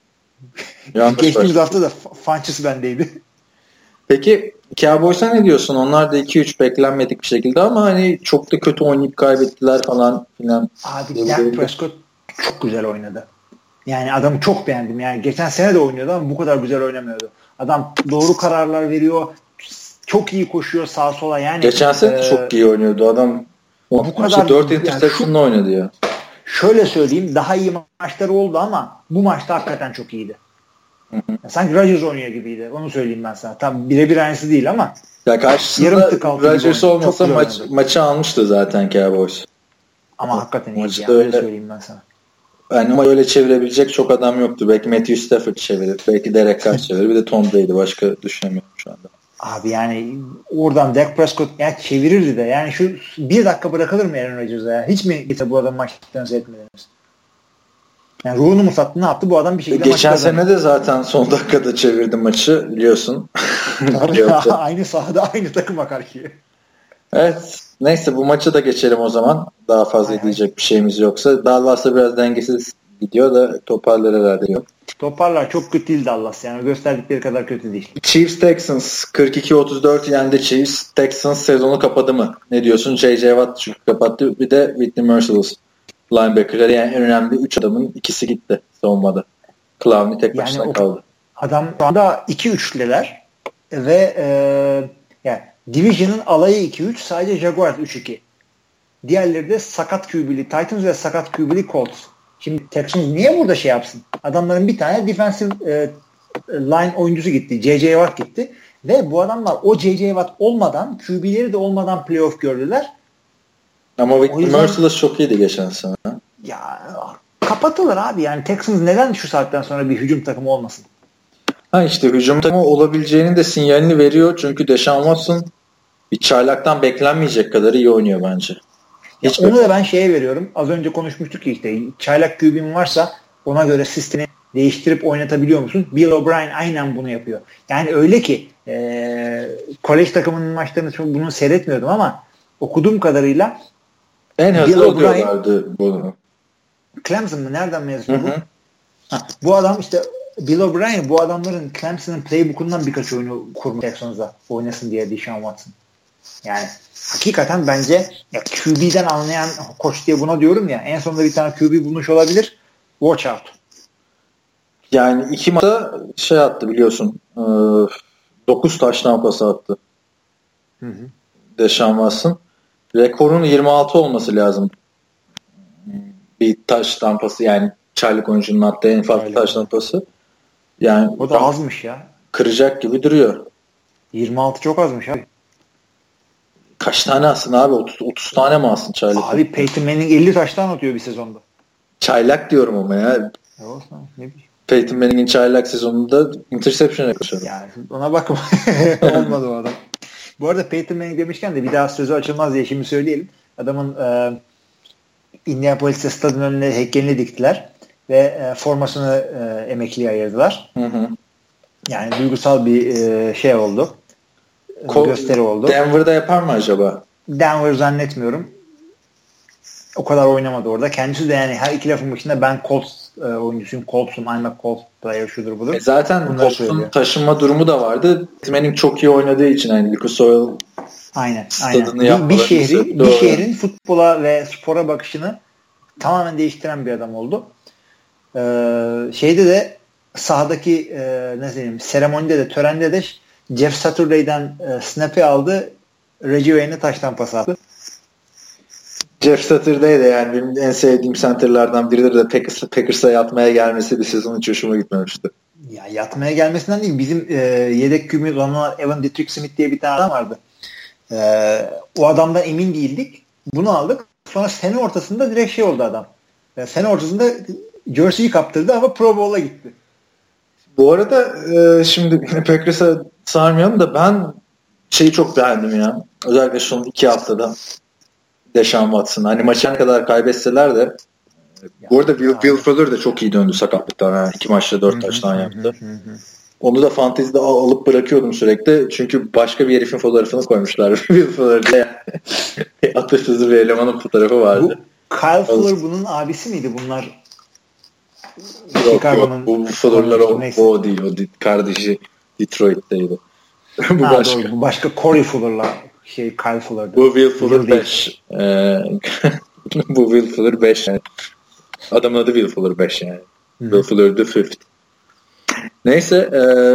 Geçtiğimiz hafta da Funches bendeydi. Peki Cowboys'a ne diyorsun? Onlar da 2-3 beklenmedik bir şekilde ama hani çok da kötü oynayıp kaybettiler falan filan. Abi Dak Prescott çok güzel oynadı. Yani adamı çok beğendim. Yani geçen sene de oynuyordu ama bu kadar güzel oynamıyordu. Adam doğru kararlar veriyor. Çok iyi koşuyor sağa sola. Yani geçen sene çok iyi oynuyordu adam. Bu kadar 4 interception'la oynadı ya. Şöyle söyleyeyim, daha iyi maçları oldu ama bu maçta hakikaten çok iyiydi. Sanki Rodgers oynuyor gibiydi. Onu söyleyeyim ben sana. Tam birebir aynısı değil ama ya karşısında Rodgers olmasa maçı almıştı zaten Cowboys. Ama hakikaten iyiydi. Yani. Öyle söyleyeyim ben sana. Yani ama öyle çevirebilecek çok adam yoktu. Belki Matthew Stafford çevirir. Belki Derek Carr çevirir. Bir de Tom Brady. Başka düşünemiyorum şu anda. Abi yani oradan Dak Prescott çevirirdi de. Yani şu 1 dakika bırakılır mı Aaron Rodgers'a ya? Hiç mi bu adam maçtan seyretmediniz? Yani ruhunu mu sattı ne yaptı? Bu adam bir şekilde geçen sene de zaten son dakikada çevirdi maçı biliyorsun. Aynı sahada aynı takıma karşı. Evet. Neyse bu maçı da geçelim o zaman. Daha fazla diyecek bir şeyimiz yoksa. Dallas'ta biraz dengesiz gidiyor da toparlar herhalde yok. Toparlar. Çok kötü değil Dallas. Yani gösterdikleri kadar kötü değil. Chiefs Texans 42-34 yendi Chiefs. Texans sezonu kapadı mı? Ne diyorsun? J.J. Watt çünkü kapattı. Bir de Whitney Merciless linebacker'ları yani en önemli 3 adamın ikisi gitti savunmada. Clowney tek başına kaldı. Adam şu anda 2-3'leler ve yani Division'ın alayı 2-3 sadece Jaguars 3-2. Diğerleri de sakat QB'li Titans ve sakat QB'li Colts. Şimdi Texans niye burada yapsın? Adamların bir tane defensive line oyuncusu gitti. J.J. Watt gitti. Ve bu adamlar o J.J. Watt olmadan QB'leri de olmadan playoff gördüler. Ama Whitney Merciless çok iyiydi geçen sene. Ya kapatılır abi. Yani Texans neden şu saatten sonra bir hücum takımı olmasın? Ha işte hücum takımı olabileceğinin de sinyalini veriyor. Çünkü Deshaun Watson bir çaylaktan beklenmeyecek kadar iyi oynuyor bence. Onu da ben şeye veriyorum. Az önce konuşmuştuk ki işte çaylak QB'in varsa ona göre sistemi değiştirip oynatabiliyor musun? Bill O'Brien aynen bunu yapıyor. Yani öyle ki kolej takımının maçlarını çok bunu seyretmiyordum ama okuduğum kadarıyla en hızlı oluyorlardı bunu. Clemson mı? Nereden mezun bu? Bu adam işte Bill O'Brien bu adamların Clemson'ın playbook'undan birkaç oyunu kurmuş Texans'a oynasın diye Deshaun Watson. Yani hakikaten bence ya QB'den anlayan koç diye buna diyorum ya en sonunda bir tane QB bulmuş olabilir. Watch out. Yani 2 maçta attı biliyorsun. 9 touchdown pası attı. Deshaun Watson. Rekorun 26 olması lazım. Bir touchdown pası yani çaylak oyuncunun attığı en fazla touchdown pası. Yani o da azmış ya. Kıracak gibi duruyor. 26 çok azmış abi. Kaç tane alsın abi? 30 tane mi alsın çaylak? Abi Peyton Manning 50 taştan atıyor bir sezonda. Çaylak diyorum ama ya. Olsun, ne bileyim. Peyton Manning'in çaylak sezonunda interception yaklaşıyor. Yani ona bakma. Olmadı o adam. Bu arada Peyton Manning demişken de bir daha sözü açılmaz diye şimdi söyleyelim. Adamın Indianapolis'te stadın önüne heykelini diktiler ve formasını emekliye ayırdılar. Yani duygusal bir şey oldu. Gösteri oldu. Denver'da yapar mı acaba? Denver zannetmiyorum. O kadar oynamadı orada. Kendisi de yani her iki lafın başında ben Colts oyuncusuyum. Colts'um. I'm a Colts player şudur budur. Zaten Colts'un taşınma durumu da vardı. Manning çok iyi oynadığı için yani Lucas Oil aynen. Bir şehrin futbola ve spora bakışını tamamen değiştiren bir adam oldu. Şeyde de sahadaki ne diyeyim seremonide de törende de Jeff Saturday'den snap'i aldı. Reggie Wayne'e taştan pas attı. Jeff Saturday de yani benim en sevdiğim center'lardan biridir de Packers'a yatmaya gelmesi bir sezon hiç hoşuma gitmemişti. Ya yatmaya gelmesinden değil. Bizim yedek kümemiz olan Evan Dietrich Smith diye bir tane adam vardı. O adamdan emin değildik. Bunu aldık. Sonra sene ortasında direkt şey oldu adam. Sene ortasında jersey'yi kaptırdı ama Pro Bowl'a gitti. Bu arada şimdi Packers'a sarmayalım da ben şeyi çok beğendim ya. Özellikle son 2 haftada Deshaun Watson. Hani maçı ne kadar kaybetseler de bu arada Will Fuller de çok iyi döndü sakatlıktan. Yani 2 maçta 4 taştan yaptı. Onu da fantezy'de alıp bırakıyordum sürekli. Çünkü başka bir herifin fotoğrafını koymuşlar. Will Fuller'da atasözü bir elemanın fotoğrafı vardı. Kyle Fuller bunun abisi miydi? Bunlar yok bu Fuller'lar o değil. Kardeşi Detroit'teydi. Bu başka. Doğru, bu başka Corey Fuller'la Kyle Fuller'dı. Bu Will Fuller 5. Bu Will Fuller 5 yani. Adamın adı Will Fuller 5 yani. Will Fuller the 5th. Neyse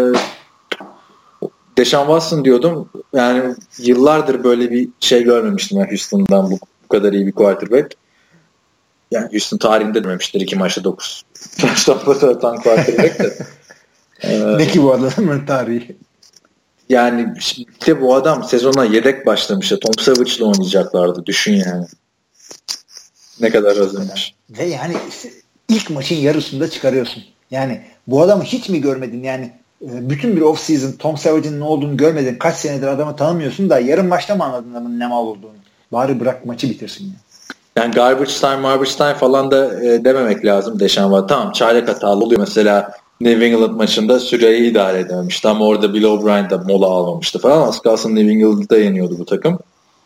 Deshaun Watson diyordum. Yani yıllardır böyle bir şey görmemiştim ben Houston'dan bu kadar iyi bir quarterback. Yani Houston tarihinde görmemiştir 2 maçta 9. Touchdown'la atan quarterback de. Ne ki bu adamın tarihi? Yani işte bu adam sezona yedek başlamış ya. Tom Savage'la oynayacaklardı. Düşün yani. Ne kadar hazırmış. Ve yani ilk maçın yarısında çıkarıyorsun. Yani bu adamı hiç mi görmedin? Yani bütün bir off-season Tom Savage'in ne olduğunu görmedin. Kaç senedir adamı tanımıyorsun da yarım maçta mı anladın adamın ne mal olduğunu? Bari bırak maçı bitirsin ya. Yani garbage time falan da dememek lazım Deshaun Watson. Tamam çaylak hatalı oluyor. Mesela New England maçında süreyi idare edememişti ama orada Bill O'Brien de mola almamıştı falan. Az kalsın New England'da yeniyordu bu takım.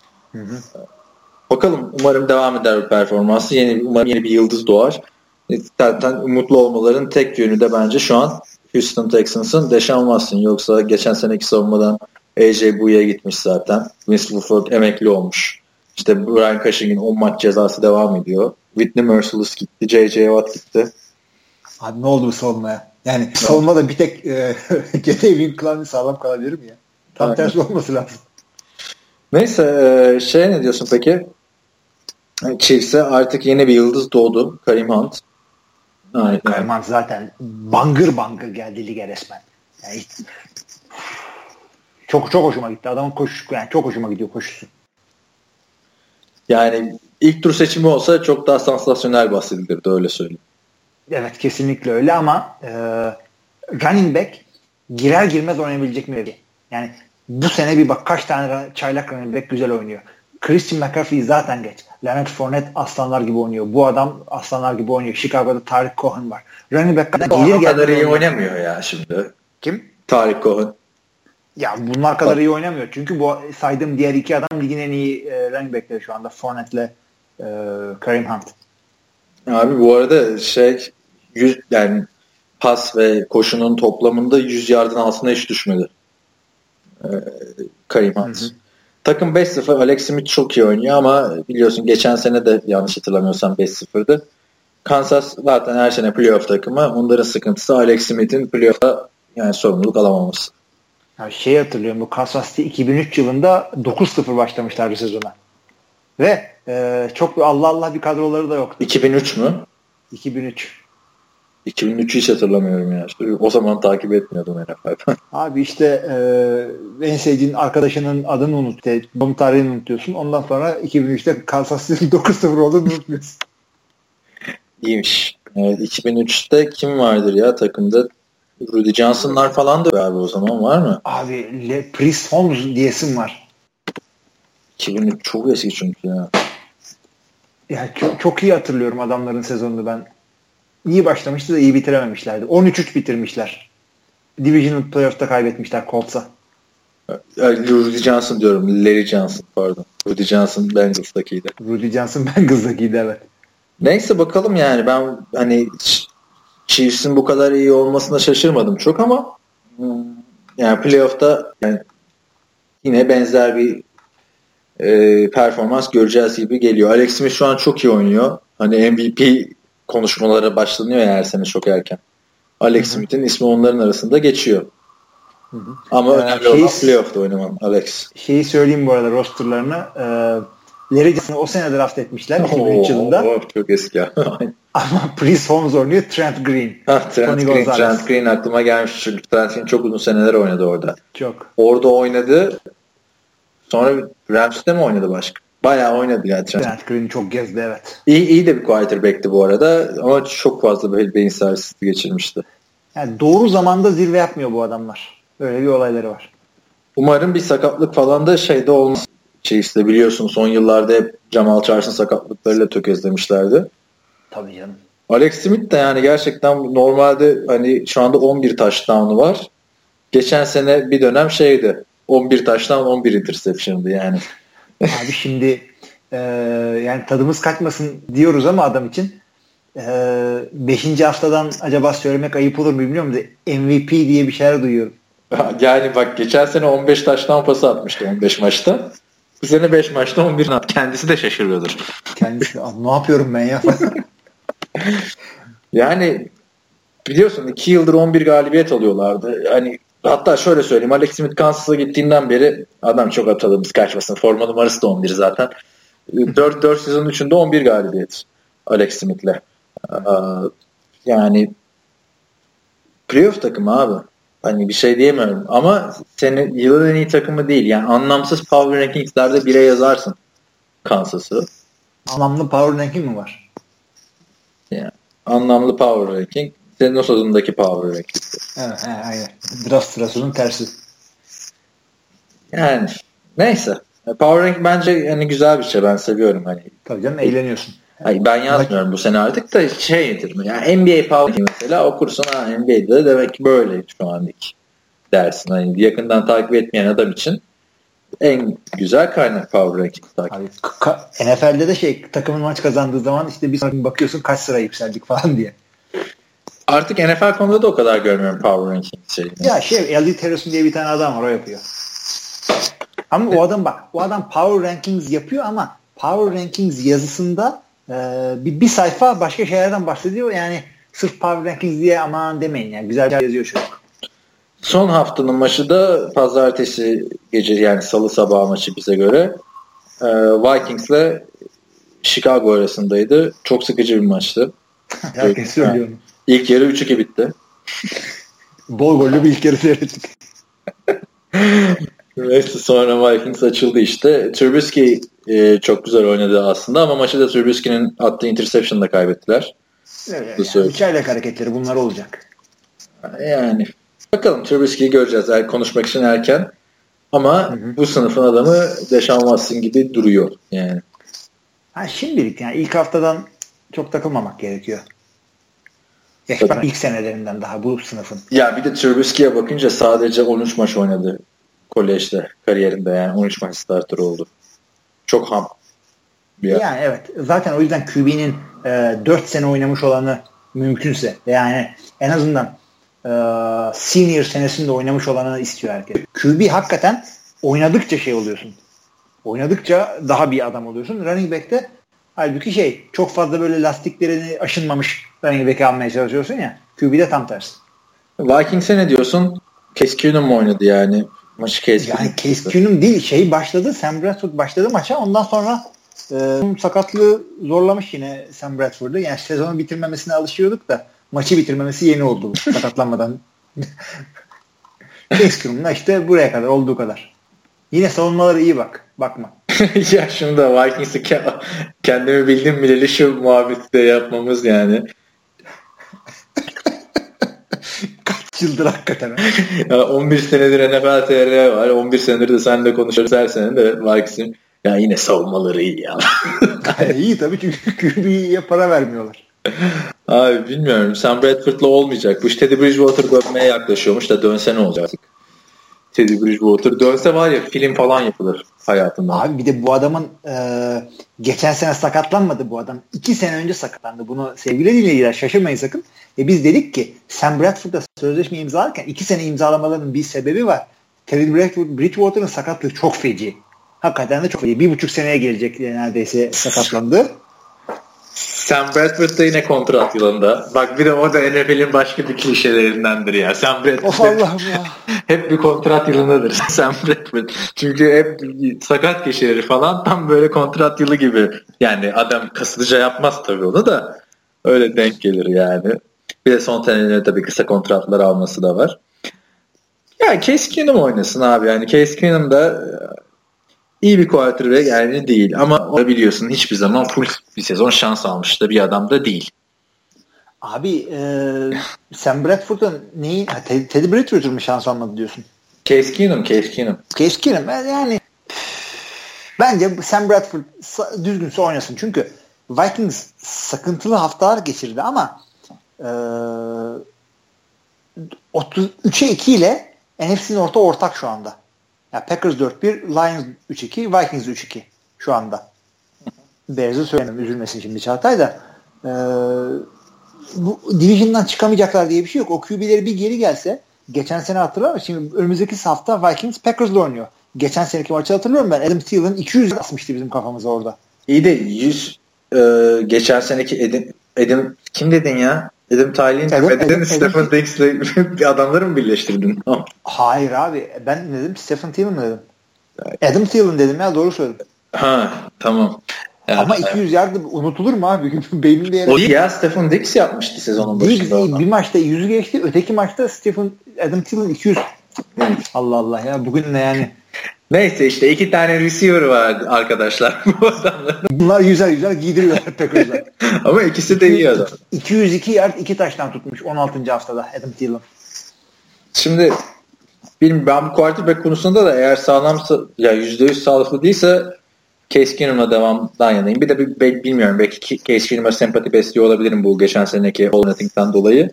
Bakalım umarım devam eder bu performansı. Umarım yeni bir yıldız doğar. Zaten umutlu olmaların tek yönü de bence şu an Houston Texans'ın Deshaun Watson. Yoksa geçen seneki savunmadan AJ Bouye'ye gitmiş zaten. Vince Wilfork emekli olmuş. İşte Brian Cushing'in 10 maç cezası devam ediyor. Whitney Merciless gitti. J.J. Watt gitti. Abi ne oldu bu savunmaya? Yani savunmada bir tek Jadavion Clowney sağlam kalabilir mi ya? Tam tersi olması lazım. Neyse ne diyorsun peki? Chiefs'e artık yeni bir yıldız doğdu. Kareem Hunt. Kareem Hunt zaten bangır bangır geldi lige resmen. Yani çok hoşuma gitti. Adamın koşusu yani çok hoşuma gidiyor koşusu. Yani ilk tur seçimi olsa çok daha sansasyonel bahsedilirdi, öyle söyleyeyim. Evet, kesinlikle öyle ama running back girer girmez oynayabilecek mi? Yani bu sene bir bak kaç tane çaylak running back güzel oynuyor. Christian McCaffrey zaten geç. Leonard Fournette aslanlar gibi oynuyor. Bu adam aslanlar gibi oynuyor. Chicago'da Tariq Cohen var. Running back kadar iyi oynamıyor ya şimdi. Kim? Tariq Cohen. Ya bunlar kadar iyi oynamıyor. Çünkü bu saydığım diğer iki adam ligin en iyi running backleri şu anda. Fournette'le Kareem Hunt. Abi bu arada yani pas ve koşunun toplamında 100 yardın altına hiç düşmedi. Kareem Hunt. Hı hı. Takım 5-0. Alex Smith çok iyi oynuyor ama biliyorsun geçen sene de yanlış hatırlamıyorsam 5-0'dı. Kansas zaten her sene playoff takımı. Onların sıkıntısı Alex Smith'in playoff'a yani sorumluluk alamaması. Ya hatırlıyorum, bu Kansas City 2003 yılında 9-0 başlamışlardı sezona. Ve çok Allah bir kadroları da yoktu. 2003 mü? 2003. 2003'ü hiç hatırlamıyorum ya. O zaman takip etmiyordum NFL. Abi işte en sevdiğin arkadaşının adını unut. Doğum tarihini unutuyorsun. Ondan sonra 2003'te Kansas City 9-0 olduğunu unutmuyorsun. İyiymiş. Evet, 2003'te kim vardır ya takımda? Rudy Johnson'lar falan da abi o zaman var mı? Abi Priest Holmes diyesim var. 2003 çok eski çünkü ya. Ya çok iyi hatırlıyorum adamların sezonunu ben. İyi başlamıştı da iyi bitirememişlerdi. 13-3 bitirmişler. Divisional Playoff'ta kaybetmişler Colts'a. Rudy Johnson diyorum. Larry Johnson pardon. Rudy Johnson Bengals'takiydi. Rudy Johnson Bengals'takiydi evet. Neyse bakalım yani ben hani Chiefs'in bu kadar iyi olmasına şaşırmadım çok ama yani playoff'ta yani yine benzer bir performans göreceğiz gibi geliyor. Alex Smith şu an çok iyi oynuyor. Hani MVP konuşmalara başlanıyor ya her sene çok erken. Alex Smith'in ismi onların arasında geçiyor. Hı-hı. Ama önemli olan playoff'ta oynamam Alex. Şeyi söyleyeyim bu arada rosterlarını. Larry Johnson'ı o sene draft etmişler 2003 yılında. Çok eski. Ama Priest Holmes oynuyor. Trent Green. Trent Green aklıma gelmiş çünkü Trent Green çok uzun seneler oynadı orada. Çok. Orada oynadı. Sonra Rams'te mi oynadı başka? Bayağı oynadı ya Trent Green çok gezdi evet. İyi de bir quarterback'ti bu arada ama çok fazla böyle beyin sarsıntısı geçirmişti. Yani doğru zamanda zirve yapmıyor bu adamlar. Öyle bir olayları var. Umarım bir sakatlık falan da olmaz. İşte biliyorsun son yıllarda hep Jamal Charles'ın sakatlıklarıyla tökezlemişlerdi. Tabii canım. Alex Smith de yani gerçekten normalde hani şu anda 11 touchdown'u var. Geçen sene bir dönem 11 touchdown 11 interception'dı yani. Abi şimdi yani tadımız kaçmasın diyoruz ama adam için 5. haftadan acaba söylemek ayıp olur mu bilmiyorum da MVP diye bir şeyler duyuyorum. Yani bak geçen sene 15 touchdown pası atmıştı 15 maçta. Bu sene 5 maçta 11 at. Kendisi de şaşırıyordur. Kendisi ne yapıyorum ben ya? Yani biliyorsun 2 yıldır 11 galibiyet alıyorlardı. Hani hatta şöyle söyleyeyim. Alex Smith Kansas'a gittiğinden beri adam çok atadığımız kaçmasın. Forma numarası da 11 zaten. 4 sezonun 3'ünde 11 galibiyet Alex Smith'le. Yani playoff takımı abi. Hani bir şey diyemiyorum. Ama senin yılın en iyi takımı değil. Yani anlamsız power rankings'lerde 1'e yazarsın Kansas'ı. Anlamlı power ranking mi var? Yani anlamlı power ranking. Senin o sezondaki power ranking. Evet, aynen. Draft sırasının tersi. Yani neyse. Power ranking bence yani güzel bir şey. Ben seviyorum hani. Tabii canım eğleniyorsun. Hayır, ben yazmıyorum bu sene artık da şeydir mi? Yani NBA power ranking mesela okursun NBA'de demek ki böyle şu an dersin. Hani yakından takip etmeyen adam için en güzel kaynak power ranking takip. NFL'de de takımın maç kazandığı zaman işte bir sonraki bakıyorsun kaç sıra yükseldik falan diye. Artık NFL konuda da o kadar görmüyorum power ranking şeyini. Ya Elliot Harrison diye bir tane adam var o yapıyor. Ama o adam power rankings yapıyor ama power rankings yazısında bir sayfa başka şeylerden bahsediyor. Yani sırf power rankings diye aman demeyin yani güzel yazıyor çocuk. Son haftanın maçı da pazartesi gece yani salı sabahı maçı bize göre Vikings'le Chicago arasındaydı. Çok sıkıcı bir maçtı. Herkes söylüyor. İlk yarı 3-2 bitti. Bol gollü bir ilk yarı seyrettik. Neyse sonra Vikings açıldı işte. Trubisky çok güzel oynadı aslında ama maçı da Trubisky'nin attığı interception'la kaybettiler. Evet, yani çaylak hareketleri bunlar olacak. Yani bakalım Trubisky'yi göreceğiz. Yani konuşmak için erken. Ama bu sınıfın adamı Deshaun Watson gibi duruyor yani. Şimdilik yani ilk haftadan çok takılmamak gerekiyor. İlk senelerinden daha bu sınıfın. Ya bir de Trubisky'ye bakınca sadece 13 maç oynadı kolejde kariyerinde yani 13 maç starter oldu. Çok ham. Yani evet. Zaten o yüzden QB'nin 4 sene oynamış olanı mümkünse yani en azından senior senesinde oynamış olanı istiyor herkes. QB hakikaten oynadıkça şey oluyorsun. Oynadıkça daha bir adam oluyorsun. Running back'te halbuki çok fazla böyle lastiklerini aşınmamış running back'i almaya çalışıyorsun ya. QB'de tam tersi. Vikings'e ne diyorsun? Case Keenum mu oynadı yani? Maçı Case Keenum. Yani Case Keenum değil. Başladı. Sam Bradford başladı maça. Ondan sonra sakatlığı zorlamış yine Sam Bradford'u. Yani sezonu bitirmemesine alışıyorduk da maçı bitirmemesi yeni oldu sakatlanmadan. Case Keenum'la işte buraya kadar olduğu kadar. Yine savunmaları iyi bakma. Ya şunu da Vikings'i kendimi bildim bileli şu muhabbeti de yapmamız yani. Kaç yıldır hakikaten. Ya 11 senedir NFL TR var. 11 senedir de seninle konuşuyoruz her sene de Vikings'in. Ya yine savunmaları iyi ya. İyi tabii çünkü QB'ye para vermiyorlar. Abi bilmiyorum. Sam Bradford'la olmayacak. Bu Teddy Bridgewater dönmeye yaklaşıyormuş da dönse ne olacak? Teddy Bridgewater dönse var ya film falan yapılır hayatında. Abi bir de bu adamın geçen sene sakatlanmadı bu adam. 2 sene önce sakatlandı. Bunu sevgili dinleyiciler şaşırmayın sakın. Biz dedik ki Sam Bradford'la sözleşme imzalarken 2 sene imzalamalarının bir sebebi var. Teddy Bridgewater'ın sakatlığı çok feci. Hakikaten de çok feci. 1,5 seneye gelecek neredeyse sakatlandı. Sam Bradford da yine kontrat yılında. Bak bir de o da NFL'in başka bir klişelerindendir ya. Sam Bradford of Allah'ım ya. Hep bir kontrat yılındadır Sam Bradford. Çünkü hep sakat geçirir falan tam böyle kontrat yılı gibi. Yani adam kasıtlıca yapmaz tabii onu da öyle denk gelir yani. Bir de son senelerinde tabii kısa kontratlar alması da var. Ya Case Keenum oynasın abi yani Case Keenum da iyi bir quarterback yani değil ama biliyorsun hiçbir zaman full bir sezon şans almış da bir adam da değil. Abi Sam Bradford'un neyi? Teddy Bridgewater mı şans almadı diyorsun? Case Keenum. Case Keenum yani bence Sam Bradford düzgünse oynasın. Çünkü Vikings sıkıntılı haftalar geçirdi ama 3'e 2 ile NFC'nin ortak şu anda. Yani Packers 4-1, Lions 3-2, Vikings 3-2 şu anda. Bears'ı söylemem. Üzülmesin şimdi Çağatay da. Bu division'dan çıkamayacaklar diye bir şey yok. O QB'leri bir geri gelse geçen sene hatırlar mısın? Şimdi önümüzdeki hafta Vikings Packers'la oynuyor. Geçen seneki maçı hatırlıyorum ben. Adam Thielen 200 asmıştı bizim kafamıza orada. İyi de 100 geçen seneki Adam kim dedin ya? Adam Thielen Stephen Diggs'le adamları mı birleştirdin? Hayır abi. Ben ne dedim? Stephen Thielen mi dedim? Adam Thielen dedim ya. Doğru söyledim. Ha tamam. Yani, ama 200 yardı unutulur mu abi? Beynimde yer. O ya Stephen Diggs yapmıştı sezonun başında. Diggs bir maçta 100 geçti. Öteki maçta Adam Thielen 200. Allah Allah ya. Bugün ne yani? Neyse işte 2 tane receiver var arkadaşlar bu adamların. Bunlar yüzer giydiriyorlar Packers'lar. Ama ikisi de iyi adam. 202 yard 2 taştan tutmuş 16. haftada Adam Thielen. Şimdi ben bu quarterback konusunda da eğer sağlamsa ya %100 sağlıklı değilse Case Keenum'la devamdan yanayım. Bir de bilmiyorum belki Case Keenum'a sempati besliyor olabilirim bu geçen seneki All Nothing'den dolayı.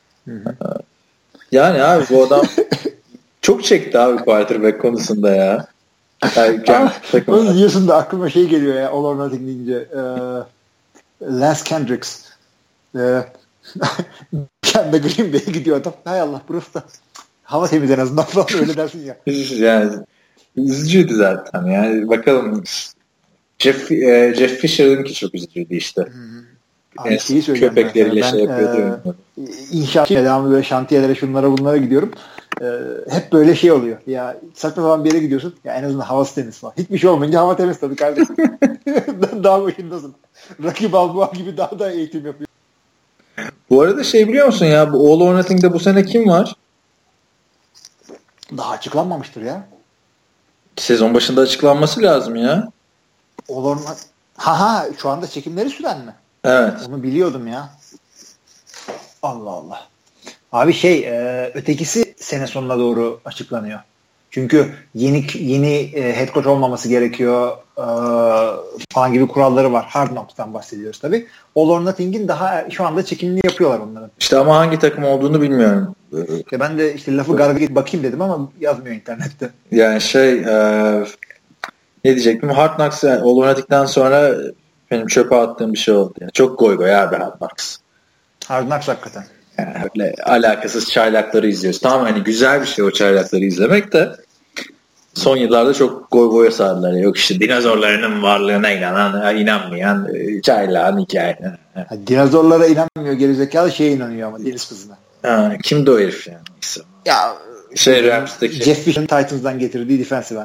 Yani abi bu adam çok çekti abi quarterback konusunda ya. Onu diyorsun da aklıma şey geliyor ya All or Nothing deyince. Lance Kendricks. Kendi Green Bay'e gidiyor adam. Hay Allah burası da hava temiz en azından falan öyle dersin ya. Yani üzücüydü zaten yani bakalım Jeff Fisher'ınki çok üzücüydü işte. Abi şeyi söyleyeceğim köpekleriyle şey yapıyordu. İnşaat devamlı böyle şantiyelere şunlara bunlara gidiyorum. Hep böyle şey oluyor. Ya saçma zaman bir yere gidiyorsun. Ya en azından havası temiz falan. Hiçbir şey olmayınca hava temiz tabii kardeşim. Daha başındasın. Rocky Balboa gibi daha da eğitim yapıyor. Bu arada şey biliyor musun ya bu All or Nothing'de bu sene kim var? Daha açıklanmamıştır ya. Sezon başında açıklanması lazım ya. Olur mu? Şu anda çekimleri süren mi? Evet. Onu biliyordum ya. Allah Allah. Abi ötekisi sene sonuna doğru açıklanıyor. Çünkü yeni head coach olmaması gerekiyor falan gibi kuralları var. Hard Knocks'tan bahsediyoruz tabii. All or Nothing'in daha şu anda çekimini yapıyorlar onların. İşte ama hangi takım olduğunu bilmiyorum. Ben de işte lafı gargara bakayım dedim ama yazmıyor internette. Yani ne diyecektim? Hard Knocks All or Nothing'den sonra benim çöpe attığım bir şey oldu. Yani çok goy goy abi Hard Knocks. Hard Knocks hakikaten. Yani öyle alakasız çaylakları izliyoruz. Tamam hani güzel bir şey o çaylakları izlemek de son yıllarda çok goy goya sardılar. Yok işte dinozorlarının varlığına inanmayan çaylağın hikaye. Dinozorlara inanmıyor gerizekalı inanıyor ama deniz kızına. Kimdi o herif yani? Ya Rams'taki. Jeff Fish'in Titans'dan getirdiği defensive end.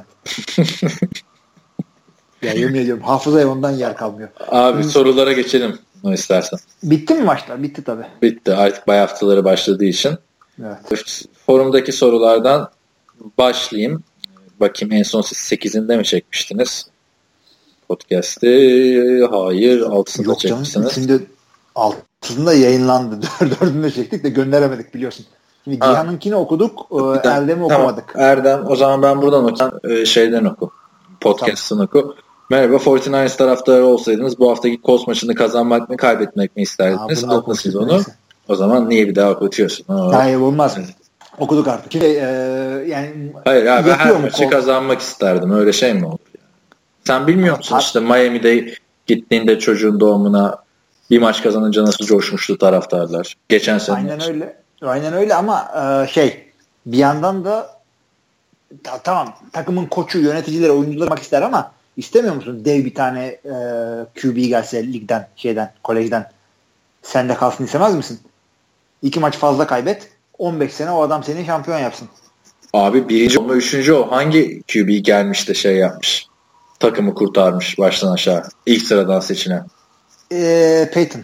Ya yemin ediyorum hafızaya ondan yer kalmıyor. Abi sorulara geçelim istersen. Bitti mi maçlar? Bitti tabii. Bitti. Artık bay haftaları başladığı için. Evet. Forumdaki sorulardan başlayayım. Bakayım en son siz 8'inde mi çekmiştiniz? Podcast'ı hayır 6'sında çekmişsiniz. Şimdi 6'sında yayınlandı. 4'ünde çektik de gönderemedik biliyorsun. Şimdi Cihan'ınkini okuduk. Erdem'i okumadık. Erdem o zaman ben buradan okuyayım. Şeyden oku. Podcast'ını oku. Merhaba 49ers taraftarı olsaydınız bu haftaki Colts maçını kazanmak mı kaybetmek mi isterdiniz? Aldınız siz onu. Neyse. O zaman niye bir daha okutuyorsun? Hayır olmaz. Okuduk artık. Yani hayır abi her maçı kazanmak isterdim. Öyle şey mi olur? Yani? Sen bilmiyor musun işte Miami'de gittiğinde çocuğun doğumuna bir maç kazanınca nasıl coşmuştu taraftarlar? Geçen sene. Aynen öyle ama bir yandan da tamam takımın koçu, yöneticileri, oyuncuları olmak ister ama istemiyor musun dev bir tane QB gelse ligden, kolejden sen de kalsın istemez misin? 2 maç fazla kaybet. 15 sene o adam seni şampiyon yapsın. Abi 1. ama 3. o. Hangi QB gelmiş de yapmış? Takımı kurtarmış baştan aşağı. İlk sıradan seçilen. Peyton.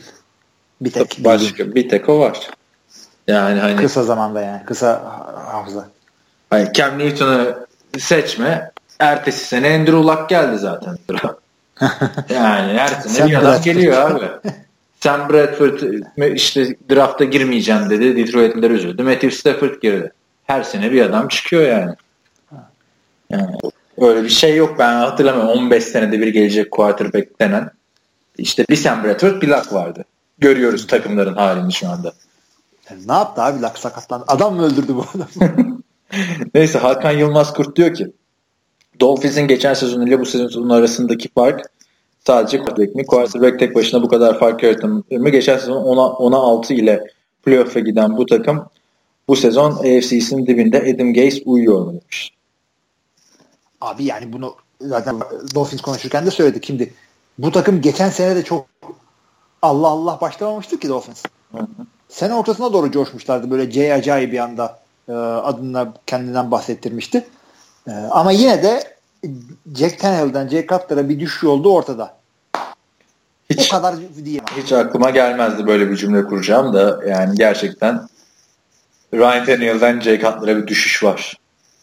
Bir tek o var. Yani hani kısa zamanda yani. Kısa hafıza. Hayır, Cam Newton'u seçme. Ertesi sene Andrew Luck geldi zaten. Yani her sene bir adam geliyor abi. Sam Bradford işte drafta girmeyeceğim dedi. Detroit'liler üzüldü. Matthew Stafford girdi. Her sene bir adam çıkıyor yani. Öyle bir şey yok. Ben hatırlamıyorum. 15 senede bir gelecek quarterback denen. İşte bir Sam Bradford bir Luck vardı. Görüyoruz takımların halini şu anda. Ne yaptı abi Luck sakatlandı? Adam mı öldürdü bu adamı? Neyse Hakan Yılmaz Kurt diyor ki Dolphins'in geçen sezon ile bu sezonun arasındaki fark sadece quarterback mi? Quarterback tek başına bu kadar fark yaratır mı? Geçen sezon 10'a 6 ile playoff'a giden bu takım bu sezon AFC'sinin dibinde Adam Gase uyuyor mu demiş. Abi yani bunu zaten Dolphins konuşurken de söyledik. Şimdi bu takım geçen sene de çok Allah Allah başlamamıştı ki Dolphins. Hı. Sene ortasına doğru coşmuşlardı. Böyle Jay Ajayi bir anda adına kendinden bahsettirmişti. Ama yine de Jack Tannehill'den Jay Cutler'a bir düşüş oldu ortada. O kadar diyemem. Hiç aklıma gelmezdi böyle bir cümle kuracağım da yani gerçekten Ryan Tannehill'den Jay Cutler'a bir düşüş var.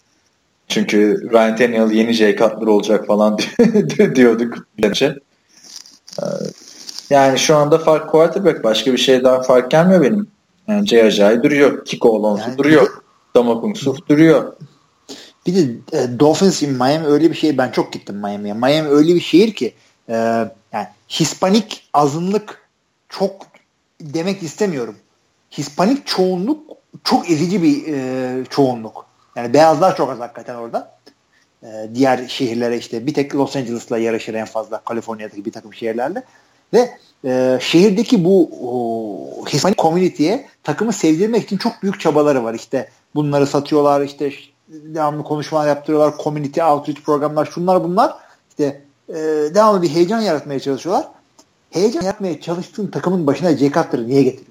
Çünkü Ryan Tannehill yeni Jay Cutler olacak falan diyorduk bence. Yani şu anda fark quarterback. Başka bir şeyden fark gelmiyor benim. Yani Jay Ajayi duruyor. Kiko Alonso duruyor. Damokung Suh duruyor. Bir de Dolphins in Miami öyle bir şey. Ben çok gittim Miami'ye. Miami öyle bir şehir ki yani Hispanik azınlık çok demek istemiyorum. Hispanik çoğunluk çok ezici bir çoğunluk. Yani beyazlar çok az hakikaten orada. Diğer şehirlere işte bir tek Los Angeles'la yarışır en fazla. Kaliforniya'daki bir takım şehirlerle. Ve şehirdeki bu Hispanik community'ye takımı sevdirmek için çok büyük çabaları var. İşte bunları satıyorlar, işte devamlı konuşmalar yaptırıyorlar, community outreach programlar, şunlar bunlar. İşte devamlı bir heyecan yaratmaya çalışıyorlar. Heyecan yaratmaya çalıştığın takımın başına Jay Cutler'ı niye getiriyorsun?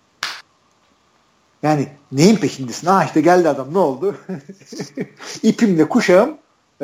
Yani neyin peşindesin? İşte geldi adam, ne oldu? İpimle kuşağım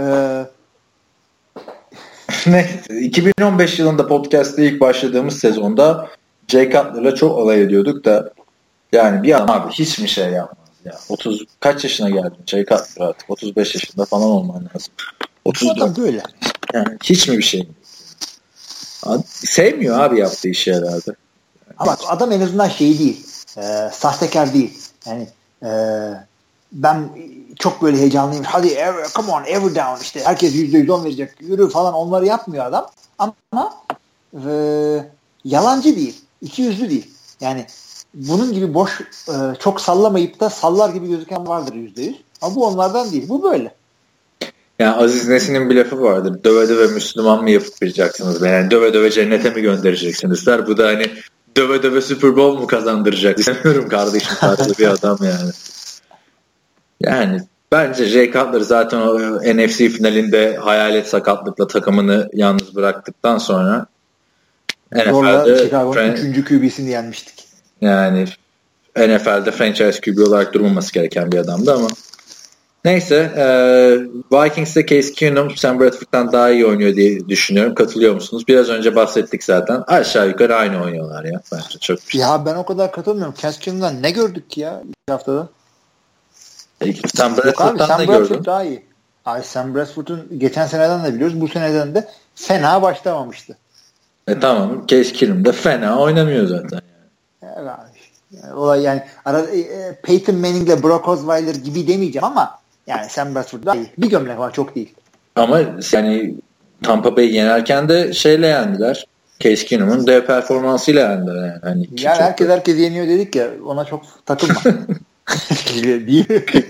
2015 yılında podcast'te ilk başladığımız sezonda Jay Cutler'la çok alay ediyorduk da yani bir adam abi hiç mi şey yapmaz ya. 30 kaç yaşına geldin Jay Cutler artık 35 yaşında falan olman lazım. 34. Böyle. Yani hiç mi bir şey? Sevmiyor abi yaptığı işi herhalde. Ama bak adam en azından şey değil. Sahtekar değil. Yani ben çok böyle heyecanlıyım. Hadi come on every down işte herkes %110 verecek. Yürü falan onları yapmıyor adam. Ama yalancı değil. İkiyüzlü değil. Yani bunun gibi boş çok sallamayıp da sallar gibi gözüken vardır %100. Ama bu onlardan değil. Bu böyle. Yani Aziz Nesin'in bir lafı vardır. Döve döve Müslüman mı yapacaksınız? Yani döve döve cennete mi göndereceksiniz der. Bu da hani döve döve Super Bowl mu kazandıracak? İstemiyorum kardeşim tarzı bir adam yani. Yani bence Jay Cutler zaten o NFC finalinde hayalet sakatlıkla takımını yalnız bıraktıktan sonra NFL'de Chicago'nun 3. QB'sini yenmiştik. Yani NFL'de franchise QB olarak durulması gereken bir adamdı ama neyse Vikings'te Case Keenum Sam Bradford'dan daha iyi oynuyor diye düşünüyorum. Katılıyor musunuz? Biraz önce bahsettik zaten. Aşağı yukarı aynı oynuyorlar ya. Bence çok bir şey. Ya ben o kadar katılmıyorum. Case Keenum'dan ne gördük ki ya ilk haftada? Sam Bradford'dan da gördüm. Daha iyi. Abi Sam Bradford'un geçen seneden de biliyoruz. Bu seneden de fena başlamamıştı. Tamam. Case Keenum da fena oynamıyor zaten. Yani olay yani Peyton Manning ile Brock Osweiler gibi demeyeceğim ama yani Sam Bradford daha iyi. Bir gömlek var çok değil. Ama yani Tampa Bay'i yenerken de şeyle yendiler. Case Keenum'un dev performansıyla yendiler. Yani. Hani ya herkes yeniyor dedik ya ona çok takılma. Değil.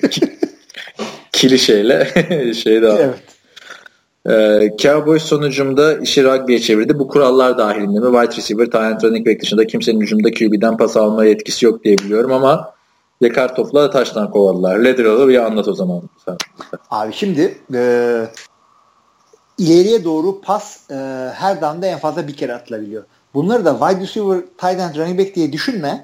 Klişeyle şey daha. Evet. Cowboys sonucumda işi rugby'ye çevirdi. Bu kurallar dahilinde mi? Wide receiver, tight end, running back dışında kimsenin hücumda QB'den pas alma yetkisi yok diye biliyorum ama yakar topla taştan kovaladılar. Lateral'ı bir anlat o zaman. Abi şimdi ileriye doğru pas her down'da en fazla bir kere atılabiliyor. Bunları da wide receiver, tight end, running back diye düşünme.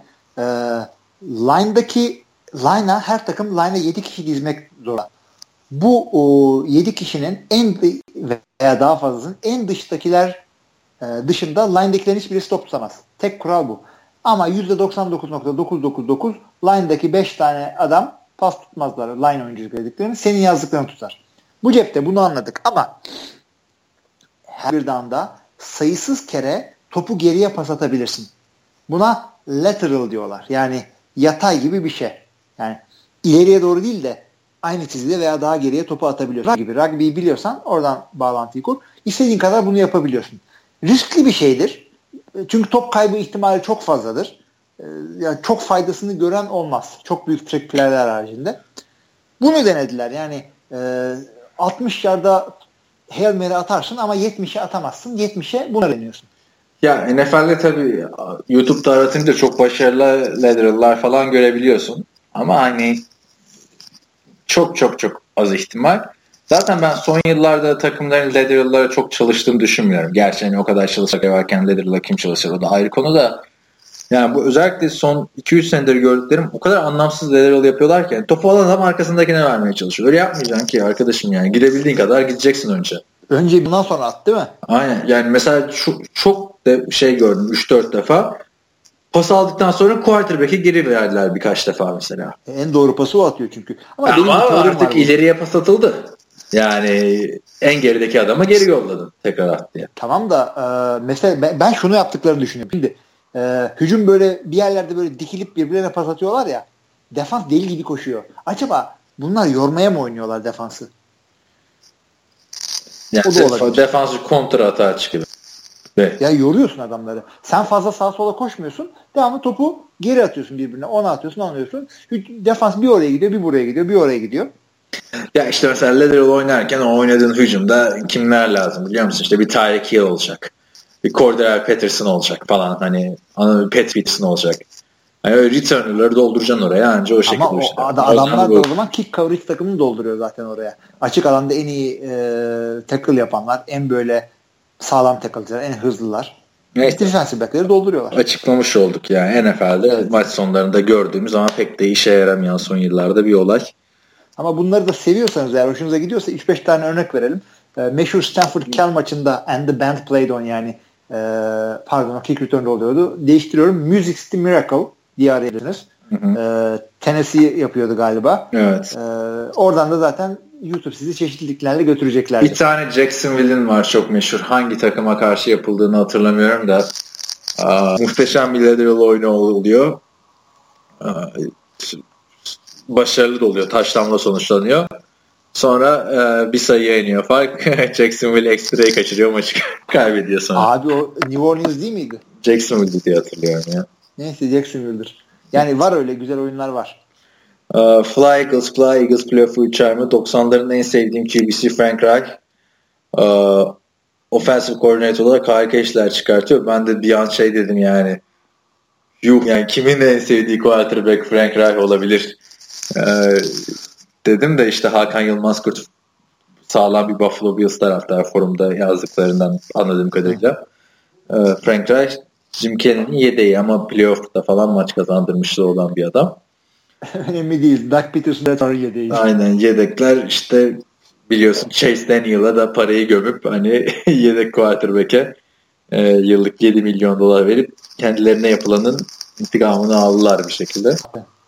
Line'a her takım line'a 7 kişi dizmek zorunda. Bu 7 kişinin veya daha fazlasının en dıştakiler dışında line'dakilerin hiçbirisi top tutamaz. Tek kural bu. Ama %99.999 line'daki 5 tane adam pas tutmazlar. Line oyuncusu dediklerini senin yazdıklarını tutar. Bu cepte bunu anladık ama her bir down'da sayısız kere topu geriye pas atabilirsin. Buna lateral diyorlar. Yani yatay gibi bir şey. Yani ileriye doğru değil de aynı çizgide veya daha geriye topu atabiliyorsun. Rugby'yi biliyorsan oradan bağlantıyı kur. İstediğin kadar bunu yapabiliyorsun. Riskli bir şeydir. Çünkü top kaybı ihtimali çok fazladır. Yani çok faydasını gören olmaz. Çok büyük trick play'ler haricinde. Bunu denediler. Yani 60 yarda Hail Mary atarsın ama 70'e atamazsın. 70'e bunu deniyorsun. Ya NFL'de tabii YouTube'da aratınca çok başarılı lateral'lar falan görebiliyorsun. Ama hani çok az ihtimal. Zaten ben son yıllarda takımların lateral'lara çok çalıştığını düşünmüyorum. Gerçi hani o kadar çalışacak varken lateral'a kim çalışır o da ayrı konu da. Yani bu özellikle son 2-3 senedir gördüklerim o kadar anlamsız lateral yapıyorlar ki. Yani topu alan adam arkasındakine vermeye çalışıyor. Öyle yapmayacaksın ki arkadaşım yani. Gidebildiğin kadar gideceksin önce. Önce bundan sonra at değil mi? Aynen. Yani mesela çok da şey gördüm 3-4 defa. Pas aldıktan sonra quarterback'e geri verdiler birkaç defa mesela. En doğru pası o atıyor çünkü. Ama artık ileriye pas atıldı. Yani en gerideki adama geri yolladın tekrar at diye. Tamam da mesela ben şunu yaptıklarını düşünüyorum. Şimdi hücum böyle bir yerlerde böyle dikilip birbirlerine pas atıyorlar ya. Defans deli gibi koşuyor. Acaba bunlar yormaya mı oynuyorlar defansı? Yani defansı kontra atağa çıkıyor. Evet. Ya yoruyorsun adamları. Sen fazla sağa sola koşmuyorsun. Devamlı topu geri atıyorsun birbirine. Ona atıyorsun, alıyorsun. Defans bir oraya gidiyor, bir buraya gidiyor, bir oraya gidiyor. Ya işte mesela lateral oynarken o oynadığın hücumda kimler lazım biliyor musun? İşte bir Tyreek Hill olacak. Bir Cordell Patterson olacak falan. Hani Pat Peterson olacak. Yani öyle returner'ları dolduracaksın oraya. Anca o şekilde. Ama işte. Adamlar da o zaman kick coverage takımını dolduruyor zaten oraya. Açık alanda en iyi tackle yapanlar, en böyle sağlam tackle'cılar, en hızlılar. Evet. Defensive back'leri dolduruyorlar. Açıklamış olduk yani NFL'de maç sonlarında gördüğümüz ama pek de işe yaramayan son yıllarda bir olay. Ama bunları da seviyorsanız eğer hoşunuza gidiyorsa 3-5 tane örnek verelim. Meşhur Stanford Cal maçında And the Band Played On yani pardon kick return'da oluyordu. Değiştiriyorum. Music's the Miracle diye arayabilirsiniz. Tennessee yapıyordu galiba. Evet. Oradan da zaten YouTube sizi çeşitliliklerle götüreceklerdir. Bir tane Jacksonville'in var çok meşhur. Hangi takıma karşı yapıldığını hatırlamıyorum da. Muhteşem bir lateral oyunu oluyor. Başarılı da oluyor. Touchdown'la sonuçlanıyor. Sonra bir sayıya iniyor fark. Jacksonville ekstrayı kaçırıyor, maçı kaybediyor sonra. Abi o New Orleans değil miydi? Jacksonville diye hatırlıyorum ya. Neyse Jacksonville'dir. Yani var öyle güzel oyunlar var. Fly Eagles playoff'u uçar mı? 90'ların en sevdiğim QB'si Frank Reich. Offensive coordinator olarak harika işler çıkartıyor. Ben de bir an şey dedim yani. Yani kimin en sevdiği quarterback Frank Reich olabilir? Dedim de işte Hakan Yılmazkurt sağlam bir Buffalo Bills taraftarı forumda yazdıklarından anladığım kadarıyla. Frank Reich Jim Kelly'nin yedeği ama playoff'ta falan maç kazandırmışlığı olan bir adam. Önemli değil. Doug Peterson'da sonra yedeği. Aynen, yedekler işte biliyorsun Chase Daniel'a da parayı gömüp hani yedek quarterback'e yıllık 7 milyon dolar verip kendilerine yapılanın intikamını aldılar bir şekilde.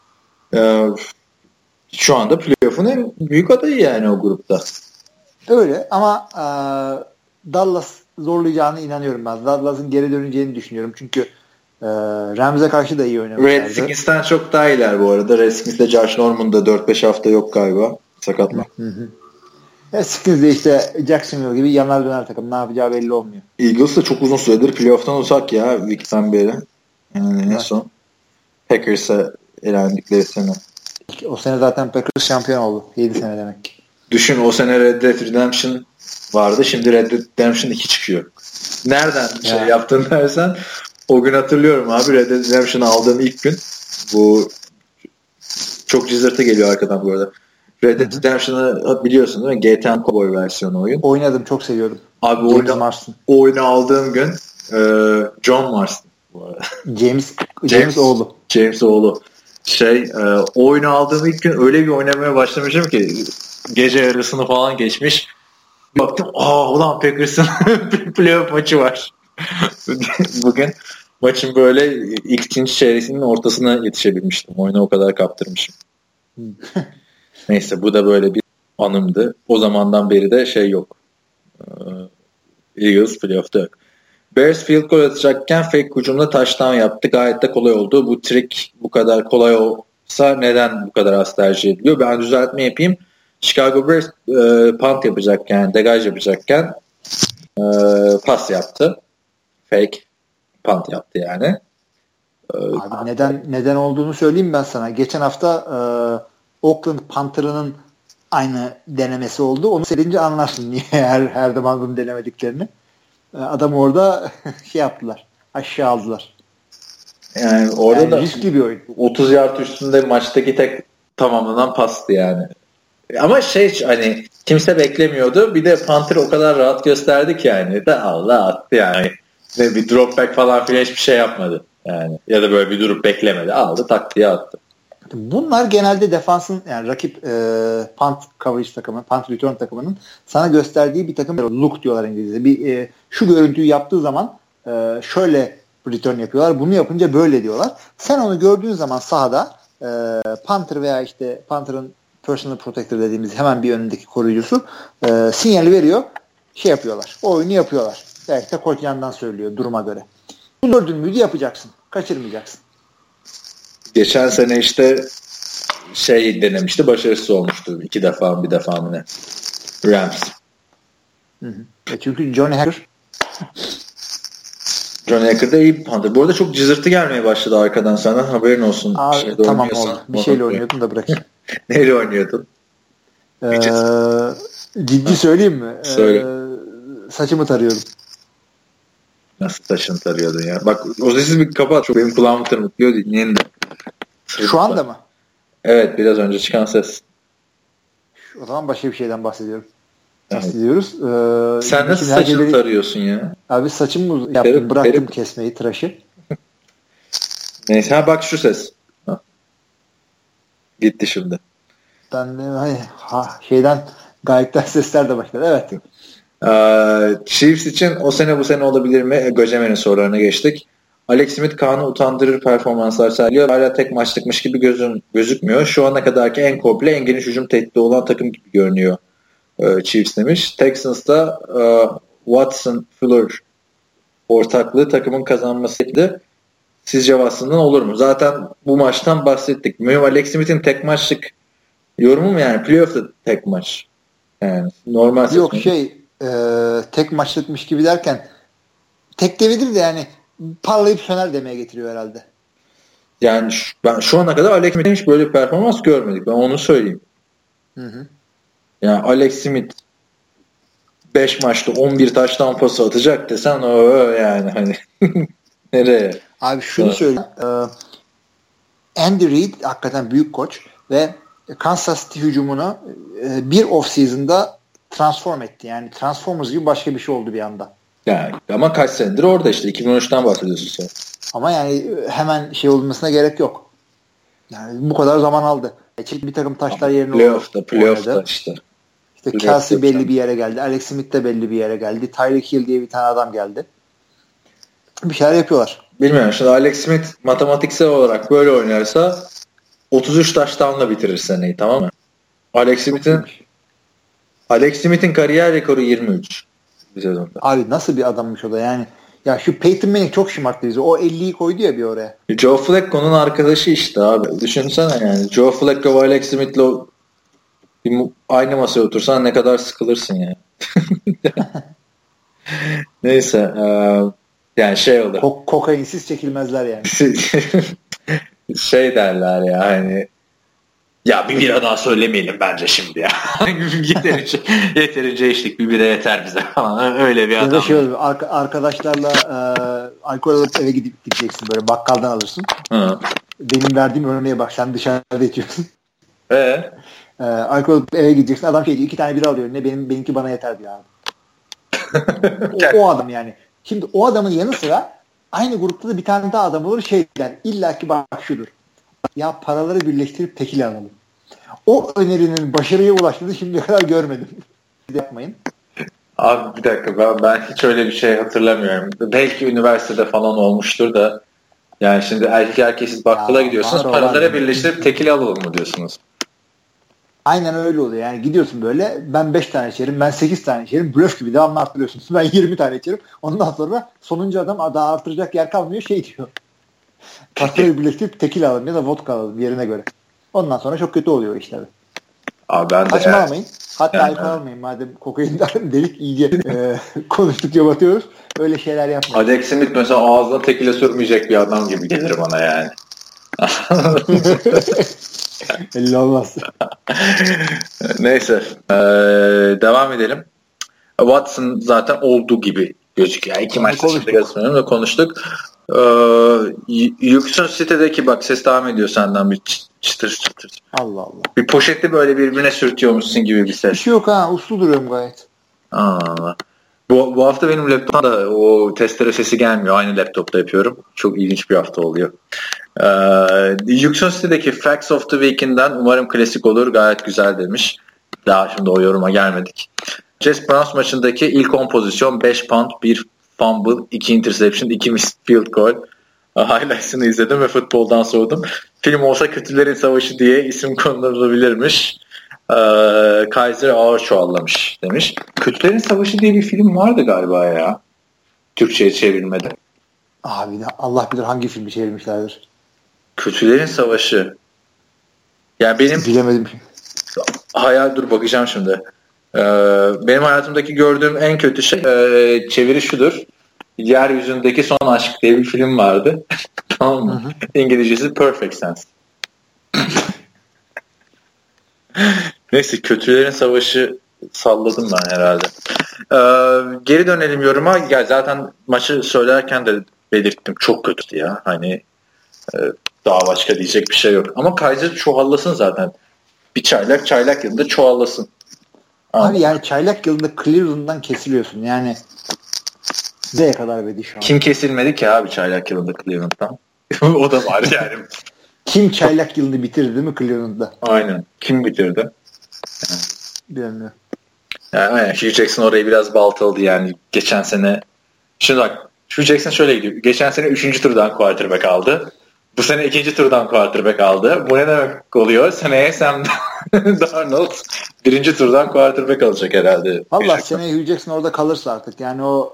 Şu anda playoff'un en büyük adayı yani o grupta. Öyle ama Dallas zorlayacağına inanıyorum ben. Dallas'ın geri döneceğini düşünüyorum. Çünkü Rams'e karşı da iyi oynamışlardı. Redskins'ten çok daha iyiler bu arada. Redskins'te Josh Norman'da 4-5 hafta yok galiba. Sakatla. Redskins de işte Jacksonville gibi yanar döner takım. Ne yapacağı belli olmuyor. Eagles da çok uzun süredir playoff'tan uzak ya. Week'ten beri. Yani en son Packers'a elendikleri sene. O sene zaten Packers şampiyon oldu. 7 sene demek. Düşün, o sene Red Dead Redemption vardı. Şimdi Red Dead Redemption 2 çıkıyor. Nereden şey yaptın dersen, o gün hatırlıyorum abi, Red Dead Redemption'ı aldığım ilk gün, bu çok cızırtı geliyor arkadan bu arada. Red Dead Redemption'ı biliyorsun değil mi? GTA Cowboy versiyonu oyun. Oynadım, çok seviyordum. Abi o oyunu aldığım gün John Marston bu arada. James oğlu. James oğlu. O oyunu aldığım ilk gün öyle bir oynamaya başlamışım ki gece yarısını falan geçmiş. Baktım, ulan Packers'ın playoff maçı var. Bugün maçın böyle ikinci çeyreğinin ortasına yetişebilmiştim. Oyuna o kadar kaptırmışım. Neyse, bu da böyle bir anımdı. O zamandan beri de yok. Eagles playoff'ta yok. Bears field goal atacakken fake hücumda touchdown yaptı. Gayet de kolay oldu. Bu trik bu kadar kolay olsa neden bu kadar az tercih ediliyor? Ben düzeltme yapayım. Chicago Bears punt yapacakken, degaj yapacakken pas yaptı. Fake punt yaptı yani. Abi neden olduğunu söyleyeyim ben sana. Geçen hafta Oakland Panther'ının aynı denemesi oldu. Onu seyredince anlarsın niye her zaman bunu denemediklerini. Adam orada yaptılar. Aşağı aldılar. Yani orada da riskli bir oyun. 30 yard üstünde maçtaki tek tamamlanan pastı yani. Ama hani kimse beklemiyordu. Bir de Panther o kadar rahat gösterdi ki yani. De Allah attı yani. Ve bir drop back falan filan hiçbir şey yapmadı. Yani ya da böyle bir durup beklemedi. Aldı, tak diye attı. Bunlar genelde defansın, yani rakip punt coverage takımı, punt return takımının sana gösterdiği bir takım look diyorlar İngilizce. Şu görüntüyü yaptığı zaman şöyle return yapıyorlar. Bunu yapınca böyle diyorlar. Sen onu gördüğün zaman sahada punter veya işte punter'ın personal protector dediğimiz hemen bir önündeki koruyucusu sinyali veriyor. Yapıyorlar. O oyunu yapıyorlar. Belki de koç yandan söylüyor duruma göre. Bu gördüğün müydü yapacaksın. Kaçırmayacaksın. Geçen sene işte denemişti, başarısız olmuştu. 2 defa bir defa mı ne? Rams. Çünkü Johnny Hacker da iyi bir punter. Bu arada çok cızırtı gelmeye başladı arkadan sana. Haberin olsun. Tamam oldu. Bir şeyle oynuyordum da bırakayım. Neyle oynuyordun? Ciddi söyleyeyim mi? Söyle. Saçımı tarıyordum. Nasıl saçını tarıyordun ya? Bak, o sesi bir kapat. Çok benim kulağımı tırmıklıyor. Dinleyin de. Şu anda mı? Evet, biraz önce çıkan ses. O zaman başka bir şeyden bahsediyorum. Evet. Bahsediyoruz. Sen nasıl saçını tarıyorsun ya? Abi saçımı yaptım. Bıraktım kesmeyi, tıraşı. Neyse, bak şu ses. Gitti şimdi. Ben şeyden gayipten sesler de başladı. Evet. Chiefs için o sene bu sene olabilir mi? Göcemen'in sorularına geçtik. Alex Smith Kaan'ı utandırır performanslar sergiliyor. Hala tek maçlıkmış gibi gözükmüyor. Şu ana kadarki en komple, en geniş hücum tehdidi olan takım gibi görünüyor Chiefs demiş. Texans'ta Watson Fuller ortaklığı takımın kazanmasıydı. Sizce Watson'dan olur mu? Zaten bu maçtan bahsettik. Mühim Alex Smith'in tek maçlık yorumu mu yani? Playoff'ta tek maç. Yani normal. Yok tek maçlıkmış gibi derken tek devidir de yani parlayıp söner demeye getiriyor herhalde. Yani ben şu ana kadar Alex Smith'in hiç böyle bir performans görmedik. Ben onu söyleyeyim. Hı. Yani Alex Smith 5 maçta 11 taştan pası atacak desen yani hani nereye? Abi şunu söyleyeyim. Andy Reid hakikaten büyük koç ve Kansas City hücumunu bir off-season'da transform etti. Yani Transformers gibi başka bir şey oldu bir anda. Yani ama kaç senedir orada işte 2013'ten bahsediyorsun sen. Ama yani hemen şey olmasına gerek yok. Yani bu kadar zaman aldı. Bir takım taşlar yerine Playoff'ta işte. İşte Kelsey belli bir yere geldi. Alex Smith de belli bir yere geldi. Tyreek Hill diye bir tane adam geldi. Bir şeyler yapıyorlar. Bilmiyorum. Şimdi Alex Smith matematiksel olarak böyle oynarsa 33 taştanla bitirir seneyi, tamam mı? Alex Smith'in kariyer rekoru 23. Abi nasıl bir adammış o da yani. Ya şu Peyton Manning çok şımarttı bizi. O 50'yi koydu ya bir oraya. Joe Flacco'nun arkadaşı işte abi. Düşünsene yani. Joe Flacco ve Alex Smith'le aynı masaya otursan ne kadar sıkılırsın yani. Neyse. Yani şey oldu. Kokainsiz çekilmezler yani. Şey derler ya hani ya bir bira daha söylemeyelim bence şimdi ya. yeterince içtik, bir bira yeter bize falan. Öyle bir adam. Şey arkadaşlarla alkol alıp eve gideceksin, böyle bakkaldan alırsın. Hı. Benim verdiğim örneğe bak, sen dışarıda içiyorsun. Alkol alıp eve gideceksin, adam şey diyor, 2 tane bira alıyor, ne benimki bana yeter diyor abi. o adam yani. Şimdi o adamın yanı sıra aynı grupta da bir tane daha adam olur, şey der, illaki bak şudur. Ya paraları birleştirip tekil alalım. O önerinin başarıya ulaştığını şimdiye kadar görmedim. Yapmayın. Abi bir dakika, ben hiç öyle bir şey hatırlamıyorum. Belki üniversitede falan olmuştur da yani şimdi herkes bakkala gidiyorsunuz, paraları birleştirip tekil alalım mı diyorsunuz? Aynen öyle oluyor. Yani gidiyorsun böyle, ben 5 tane içerim, ben 8 tane içerim, blöf gibi devamlı arttırıyorsun. Ben 20 tane içerim. Ondan sonra sonuncu adam daha artıracak yer kalmıyor, şey diyor. Paraları birleştirip tekil alalım ya da vodka alalım yerine göre. Ondan sonra çok kötü oluyor işler. Abi ben de saçmalamayın. Hatta alkol almayın. Madem kokainden delik iyice konuştukça batıyoruz. Öyle şeyler yapmayın. Alex Smith mesela ağzına tekile sürmeyecek bir adam gibi gelir bana yani. Belli olmaz. Neyse. Devam edelim. Watson zaten olduğu gibi gözüküyor. 2 maçta şimdi gözükmüyorum da konuştuk. Houston City'deki bak, ses devam ediyor senden bir çıtır çıtır. Allah Allah. Bir poşeti böyle birbirine sürtüyormuşsun gibi bir ses. Bir şey yok ha. Uslu duruyorum gayet. Allah. Bu hafta benim laptopta o testere sesi gelmiyor. Aynı laptopta yapıyorum. Çok ilginç bir hafta oluyor. Houston City'deki Facts of the Week'inden umarım klasik olur. Gayet güzel demiş. Daha şimdi o yoruma gelmedik. Jets Browns maçındaki ilk 10 pozisyon 5 punt, 1 fumble, 2 interception, 2 missed field goal. Highlights'ını izledim ve futboldan soğudum. Film olsa Kötülerin Savaşı diye isim konulabilirmiş. Kaiser ağır çuvallamış demiş. Kötülerin Savaşı diye bir film vardı galiba ya. Türkçe'ye çevrilmedi. Abi Allah bilir hangi filmi çevirmişlerdir. Kötülerin Savaşı. Yani benim bilemedim. Dur bakacağım şimdi. Benim hayatımdaki gördüğüm en kötü şey çeviri şudur. Yeryüzündeki Son Aşk diye bir film vardı. Tamam mı? Hı hı. İngilizcesi Perfect Sense. Neyse, Kötülerin Savaşı salladım ben herhalde. Geri dönelim yoruma. Ya zaten maçı söylerken de belirttim. Çok kötüydü ya. Hani daha başka diyecek bir şey yok. Ama Kaiser çuvallasın zaten. Bir çaylak yılında çuvallasın. Abi yani çaylak yılında Cleveland'dan kesiliyorsun. Yani nereye kadar verdi şu an? Kim kesilmedi ki abi çaylak yılında Cleveland'dan? O da var yani. Kim çaylak yılını bitirdi değil mi Cleveland'da? Aynen. Kim bitirdi? Bilmiyorum. Yani Hugh Jackson orayı biraz baltaladı yani. Geçen sene. Şimdi bak, Hugh Jackson şöyle gidiyor. Geçen sene 3. turdan quarterback aldı. Bu sene 2. turdan quarterback aldı. Bu ne demek oluyor? Seneye Sam Darnold 1. turdan quarterback alacak herhalde. Allah seneye Hugh Jackson orada kalırsa artık. Yani o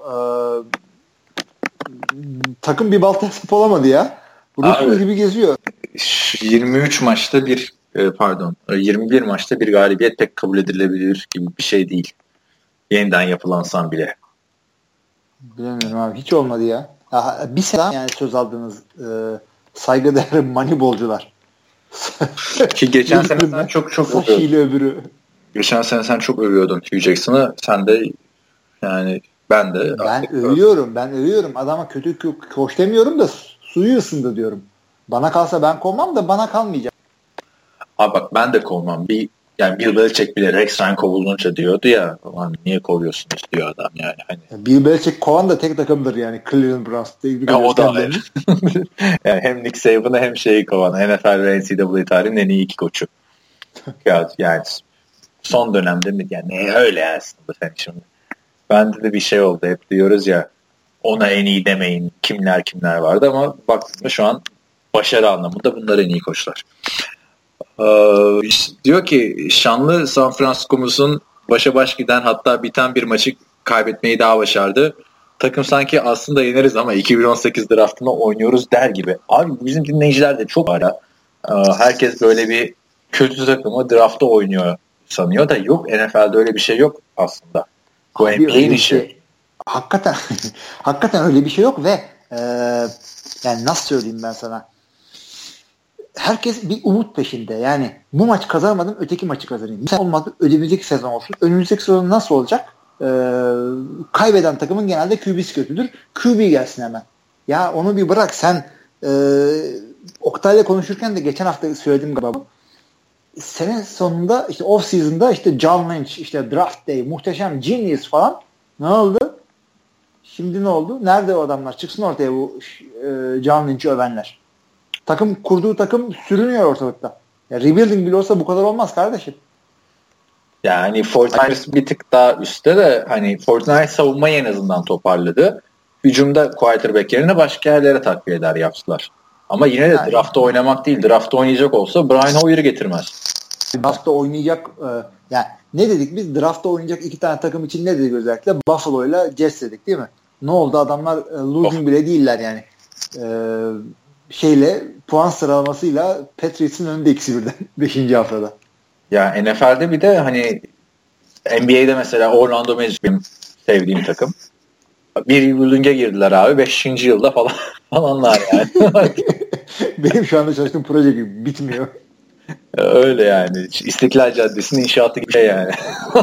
takım bir balta sap olamadı ya. Rutger gibi geziyor. 23 maçta 21 maçta bir galibiyet pek kabul edilebilir gibi bir şey değil. Yeniden yapılansam bile. Bilemiyorum abi. Hiç olmadı ya. Bir sene yani söz aldığınız saygıdeğer moneybolcular. Ki geçen sene sen çok öbürü. Geçen sene sen çok övüyordun Hugh Jackson'ı. Sen de yani ben de. Ben övüyorum. Adama kötü koş demiyorum da suyu ısındı diyorum. Bana kalsa ben kovmam da bana kalmayacak. Abi bak ben de kovmam. Yani Bill Belichick bile Rex Ryan kovulunca diyordu ya, niye kovuyorsunuz diyor adam yani. Hani. Bill Belichick kovan da tek takımdır yani Cleveland Browns. O da yani hem Nick Saban'ı hem şeyi kovan. NFL ve NCAA tarihinin en iyi iki koçu. Yani son dönemde mi? Yani öyle aslında sen şimdi. Bende de bir şey oldu. Hep diyoruz ya ona en iyi demeyin. Kimler vardı ama baktığımda şu an başarı anlamında bunlar en iyi koçlar. Diyor ki şanlı San Francisco'muzun başa baş giden hatta biten bir maçı kaybetmeyi daha başardı. Takım sanki aslında yeneriz ama 2018 draftında oynuyoruz der gibi. Abi bizim dinleyiciler de çok ara. Herkes böyle bir kötü takımı draftta oynuyor sanıyor da yok, NFL'de öyle bir şey yok aslında. Bu NBA'in işi. Hakikaten öyle bir şey yok ve yani nasıl söyleyeyim ben sana? Herkes bir umut peşinde. Yani bu maç kazanmadım, öteki maçı kazanayım. Sen olmadı, önümüzdeki sezon olsun. Önümüzdeki sezon nasıl olacak? Kaybeden takımın genelde QB'si kötüdür. QB gelsin hemen. Ya onu bir bırak. Sen Oktay'la konuşurken de geçen hafta söyledim galiba. Sene sonunda işte off season'da işte John Lynch, işte draft day, muhteşem genius falan. Ne oldu? Şimdi ne oldu? Nerede o adamlar? Çıksın ortaya bu John Lynch'i övenler. Kurduğu takım sürünüyor ortalıkta. Ya rebuilding bile olsa bu kadar olmaz kardeşim. Yani 49ers bir tık daha üstte de hani 49ers savunmayı en azından toparladı. Hücumda quarterback yerine başka yerlere takviye eder yaptılar. Ama yine de draftta oynamak değil. Draftta oynayacak olsa Brian Hoyer'ı getirmez. Draftta oynayacak yani ne dedik biz? Draftta oynayacak iki tane takım için ne dedik özellikle? Buffalo'yla Jets dedik değil mi? Ne oldu? Adamlar losing bile değiller yani. Puan sıralamasıyla Patriots'ın önünde ikisi birden 5. haftada. Ya NFL'de bir de hani NBA'de mesela Orlando Magic benim sevdiğim takım. Bir yılınca girdiler abi. 5. yılda falanlar yani. Benim şu anda çalıştığım proje gibi bitmiyor. Öyle yani. İstiklal Caddesi'nin inşaatı gibi şey yani.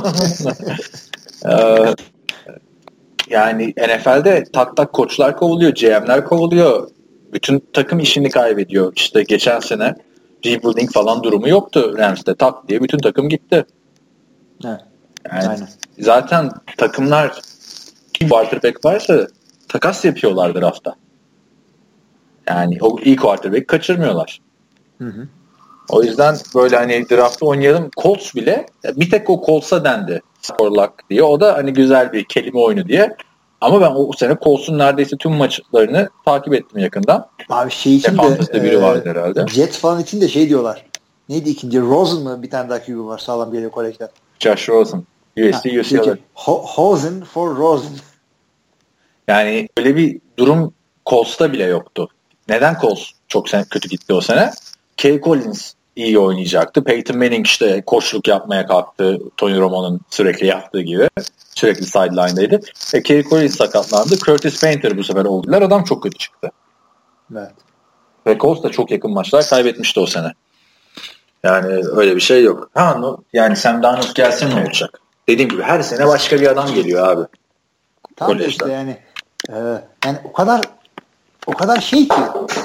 Yani NFL'de tak koçlar kovuluyor, GM'ler kovuluyor. Bütün takım işini kaybediyor. İşte geçen sene rebuilding falan durumu yoktu Rams'te. Tak diye bütün takım gitti. Evet. Yani aynen. Zaten takımlar kim quarterback varsa takas yapıyorlar draftta. Yani o iyi quarterback kaçırmıyorlar. Hı. O yüzden böyle hani draftta oynayalım. Colts bile bir tek o Colts'a dendi. Skorlak diye. O da hani güzel bir kelime oyunu diye. Ama ben o sene Colts'un neredeyse tüm maçlarını takip ettim yakından. Abi şey için de biri vardı herhalde. Jets falan için de şey diyorlar. Neydi ikinci? Rosen mı? Bir tane daha QB var. Sağlam geliyor kolejden. Josh Rosen. UCLA. Rosen for Rosen. Yani öyle bir durum Colts'ta bile yoktu. Neden Colts çok kötü gitti o sene? Kay Collins iyi oynayacaktı. Peyton Manning işte koçluk yapmaya kalktı. Tony Romo'nun sürekli yaptığı gibi. Sürekli sideline'daydı. Kay Collins sakatlandı. Curtis Painter bu sefer oldular. Adam çok kötü çıktı. Evet. Ve Colts da çok yakın maçlar kaybetmişti o sene. Yani öyle bir şey yok. Yani Sam Darnold gelse ne olacak? Dediğim gibi her sene başka bir adam geliyor abi. Tam da işte yani o kadar şey ki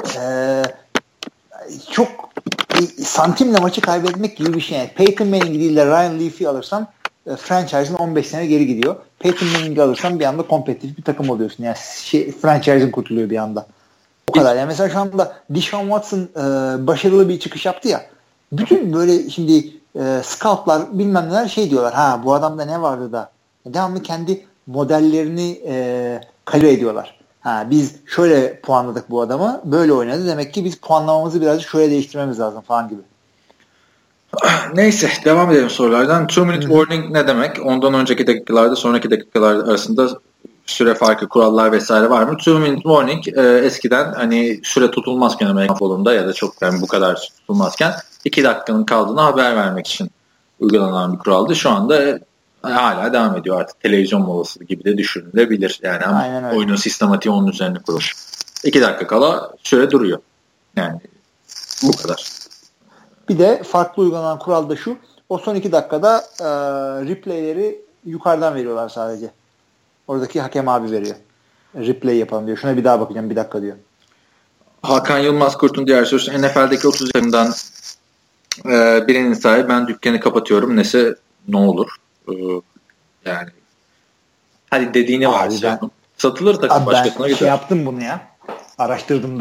çok santimle maçı kaybetmek gibi bir şey. Yani Peyton Manning değil de Ryan Leaf'i alırsan franchise'ın 15 sene geri gidiyor. Peyton Manning'i alırsan bir anda kompetitif bir takım oluyorsun. Yani franchise'ın kurtuluyor bir anda. O kadar. Yani mesela şu anda Deshaun Watson başarılı bir çıkış yaptı ya. Bütün böyle şimdi scoutlar bilmem neler şey diyorlar. Bu adamda ne vardı da. Devamlı kendi modellerini kalibre ediyorlar. Biz şöyle puanladık bu adamı. Böyle oynadı. Demek ki biz puanlamamızı birazcık şöyle değiştirmemiz lazım falan gibi. Neyse devam edelim sorulardan. 2-minute warning ne demek? Ondan önceki dakikalarda sonraki dakikalar arasında süre farkı, kurallar vesaire var mı? 2-minute warning eskiden hani süre tutulmazken Amerikan futbolunda ya da çok yani bu kadar tutulmazken 2 dakikanın kaldığını haber vermek için uygulanan bir kuraldı. Şu anda hala devam ediyor artık. Televizyon molası gibi de düşünülebilir. Yani oyunun sistematiği onun üzerine kurulmuş. 2 dakika kala süre duruyor. Yani bu kadar. Bir de farklı uygulanan kural da şu. O son 2 dakikada replayleri yukarıdan veriyorlar sadece. Oradaki hakem abi veriyor. Replay yapalım diyor. Şuna bir daha bakacağım 1 dakika diyor. Hakan Yılmaz Kurt'un diğer sorusu. NFL'deki 30 yaşından birinin sahibi ben dükkanı kapatıyorum. Nese ne olur? Yani hadi dediğini var. Satılır takım başkasına gider. Ben yaptım bunu ya. Araştırdım.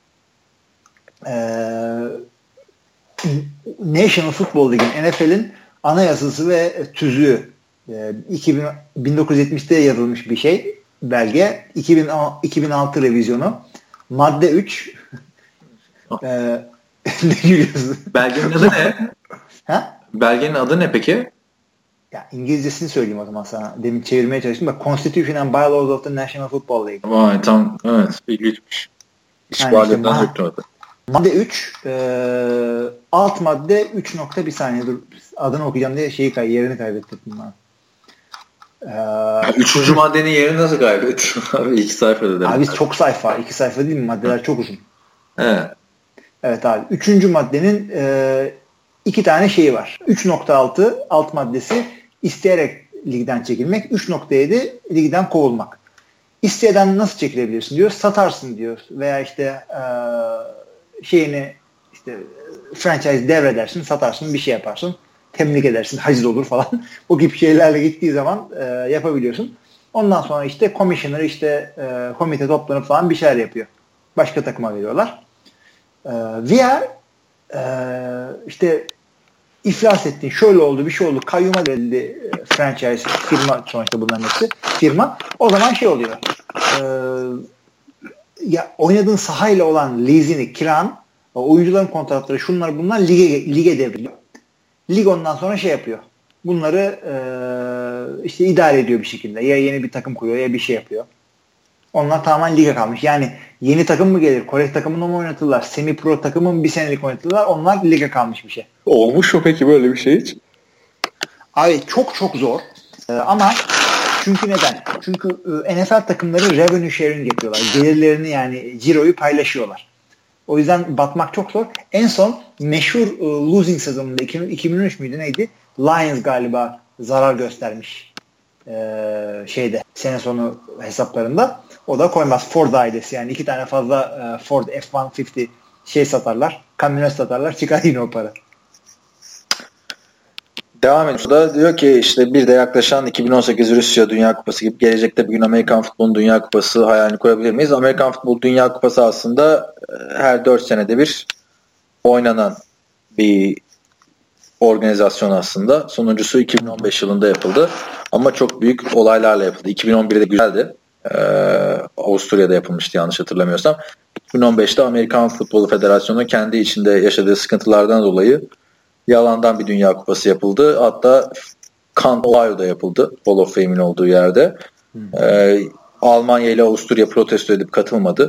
National Football League'in NFL'in anayasası ve tüzüğü 1970'te yazılmış bir şey. Belge. 2006 revizyonu. Madde 3 ne gülüyorsun? Belgenin adı ne? Belgenin adı ne peki? Ya İngilizcesini söyleyeyim o zaman sana. Demin çevirmeye çalıştım. Bak Constitution and Bylaws of the National Football League. Vay tam evet. İlginçmiş. Hiç bu adetten yoktu orada. Madde 3 alt madde 3 nokta bir saniye dur. Adını okuyacağım diye yerini kaybettim ben. Üçüncü maddenin yerini nasıl kaybettin? Abi 2 sayfada demek. Abi çok sayfa. 2 sayfa değil mi? Maddeler çok uzun. Evet. Evet abi. 3. maddenin 2 tane şeyi var. 3.6 alt maddesi isteyerek ligden çekilmek. 3.7 ligden kovulmak. İsteyeden nasıl çekilebilirsin diyor. Satarsın diyor. Veya işte şeyini işte franchise devredersin, satarsın, bir şey yaparsın. Temlik edersin, haciz olur falan. O gibi şeylerle gittiği zaman yapabiliyorsun. Ondan sonra işte commissioner komite toplanıp falan bir şeyler yapıyor. Başka takıma veriyorlar. VR işte iflas ettin, şöyle oldu, bir şey oldu, kayyuma verildi franchise firma, sonuçta bunların hepsi firma. O zaman şey oluyor. Ya oynadığın sahayla olan leasini, kiran, oyuncuların kontratları, şunlar bunlar lige devriliyor. Lig ondan sonra şey yapıyor. Bunları işte idare ediyor bir şekilde. Ya yeni bir takım kuruyor ya bir şey yapıyor. Onlar tamamen lige kalmış. Yani yeni takım mı gelir? Kore takımını mı oynatırlar? Semi pro takımı mı bir senelik oynatırlar? Onlar lige kalmış bir şey. Olmuş mu peki böyle bir şey hiç? Abi çok çok zor. Ama çünkü neden? Çünkü NFL takımları revenue sharing yapıyorlar. Gelirlerini yani ciroyu paylaşıyorlar. O yüzden batmak çok zor. En son meşhur losing sezonunda 2013 müydü neydi? Lions galiba zarar göstermiş sene sonu hesaplarında. O da koymaz. Ford ailesi yani 2 tane fazla Ford F-150 satarlar. Kamyonet satarlar. Çıkar yine o para. Devam ediyor. Da diyor ki işte bir de yaklaşan 2018 Rusya Dünya Kupası gibi gelecekte bir gün Amerikan Futbolu Dünya Kupası hayalini kurabilir miyiz? Amerikan Futbolu Dünya Kupası aslında her 4 senede bir oynanan bir organizasyon aslında. Sonuncusu 2015 yılında yapıldı. Ama çok büyük olaylarla yapıldı. 2011'de güzeldi. Avusturya'da yapılmıştı yanlış hatırlamıyorsam. 2015'te Amerikan Futbolu Federasyonu kendi içinde yaşadığı sıkıntılardan dolayı yalandan bir Dünya Kupası yapıldı. Hatta Canton, Ohio'da yapıldı. Hall of Fame'in olduğu yerde. Almanya ile Avusturya protesto edip katılmadı.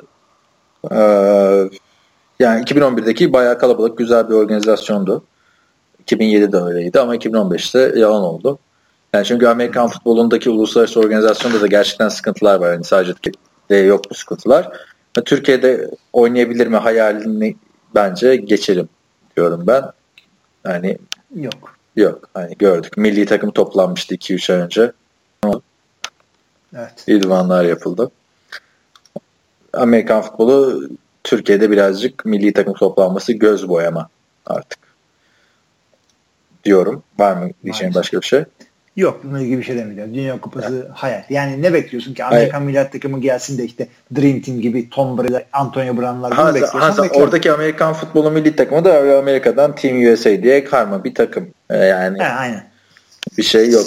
Yani 2011'deki bayağı kalabalık, güzel bir organizasyondu. 2007'de öyleydi ama 2015'te yalan oldu. Yani çünkü Amerikan futbolundaki uluslararası organizasyonda da gerçekten sıkıntılar var. Yani sadece de yok bu sıkıntılar. Türkiye'de oynayabilir mi hayalini bence geçelim diyorum ben. Yani yok. Hani gördük. Milli takım toplanmıştı 2-3 ay önce. Evet. İdmanlar yapıldı. Amerikan futbolu Türkiye'de birazcık milli takım toplanması göz boyama artık diyorum. Var mı diyeceğim başka bir şey? Yok, bununla ilgili bir şey demeyeceğim. Dünya Kupası hayal. Yani ne bekliyorsun ki? Amerikan milli takımı gelsin de işte Dream Team gibi Tom Brady, Antonio Brown'lar bekliyorsun. Oradaki Amerikan futbolu milli takımı da Amerika'dan Team USA diye karma bir takım. Yani aynen. Bir şey yok.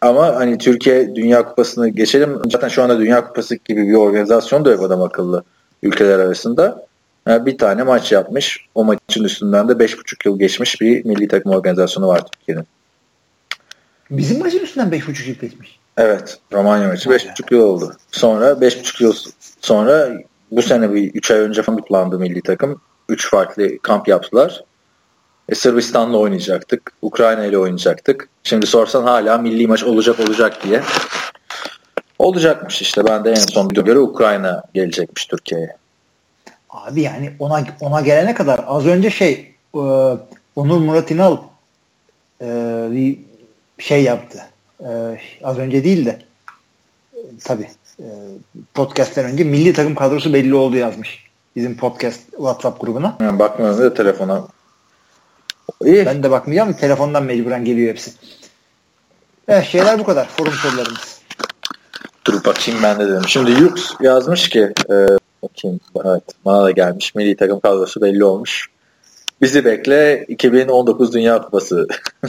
Ama hani Türkiye Dünya Kupası'nı geçelim. Zaten şu anda Dünya Kupası gibi bir organizasyon da yok adam akıllı ülkeler arasında. Yani bir tane maç yapmış. O maçın üstünden de 5,5 yıl geçmiş bir milli takım organizasyonu var Türkiye'nin. Bizim maçın üstünden 5,5 yıl geçmiş. Evet. Romanya maçı 5,5 yıl oldu. Sonra 5,5 yıl sonra bu sene bir 3 ay önce falan kutlandı milli takım. 3 farklı kamp yaptılar. Sırbistan'la oynayacaktık. Ukrayna ile oynayacaktık. Şimdi sorsan hala milli maç olacak diye. Olacakmış işte. Ben de en son bir göre Ukrayna gelecekmiş Türkiye'ye. Abi yani ona gelene kadar az önce Onur Murat İnal bir şey yaptı. Az önce değil de tabii podcast'ten önce milli takım kadrosu belli oldu yazmış. Bizim podcast WhatsApp grubuna. Yani bakmıyorum da telefona. İyi. Ben de bakmayacağım. Telefondan mecburen geliyor hepsi. Şeyler bu kadar. Forum sorularımız. Dur bakayım ben de dedim. Şimdi Yux yazmış ki bakayım. Evet, bana da gelmiş. Milli takım kadrosu belli olmuş. Bizi bekle 2019 Dünya Kupası.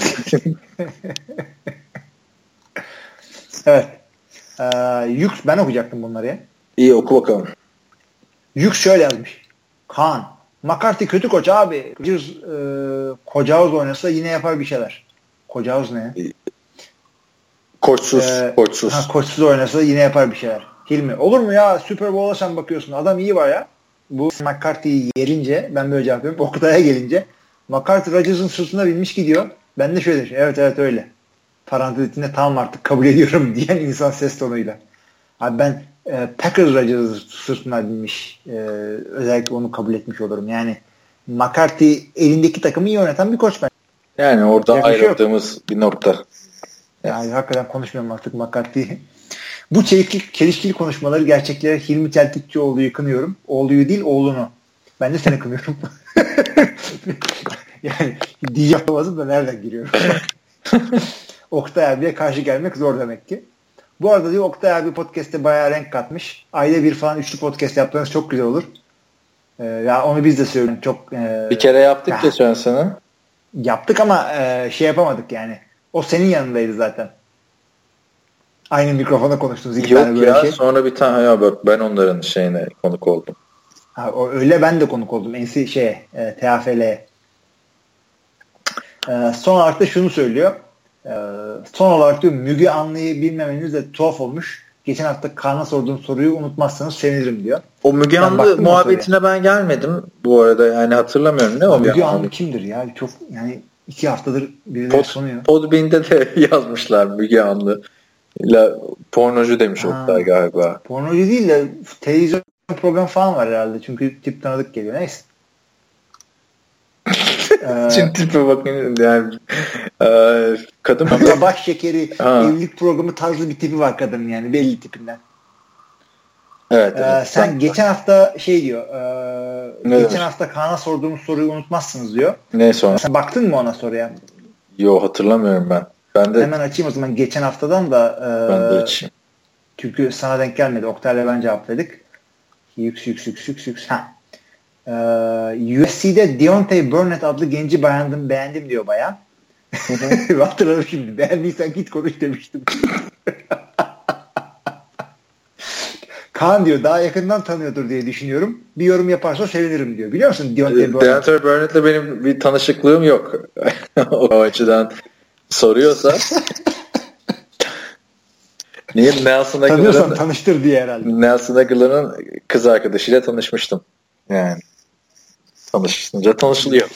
Evet. Yux ben okuyacaktım bunları ya. İyi oku bakalım. Yux şöyle yazmış. Kaan McCarthy kötü koç abi. Kocaoz oynasa yine yapar bir şeyler. Kocaoz ne? Koçsuz. Koçsuz oynasa yine yapar bir şeyler. Hilmi olur mu ya? Super Bowl'a sen bakıyorsun. Adam iyi var ya. Bu McCarthy'yi yerince ben böyle cevap veriyorum. Oktay'a gelince McCarthy Rodgers'ın sırtına binmiş gidiyor. Ben de şöyle demişim. Evet öyle. Parantez içinde tamam artık kabul ediyorum diyen insan ses tonuyla. Abi ben Packers Rodgers'ın sırtına binmiş. Özellikle onu kabul etmiş olurum. Yani McCarthy elindeki takımı iyi yöneten bir koç ben. Yani orada ayrıldığımız bir nokta. Yani hakikaten konuşmuyorum artık McCarthy'yi. Bu çelişkili konuşmaları gerçeklere Hilmi Çeltikçioğlu'yu kınıyorum. Oğlu'yu değil oğlunu. Ben de seni kınıyorum. Yani diyeceğim da nereden giriyorum? Oktay abiye karşı gelmek zor demek ki. Bu arada diyor Oktay abi podcast'te bayağı renk katmış. Ayda bir falan 3'lü podcast yaptığınız çok güzel olur. Ya onu biz de söylüyoruz. Çok bir kere yaptık geçen sene. Yaptık ama şey yapamadık yani. O senin yanındaydı zaten. Aynı mikrofona konuştunuz iki tane böyle şey. Sonra bir tane ya bak ben onların şeyine konuk oldum. Öyle ben de konuk oldum. TAFL'ye. Son olarak da şunu söylüyor. Son olarak diyor Müge Anlı'yı bilmemeniz de tuhaf olmuş. Geçen hafta Kaan'a sorduğum soruyu unutmazsanız sevinirim diyor. O Müge Anlı muhabbetine ben gelmedim bu arada yani hatırlamıyorum ne o Müge Anlı kimdir ya? Çok yani 2 haftadır birileri sonuyor. Podbean'de de yazmışlar Müge Anlı ile pornocu demiş Oktay galiba. Pornocu değil de televizyon program falan var herhalde. Çünkü tip tanıdık geliyor. Neyse. Şimdi tipe bakın yani kadın baş şekeri evlilik programı tarzı bir tipi var kadının yani belli tipinden. Evet. Sen geçen hafta diyor. Geçen hafta Kaan'a sorduğumuz soruyu unutmazsınız diyor. Ne sonra? Sen baktın mı ona soruya? Yo hatırlamıyorum ben. Ben de hemen açayım o zaman geçen haftadan da ben de açayım. Çünkü sana denk gelmedi. Oktay'la ben cevapladık. Yüks. USC'de Deontay Burnett adlı genci beğendim diyor bayağı. Hatırladım şimdi. Beğendiysen git konuş demiştim. Kaan diyor daha yakından tanıyordur diye düşünüyorum. Bir yorum yaparsa sevinirim diyor. Biliyor musun Deontay Burnett? Deontay Burnett'le benim bir tanışıklığım yok. O açıdan soruyorsa. Niye Nelson Tanıyorsan tanıştır diye herhalde. Nelson Aguilar'ın kız arkadaşıyla tanışmıştım. Yani tanışınca tanışılıyor.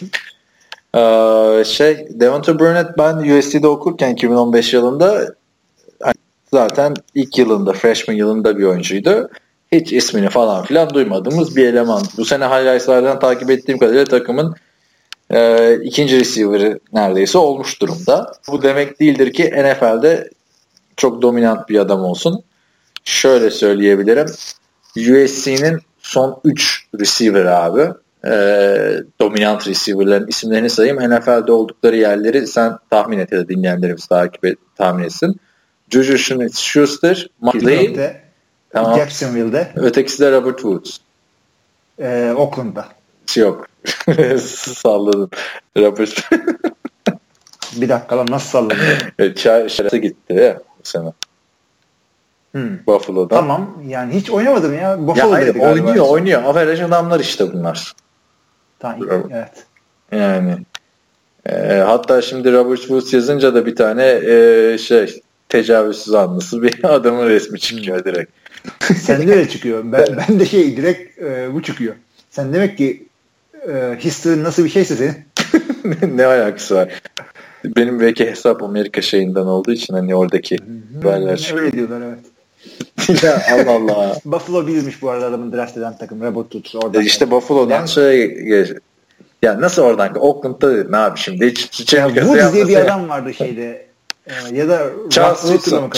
Deontay Burnett ben USC'de okurken 2015 yılında zaten ilk yılında freshman yılında bir oyuncuydu. Hiç ismini falan filan duymadığımız bir eleman. Bu sene highlights'lardan takip ettiğim kadarıyla takımın ikinci receiver'ı neredeyse olmuş durumda. Bu demek değildir ki NFL'de çok dominant bir adam olsun. Şöyle söyleyebilirim. USC'nin son 3 receiver abi. Dominant receiver'ların isimlerini sayayım. NFL'de oldukları yerleri sen tahmin et ya da dinleyenlerimiz tahmin etsin. Juju Smith-Schuster, McLean, tamam. Jacksonville'de. Ötekisi de Robert Woods. Oakland'da. Yok. Salladım. Robert. Bir dakika lan nasıl salladın? Şarası gitti. sene. Buffalo'da. Tamam. Yani hiç oynamadım ya. Buffalo'daydı galiba. Oynuyor. Average adamlar işte bunlar. Tamam. Evet. Yani hatta şimdi Robert Woods yazınca da bir tane tecavüzsüz zanlısı bir adamın resmi çıkıyor direkt. Sende öyle çıkıyor. Ben de direkt bu çıkıyor. Sen demek ki history nasıl bir şeyse senin. Ne alakası var? Benim belki hesap Amerika şeyinden olduğu için hani oradaki haberler çıkıyor. Öyle diyorlar evet. Ya Allah Allah. Buffalo bilmiş bu arada adamın draft eden takım. Robert Woods oradan. İşte Buffalo'dan ya nasıl oradan? Oakland'da ne abi şimdi? Hiç Woods diye bir adam vardı şeyde. Ya da Charles Wilson.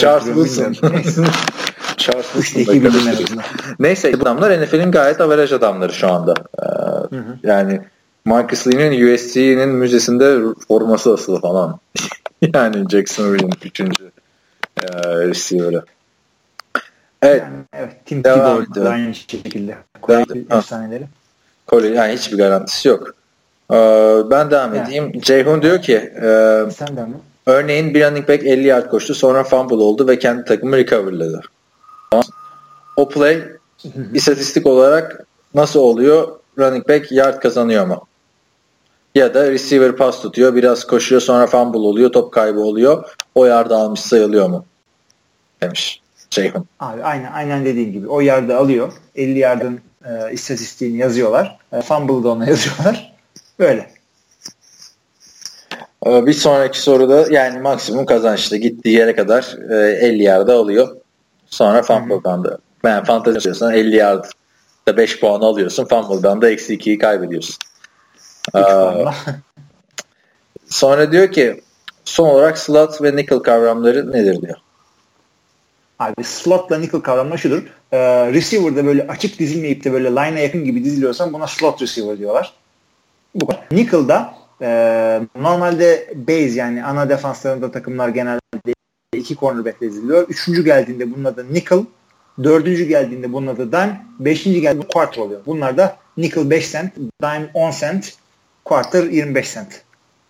Neyse bu adamlar NFL'in gayet averaj adamları şu anda. Yani Marcus Lee'nin USC'nin müzesinde forması asılı falan. Yani Jacksonville'in 3. receiver'ı. Evet. Evet. Tim Tebow aynı şekilde. Efsaneleri. Yani hiçbir garantisi yok. Ben devam edeyim. Ceyhun diyor ki sen de mi? Örneğin bir running back 50 yard koştu, sonra fumble oldu ve kendi takımı recoverladı. O play istatistik olarak nasıl oluyor? Running back yard kazanıyor mu? Ya da receiver pas tutuyor, biraz koşuyor, sonra fumble oluyor, top kaybı oluyor. O yardı almış sayılıyor mu? Demiş Ceyhun. Abi aynen dediğin gibi. O yardı alıyor. 50 yardın istatistiğini yazıyorlar. Fumble'da ona yazıyorlar. Böyle. Bir sonraki soruda yani maksimum kazançta gittiği yere kadar 50 yarda alıyor. Sonra fumble'dan da. Yani fantezi yapıyorsan 50 yarda 5 puan alıyorsun. Fumble'dan da -2'yi kaybediyorsun. Sonra diyor ki son olarak slot ve nickel kavramları nedir diyor. Abi slotla nickel kavramları şudur. Receiver'da böyle açık dizilmeyip de böyle line'a yakın gibi diziliyorsan buna slot receiver diyorlar. Bu kadar. Nickel'da normalde base yani ana defanslarında takımlar genelde 2 cornerback diziliyor. 3. geldiğinde bunun adı nickel. 4. geldiğinde bunun adı dime. 5. geldiğinde quarter oluyor. Bunlar da nickel 5 cent, dime 10 cent, quarter 25 cent.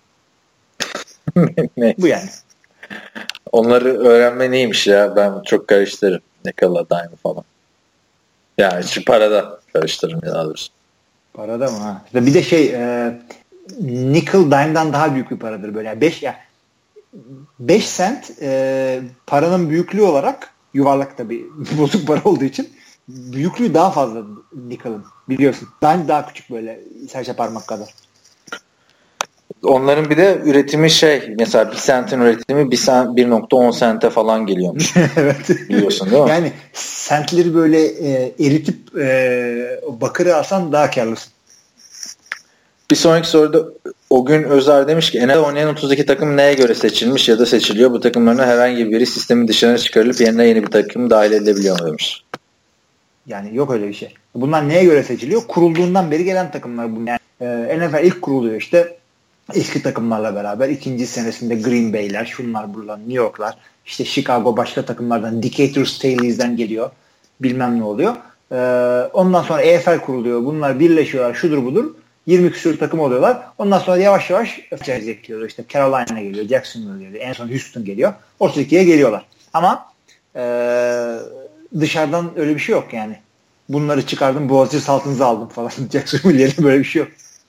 Bu yani. Onları öğrenme neymiş ya? Ben çok karıştırırım. Nickel'la dime falan. Yani şu parada karıştırırım ya doğrusu. Parada mı ha? Bir de nickel dime'dan daha büyük bir paradır böyle. Yani 5 cent paranın büyüklüğü olarak yuvarlak tabii bozuk para olduğu için büyüklüğü daha fazla nickel'ın biliyorsun. Dime daha küçük böyle serçe parmak kadar. Onların bir de üretimi mesela 1 centin üretimi 1.10 sente falan geliyormuş. Evet. Biliyorsun değil mi? Yani centleri böyle eritip bakırı alsan daha karlısın. Bir sonraki soruda o gün Özer demiş ki NFL'de oynayan 32 takım neye göre seçilmiş ya da seçiliyor? Bu takımların herhangi biri sistemin dışına çıkarılıp yerine yeni bir takım dahil edilebiliyor mu demiş. Yani yok öyle bir şey. Bunlar neye göre seçiliyor? Kurulduğundan beri gelen takımlar bunlar. Yani, NFL ilk kuruluyor işte. Eski takımlarla beraber. İkinci senesinde Green Bay'ler, şunlar buralar, New York'lar, işte Chicago başka takımlardan, Decatur Staley's'den geliyor. Bilmem ne oluyor. Ondan sonra EFL kuruluyor. Bunlar birleşiyorlar. Şudur budur. 20 küsur takım oluyorlar. Ondan sonra yavaş yavaş ekliyorlar. İşte Carolina geliyor, Jacksonville geliyor, en son Houston geliyor. 32'ye geliyorlar. Ama dışarıdan öyle bir şey yok yani. Bunları çıkardım, Boğaziçi Saltınız'ı aldım falan. Jacksonville'ye böyle bir şey yok.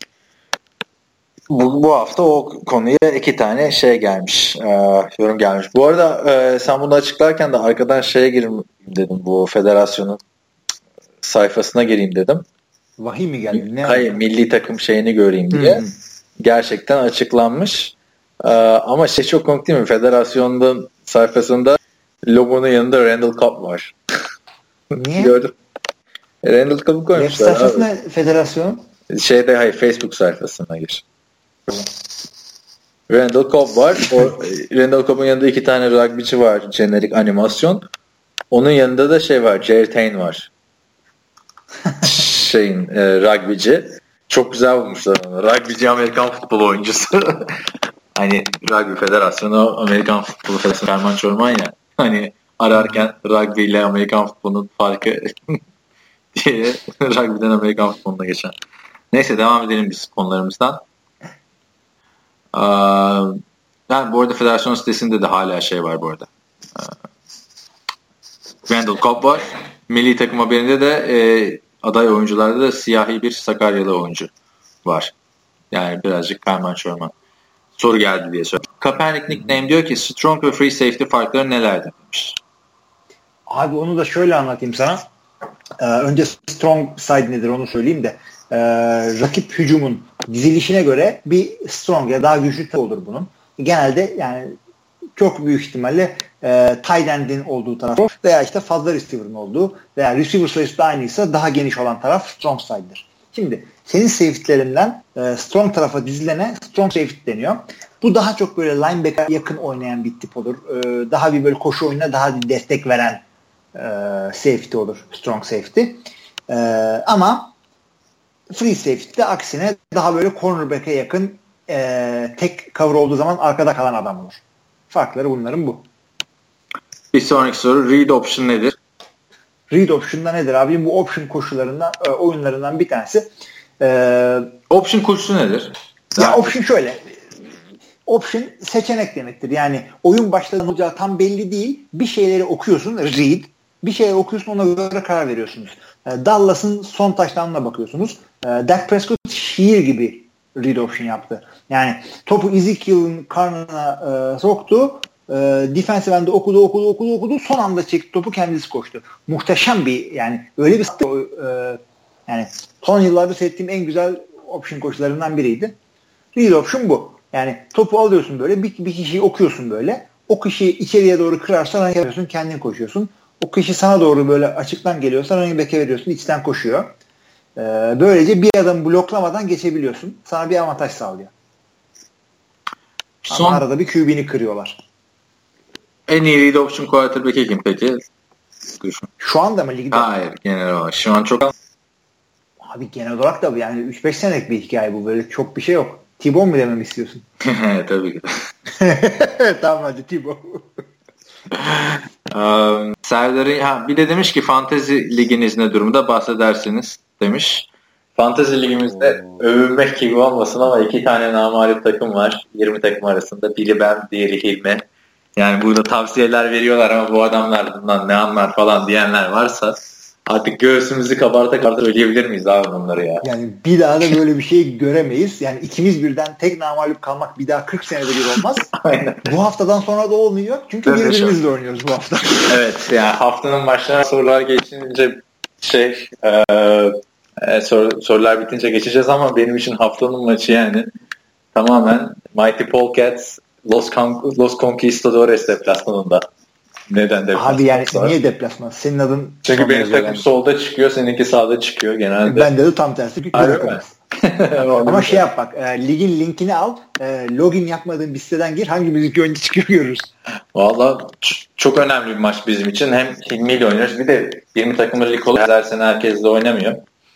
Bu hafta o konuya 2 tane gelmiş. Yorum gelmiş. Bu arada sen bunu açıklarken de arkadan gireyim dedim. Bu federasyonun sayfasına gireyim dedim. Vahiy mi geldi? Hayır, milli takım şeyini göreyim diye. Gerçekten açıklanmış. Ama çok komik değil mi? Federasyonun sayfasında logonun yanında Randall Cobb var. Niye? Gördüm. Randall Cobb'u koymuşlar. Web sayfası ne federasyonun? Facebook sayfasına gir. Randall Cobb var. Randall Cobb'un yanında 2 tane rugbyci var. Jenerik animasyon. Onun yanında da var. Jared Hayne var. Rugbyci. Çok güzel bulmuşlar onu. Rugbyci Amerikan futbol oyuncusu. Hani Rugby Federasyonu Amerikan Futbolu Federasyonu Ferman Çorman ya. Hani ararken rugby ile Amerikan futbolunun farkı diye rugby'den Amerikan futboluna geçen. Neyse devam edelim biz konularımızdan. Yani bu arada federasyon sitesinde de hala var bu arada. Randall Cobb var. Milli takım haberinde de aday oyuncularda da siyahi bir Sakaryalı oyuncu var. Yani birazcık karman çorman. Soru geldi diye söylüyorum. Kaepernick nickname diyor ki strong ve free safety farkları nelerdir demiş. Abi onu da şöyle anlatayım sana. Önce strong side nedir onu söyleyeyim de rakip hücumun dizilişine göre bir strong ya daha güçlü olur bunun. Genelde yani çok büyük ihtimalle tight end'in olduğu taraf veya işte fazla receiver'ın olduğu veya receiver sayısı da aynıysa daha geniş olan taraf strong side'dir. Şimdi senin safety'lerinden strong tarafa dizilene strong safety deniyor. Bu daha çok böyle linebacker yakın oynayan bir tip olur. Daha bir böyle koşu oyununa daha bir destek veren safety olur. Strong safety. Ama free safety de aksine daha böyle cornerback'e yakın tek cover olduğu zaman arkada kalan adam olur. Farkları bunların bu. Bir sonraki soru. Read option nedir? Read option'da nedir abi? Bu option koşularından, oyunlarından bir tanesi. Option koşusu nedir? Ya option şöyle. Option seçenek demektir. Yani oyun başladığı olacağı tam belli değil. Bir şeyleri okuyorsun. Read. Bir şeyleri okuyorsun, ona göre karar veriyorsunuz. Dallas'ın son touchdown'una bakıyorsunuz. Dak Prescott şiir gibi read option yaptı. Yani topu Ezekiel'in karnına soktu. Defensive end'de okudu. Son anda çekti topu, kendisi koştu. Muhteşem bir yani öyle bir yani son yıllarda seyrettiğim en güzel option koşularından biriydi. Read option bu. Yani topu alıyorsun böyle bir kişiyi okuyorsun böyle. O kişiyi içeriye doğru kırarsan yapıyorsun, kendin koşuyorsun. O kişi sana doğru böyle açıktan geliyorsa running back'e veriyorsun, içten koşuyor. Böylece bir adamı bloklamadan geçebiliyorsun. Sana bir avantaj sağlıyor. Ama arada bir QB'ni kırıyorlar. En iyi read option quarterback'e kim peki? Şu anda mı ligde? Hayır, genel olarak. Şu an çok... Abi genel olarak da yani 3-5 senelik bir hikaye bu. Böyle çok bir şey yok. T-Bone mu dememi istiyorsun? Tabii ki. Tamam hadi T-Bone. Serdar'ın bir de demiş ki Fantasy liginiz ne durumda bahsedersiniz demiş. Fantasy ligimizde övünmek gibi olmasın ama 2 tane namağlup takım var. 20 takım arasında. Biri ben, diğeri Hilmi. Yani burada tavsiyeler veriyorlar ama bu adamlar bundan ne anlar falan diyenler varsa artık göğsümüzü kabarta söyleyebilir miyiz abi bunları ya? Yani bir daha da böyle bir şey göremeyiz. Yani ikimiz birden tek namağlup kalmak bir daha 40 senede bir olmaz. Aynen. Bu haftadan sonra da olmuyor. Çünkü birbirimizle oynuyoruz bu hafta. Evet yani haftanın başlarına sorular geçince sorular bitince geçeceğiz ama benim için haftanın maçı yani tamamen Mighty Polecats Los Conquistadores deplasmanında. Neden deplasman? Abi yani niye deplasman? Senin adın... Çünkü benim takım solda çıkıyor, seninki sağda çıkıyor genelde. Bende de tam tersi. Ama şey yap bak, ligin linkini al, login yapmadığın bir siteden gir, hangi müzik önce çıkıyor görürüz. Valla çok önemli bir maç bizim için. Hem Hilmi ile oynuyoruz. Bir de 20 takımlı lig oluyor. Her sene herkes de oynamıyor.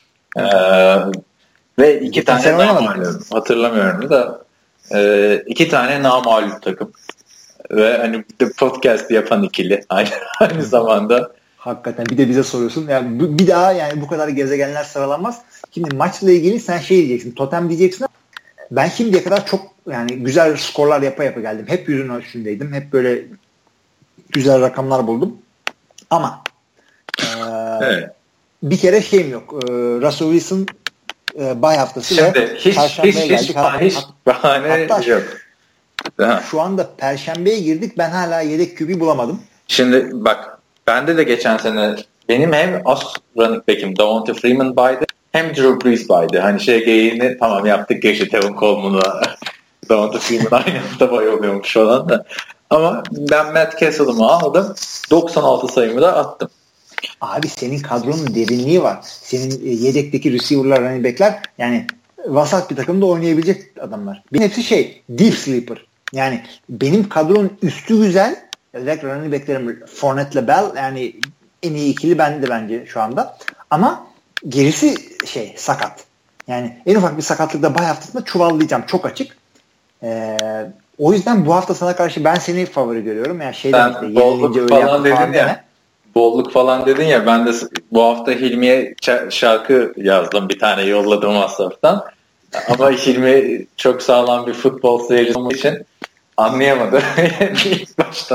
Ve 2 tane namağlup. Hatırlamıyorum da 2 tane namağlup takım. Ve hani podcast yapan ikili aynı zamanda. Hakikaten bir de bize soruyorsun. Yani bir daha yani bu kadar gezegenler sıralanmaz. Şimdi maçla ilgili sen şey diyeceksin. Totem diyeceksin. Ben şimdiye kadar çok yani güzel skorlar yapa geldim. Hep yüzün üstündeydim. Hep böyle güzel rakamlar buldum. Ama evet. Bir kere şeyim yok. Russell Wilson bay haftası şimdi ve Perşembe'ye geldik. Hiç bahane yok. Şu anda Perşembe'ye girdik. Ben hala yedek QB bulamadım. Şimdi bak bende de geçen sene benim hem as running back'im Devonta Freeman baydı hem Drew Brees baydı. Hani geyiğini tamam yaptık geçti Tevin Coleman'la Devonta Freeman aynı hafta bay oluyormuş falan da. Ama ben Matt Castle'ımı aldım. 96 sayımı da attım. Abi senin kadronun derinliği var. Senin yedekteki receiver'lar, running back'ler yani vasat bir takımda oynayabilecek adamlar. Bir hepsi deep sleeper. Yani benim kadronun üstü güzel. Özellikle running back'lerim Fournette'le Bell yani en iyi ikili bende bence şu anda. Ama gerisi sakat. Yani en ufak bir sakatlıkta bay haftasında çuvallayacağım. Çok açık. O yüzden bu hafta sana karşı ben seni favori görüyorum. Yani bolluk falan dedin ya. Bolluk falan dedin ya. Ben de bu hafta Hilmi'ye şarkı yazdım. Bir tane yolladım WhatsApp'tan. Ama Hilmi çok sağlam bir futbol seyircisi olduğu için anlayamadı ilk başta.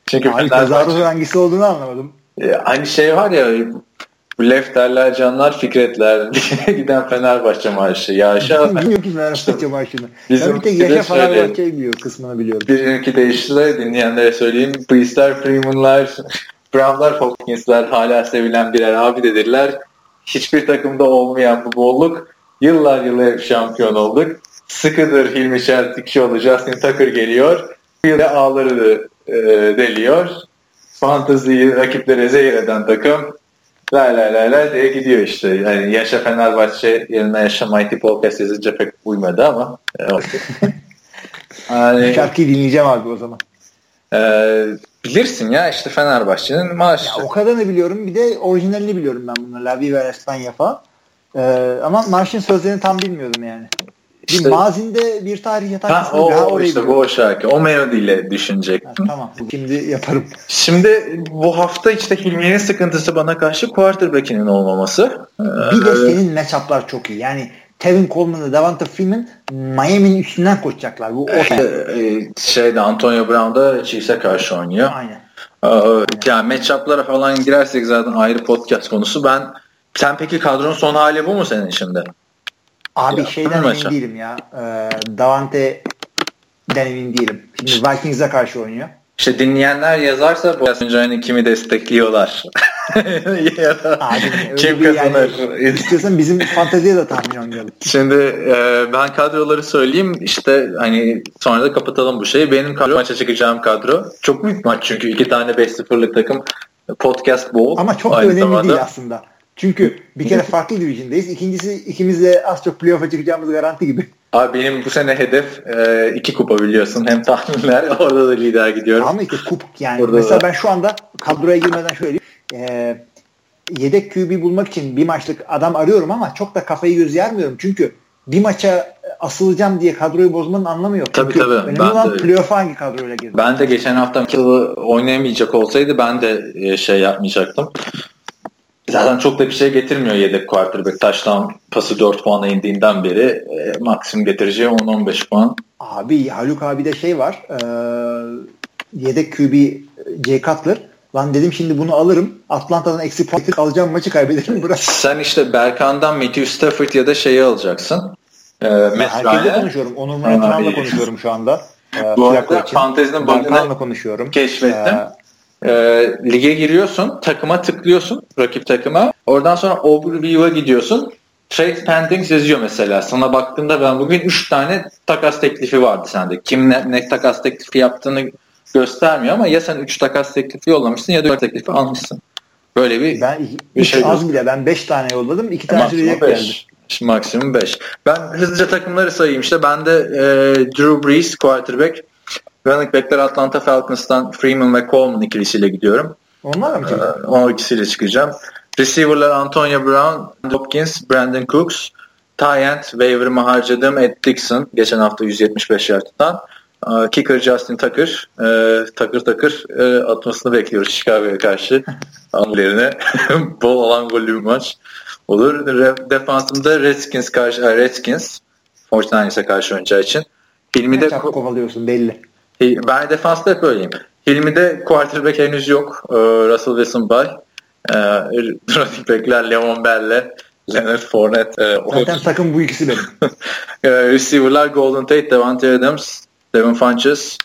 Çünkü tezahürün hangisi olduğunu anlamadım. Hani şey var ya, Lefterler, Canlar, Fikretler giden Fenerbahçe marşı. Yaşa. Bilmiyorum ki Fenerbahçe marşını. Ben bir tek Yaşa Fenerbahçe'yi biliyorum, kısmını biliyorum. Bizimki değiştiler, dinleyenlere söyleyeyim. Priestler, Freeman'lar, Brown'lar, Hopkins'ler hala sevilen birer abidedirler. Hiçbir takımda olmayan bu bolluk. Yıllar şampiyon olduk. Sıkıdır Hilmi Çeltikçioğlu, Justin Tucker geliyor. Bir de ağları deliyor. Fanteziyi rakiplere zehir eden takım la diye gidiyor işte. Yani Yaşa Fenerbahçe yerine Yaşa Mighty Podcast yazınca pek uymadı ama. Yani, şarkıyı dinleyeceğim abi o zaman. Bilirsin ya işte Fenerbahçe'nin marşı. Ya, o kadarını biliyorum. Bir de orijinalini biliyorum ben bunu. La Viva España falan. Ama marşın sözlerini tam bilmiyordum yani. İşte, mazinde bir tarih yatar kısmı orayı işte biliyorum. Bu o şarkı. O melodiyle düşünecektim. Tamam. Şimdi yaparım. Şimdi bu hafta işte Hilmi'nin sıkıntısı bana karşı quarterback'inin olmaması. Bir de senin matchup'lar çok iyi. Yani Tevin Coleman'la Devonta Freeman Miami'nin üstünden koşacaklar. Bu Antonio Brown da Chiefs'e karşı oynuyor. Aynen. Yani matchup'lara falan girersek zaten ayrı podcast konusu. Sen peki kadronun son hali bu mu senin şimdi? Abi ya, şeyden emin değilim ya. Davante'den emin değilim. Şimdi Vikings'e karşı oynuyor. İşte dinleyenler yazarsa bu aslında kimi destekliyorlar. Abi, kim kazanır? Yani, istiyorsan bizim fanteziye de tahmin oynayalım. Şimdi ben kadroları söyleyeyim. İşte hani sonra da kapatalım bu şeyi. Benim maça çıkacağım kadro. Çok büyük maç çünkü 2 tane 5-0'lık takım. Podcast bowl. Ama çok da önemli değil aslında. Çünkü bir kere farklı division'dayız. İkincisi ikimiz de az çok playoff'a çıkacağımız garanti gibi. Abi benim bu sene hedef 2 kupa biliyorsun. Hem tahminler orada da lider gidiyorum. Ama 2 kupa yani. Orada mesela ben şu anda kadroya girmeden şöyle yedek QB bulmak için bir maçlık adam arıyorum ama çok da kafayı göz yermiyorum. Çünkü bir maça asılacağım diye kadroyu bozmanın anlamı yok. Tabii. Önemli olan playoff'a hangi kadroyla girdim. Ben de geçen hafta oynayamayacak olsaydı ben de yapmayacaktım. Zaten çok da bir şey getirmiyor yedek quarterback. Touchdown pası 4 puana indiğinden beri maksimum getireceği 10-15 puan. Abi Haluk abi de var. Yedek QB Jay Cutler. Lan dedim şimdi bunu alırım. Atlanta'dan eksi puan alacağım, maçı kaybederim. Sen işte Berkan'dan Matthew Stafford ya da alacaksın. Herkesle konuşuyorum. Onur Murat'la konuşuyorum şu anda. Bu arada fantezinin Berkan'la konuşuyorum. Keşfettim. Lige giriyorsun, takıma tıklıyorsun, rakip takıma. Oradan sonra Overview'a gidiyorsun. Trade pending yazıyor mesela. Sana baktığımda ben bugün 3 tane takas teklifi vardı sende. Kim ne takas teklifi yaptığını göstermiyor ama ya sen 3 takas teklifi yollamışsın ya da 4 teklifi almışsın. Böyle bir şey az bile. Ben 5 tane yolladım. 2 tanesi reject geldi. Maksimum 5. Ben hızlıca takımları sayayım işte. Ben de Drew Brees quarterback. Running back'ler Atlanta Falcons'tan Freeman ve Coleman ikilisiyle gidiyorum. Onlar mı çıkacak? O ikisiyle çıkacağım. Receiver'lar Antonio Brown, Hopkins, Brandon Cooks. Tight end waiver'ımı harcadığım Ed Dixon. Geçen hafta 175 yardtan. Kicker Justin Tucker. Takır atmasını bekliyoruz Chicago'ya karşı. Anlarına bol alan gollü bir maç olur. Defansımda Redskins 49ers'e karşı oynayacağı için. Hilmi'de kovalıyorsun belli. Ben defansta hep öyleyim. Hilmi'de quarterback henüz yok. Russell Wilson bay. Running back'ler Le'Veon Bell'le Leonard Fournette. Zaten takım bu ikisi benim. Receiver'lar Golden Tate, Davante Adams, Devin Funchess,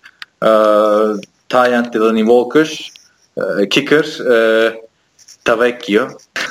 tight end Delaney Walker, kicker Tavecchio.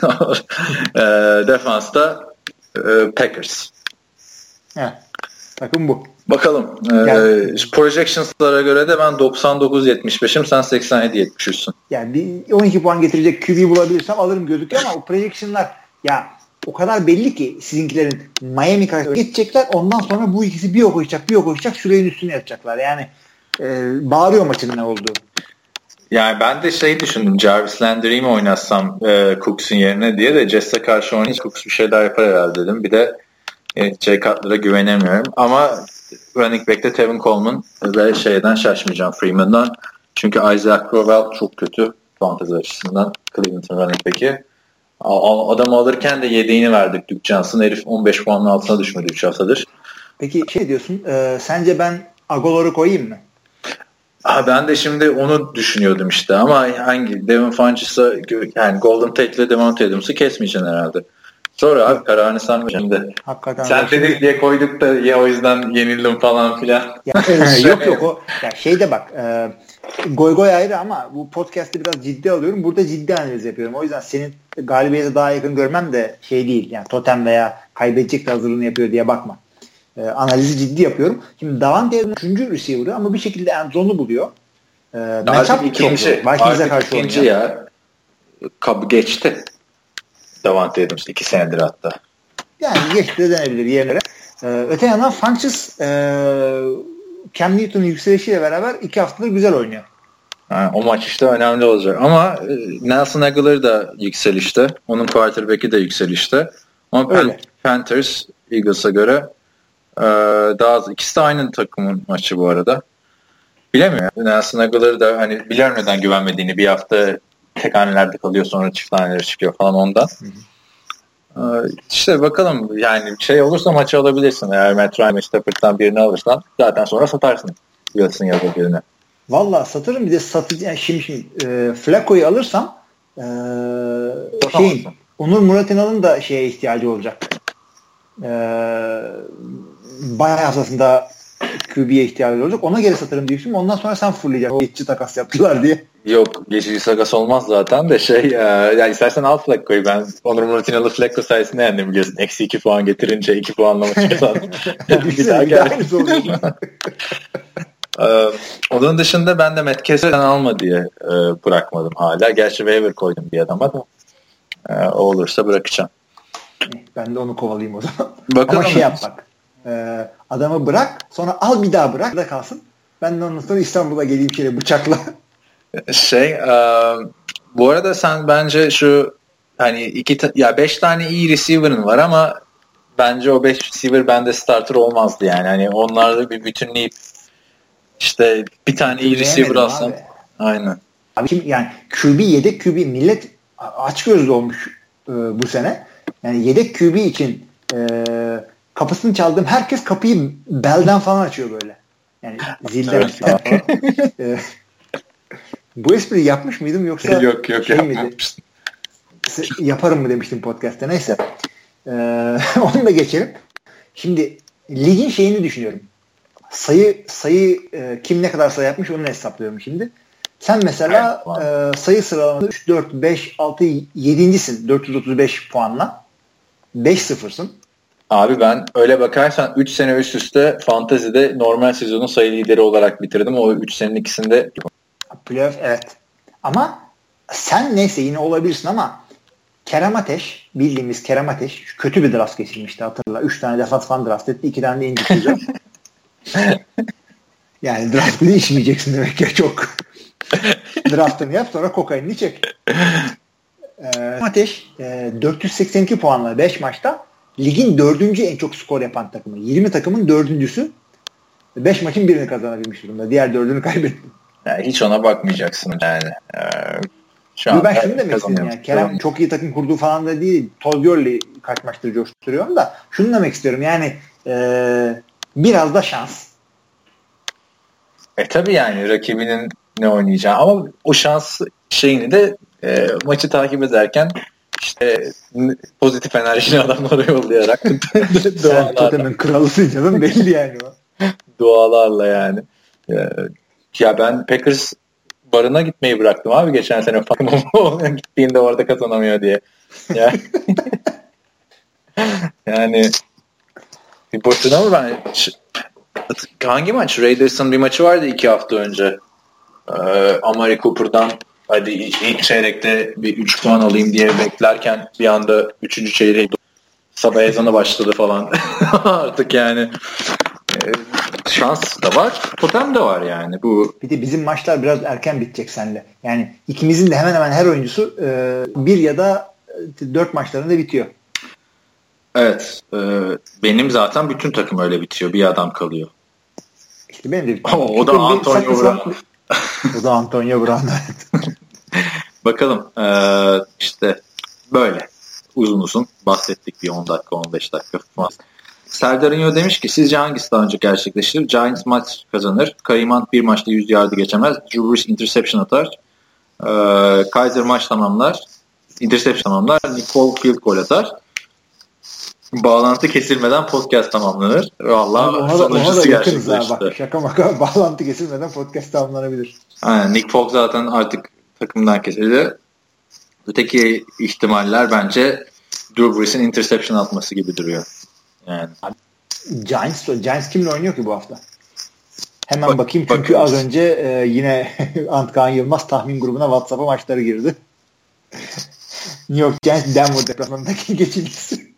Defansta Packers. Evet. Takım bu. Bakalım. Projections'lara göre de ben 99-75'im, sen 87-73'sün. Yani 12 puan getirecek QB bulabilirsem alırım gözüküyor ama o projection'lar ya o kadar belli ki sizinkilerin Miami karşı geçecekler. Ondan sonra bu ikisi bir okuyacak sürenin üstüne yatacaklar. Yani bağırıyor maçın ne olduğu. Yani ben de düşündüm. Jarvis Landry'i mi oynatsam Cooks'un yerine diye de Jets'e karşı oynayınca Cooks bir şey daha yapar herhalde dedim. Bir de Jay Cutler'a güvenemiyorum. Ama running back'te Tevin Coleman ve şaşmayacağım Freeman'dan. Çünkü Isaiah Crowell çok kötü fantezi açısından Cleveland'ın running back'i. Adamı alırken de yedeğini verdik Duke Johnson. Herif 15 puanın altına düşmedi 3 haftadır. Peki diyorsun. Sence ben Agholor'u koyayım mı? Ben de şimdi onu düşünüyordum işte ama hangi Devin Funches'a yani Golden Tate ile Devontae Adams'ı kesmeyeceksin herhalde. Sonra abi kararını sen mi şimdi? Hakikaten. Sen dedik diye koyduk da ya o yüzden yenildim falan filan. Yok o. Ya şeyde bak goy ayrı ama bu podcast'ı biraz ciddi alıyorum. Burada ciddi analiz yapıyorum. O yüzden senin galibiyete daha yakın görmem de şey değil. Yani totem veya kaybedecek de hazırlığını yapıyor diye bakma. Analizi ciddi yapıyorum. Şimdi Davante Adams 3. receiver'ı ama bir şekilde end zone'u buluyor. Artık ikinci ya. Kabı geçti. Davante Adams 2 senedir hatta. Yani geçti de denebilir yerlere. Öte yandan Funches Cam Newton'un yükselişiyle beraber 2 haftadır güzel oynuyor. O maç işte önemli olacak. Ama Nelson Aguilar da yükselişte. Onun quarterback'i de yükselişte. Ama Panthers Eagles'a göre daha az. İkisi de aynı takımın maçı bu arada. Bilemiyorum. Nelson Aguilar da hani biliyorum neden güvenmediğini. Bir hafta tek hanelerde kalıyor sonra çift hanelere çıkıyor falan ondan. İşte bakalım yani şey olursa maçı alabilirsin. Eğer Matt Ryan ve Stafford'dan birini alırsan zaten sonra satarsın. Wilson ya da birine. Valla satırım bir de satıcı. Yani şimdi Flacco'yu alırsam Onur Murat İnal'ın da şeye ihtiyacı olacak. Bayağı haftasında QB'ye ihtiyacı olacak. Ona göre satarım diyorsun. Ondan sonra sen fırlayacaksın. Geçici takas yaptılar diye. Yok geçici takas olmaz zaten de yani istersen al Flacco'yu. Ben Onur Murat İnal'ı Flacco sayesinde yendim biliyorsun. Eksi 2 puan getirince 2 puanla maçı kazandım. bir daha geldim. Onun dışında ben de Matt Cassell'den alma diye bırakmadım hala. Gerçi waiver koydum bir adama da. O olursa bırakacağım. Ben de onu kovalayayım o zaman. Bakalım. Ama şey yap bak. Adamı bırak sonra al bir daha bırak da kalsın. Ben de ondan sonra İstanbul'a geleyim şöyle bıçakla. Bu arada sen bence şu hani 5 tane iyi receiver'ın var ama bence o 5 receiver bende starter olmazdı yani. Hani onlarla bir bütünleyip işte bir tane iyi receiver alsam. Aynen. Abi şimdi yani QB yedek QB millet açgözlü olmuş bu sene. Yani yedek QB için kapısını çaldığım herkes kapıyı belden falan açıyor böyle. Yani zilden falan. Bu espri yapmış mıydım yoksa yok şey miydi? Yaparım mı demiştim podcast'te. Neyse. Onu da geçelim. Şimdi ligin şeyini düşünüyorum. Sayı kim ne kadar sayı yapmış onu hesaplıyorum şimdi. Sen mesela sayı sıralamasında 3, 4, 5, 6, 7.sin 435 puanla. 5-0'sın. Abi ben öyle bakarsan 3 sene üst üste fantezide normal sezonun sayı lideri olarak bitirdim. O 3 senenin ikisinde playoff evet. Ama sen neyse yine olabilirsin ama Kerem Ateş, bildiğimiz Kerem Ateş kötü bir draft geçirmişti hatırla. 3 tane defans falan draft etti. 2 tane de indikizör. Yani draftını içmeyeceksin demek ki çok. Draftını yap sonra kokainini çek. Ateş 482 puanla 5 maçta ligin 4. en çok skor yapan takımı. 20 takımın 4.'sü. 5 maçın birini kazanabilmiş durumda. Diğer 4'ünü kaybetti. Yani hiç ona bakmayacaksın yani. Şu an ben şunu demek istedim yani. Kerem çok iyi takım kurduğu falan da değil. Todd Gurley kaç maçtır coşturuyorum da şunu demek istiyorum yani biraz da şans. Tabii yani rakibinin ne oynayacağı ama o şans şeyini de maçı takip ederken işte pozitif enerjili adamlara yollayarak sen totemin kralısın canım belli yani o. Dualarla yani. Ya ben Packers barına gitmeyi bıraktım abi geçen sene falan gittiğinde orada kazanamıyor diye. Yani bir boşuna mı ben hangi maç? Raiders'ın bir maçı vardı 2 hafta önce. Amari Cooper'dan hadi ilk çeyrekte bir 3 puan alayım diye beklerken bir anda 3. çeyrek sabah ezanı başladı falan. Artık yani şans da var, totem de var yani. Bir de bizim maçlar biraz erken bitecek seninle. Yani ikimizin de hemen hemen her oyuncusu 1 ya da 4 maçlarında bitiyor. Evet. Benim zaten bütün takım öyle bitiyor. Bir adam kalıyor. İşte benim de bitiyor. O da Antonio Brown. O da Antonio Brown. Bakalım. İşte böyle. Uzun bahsettik bir 10 dakika 15 dakika falan. Serdarinho demiş ki sizce hangisi daha önce gerçekleşir? Giants maç kazanır. Kareem Hunt bir maçta 100 yardı geçemez. Drew Brees interception atar. Kaiser maç tamamlar. Interception tamamlar. Nick Folk field goal atar. Bağlantı kesilmeden podcast tamamlanır. Vallahi sonuncusu gerçekleşti. Şaka maka bağlantı kesilmeden podcast tamamlanabilir. Aynen, Nick Folk zaten artık takımdan kesildi. Öteki ihtimaller bence Drew Brees'in interception atması gibi duruyor. Yani. Giants kimle oynuyor ki bu hafta? Hemen bakayım çünkü az önce yine Antkan Yılmaz tahmin grubuna WhatsApp'a maçları girdi. New York Giants Denver deplasmanındaki geçilisi.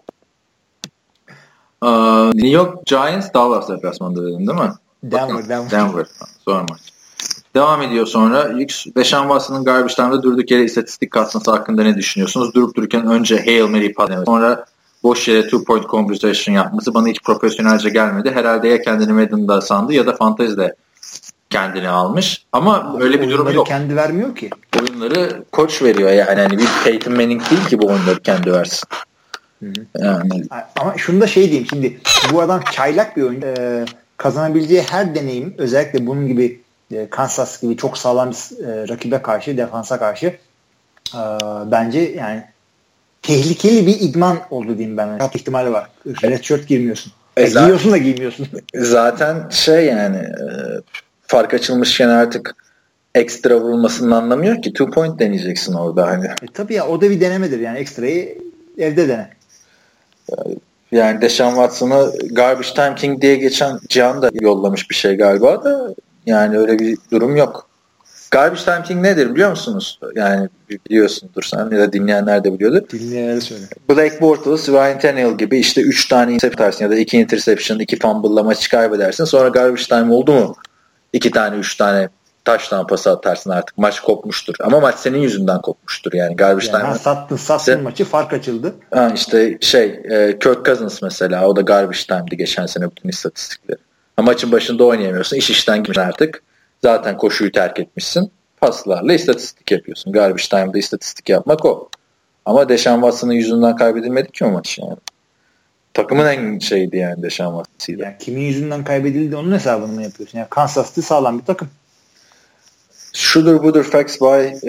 New York Giants Dallas deplasmanında dedim değil mi? Denver. Sonra maç. Devam ediyor sonra. Deshaun Watson'ın garbage time'da durduk yere istatistik katması hakkında ne düşünüyorsunuz? Durup dururken önce Hail Mary pas, sonra boş yere 2-point conversation yapması bana hiç profesyonelce gelmedi. Herhalde ya kendini Madden'da sandı ya da fantezide kendini almış. Ama öyle bir durum yok. Kendi vermiyor ki. Oyunları koç veriyor yani. Hani bir Peyton Manning değil ki bu oyunları kendi versin. Yani. Ama şunu da diyeyim şimdi. Bu adam çaylak bir oyuncu. Kazanabileceği her deneyim özellikle bunun gibi Kansas gibi çok sağlam bir rakibe karşı, defansa karşı bence yani tehlikeli bir idman oldu diyeyim ben. Çok ihtimali var. Red shirt girmiyorsun. Giyiyorsun da giymiyorsun. Zaten yani fark açılmışken artık ekstra vurulmasının anlamıyor ki. 2 point deneyeceksin orada hani. Tabii ya o da bir denemedir yani ekstrayı evde dene. Yani Deshaun Watson'ı Garbage Time King diye geçen Cihan da yollamış bir şey galiba da yani öyle bir durum yok. Garbage Time King nedir biliyor musunuz? Yani biliyorsundur sen ya da dinleyenler de biliyordur. Dinleyenler söyle. Blake Bortles, Ryan Tannehill gibi işte 3 tane interception ya da 2 interception, 2 fumble'la maçı kaybedersin. Sonra garbage time oldu mu 2 tane 3 tane touchdown pası atarsın artık. Maç kopmuştur. Ama maç senin yüzünden kopmuştur. Yani garbage time. Sattın maçı fark açıldı. İşte Kirk Cousins mesela o da garbage time'di geçen sene bütün istatistikleri. Maçın başında oynayamıyorsun. İş işten gitmiş artık. Zaten koşuyu terk etmişsin. Paslarla istatistik yapıyorsun. Garbage time'da istatistik yapmak o. Ama Deshaun Watson'ın yüzünden kaybedilmedi ki o maç yani. Takımın en şeydi yani Deshaun Watson'ıydı. Yani kimin yüzünden kaybedildi onun hesabını mı yapıyorsun? Yani Kansas City sağlam bir takım. Shooter Budur Facts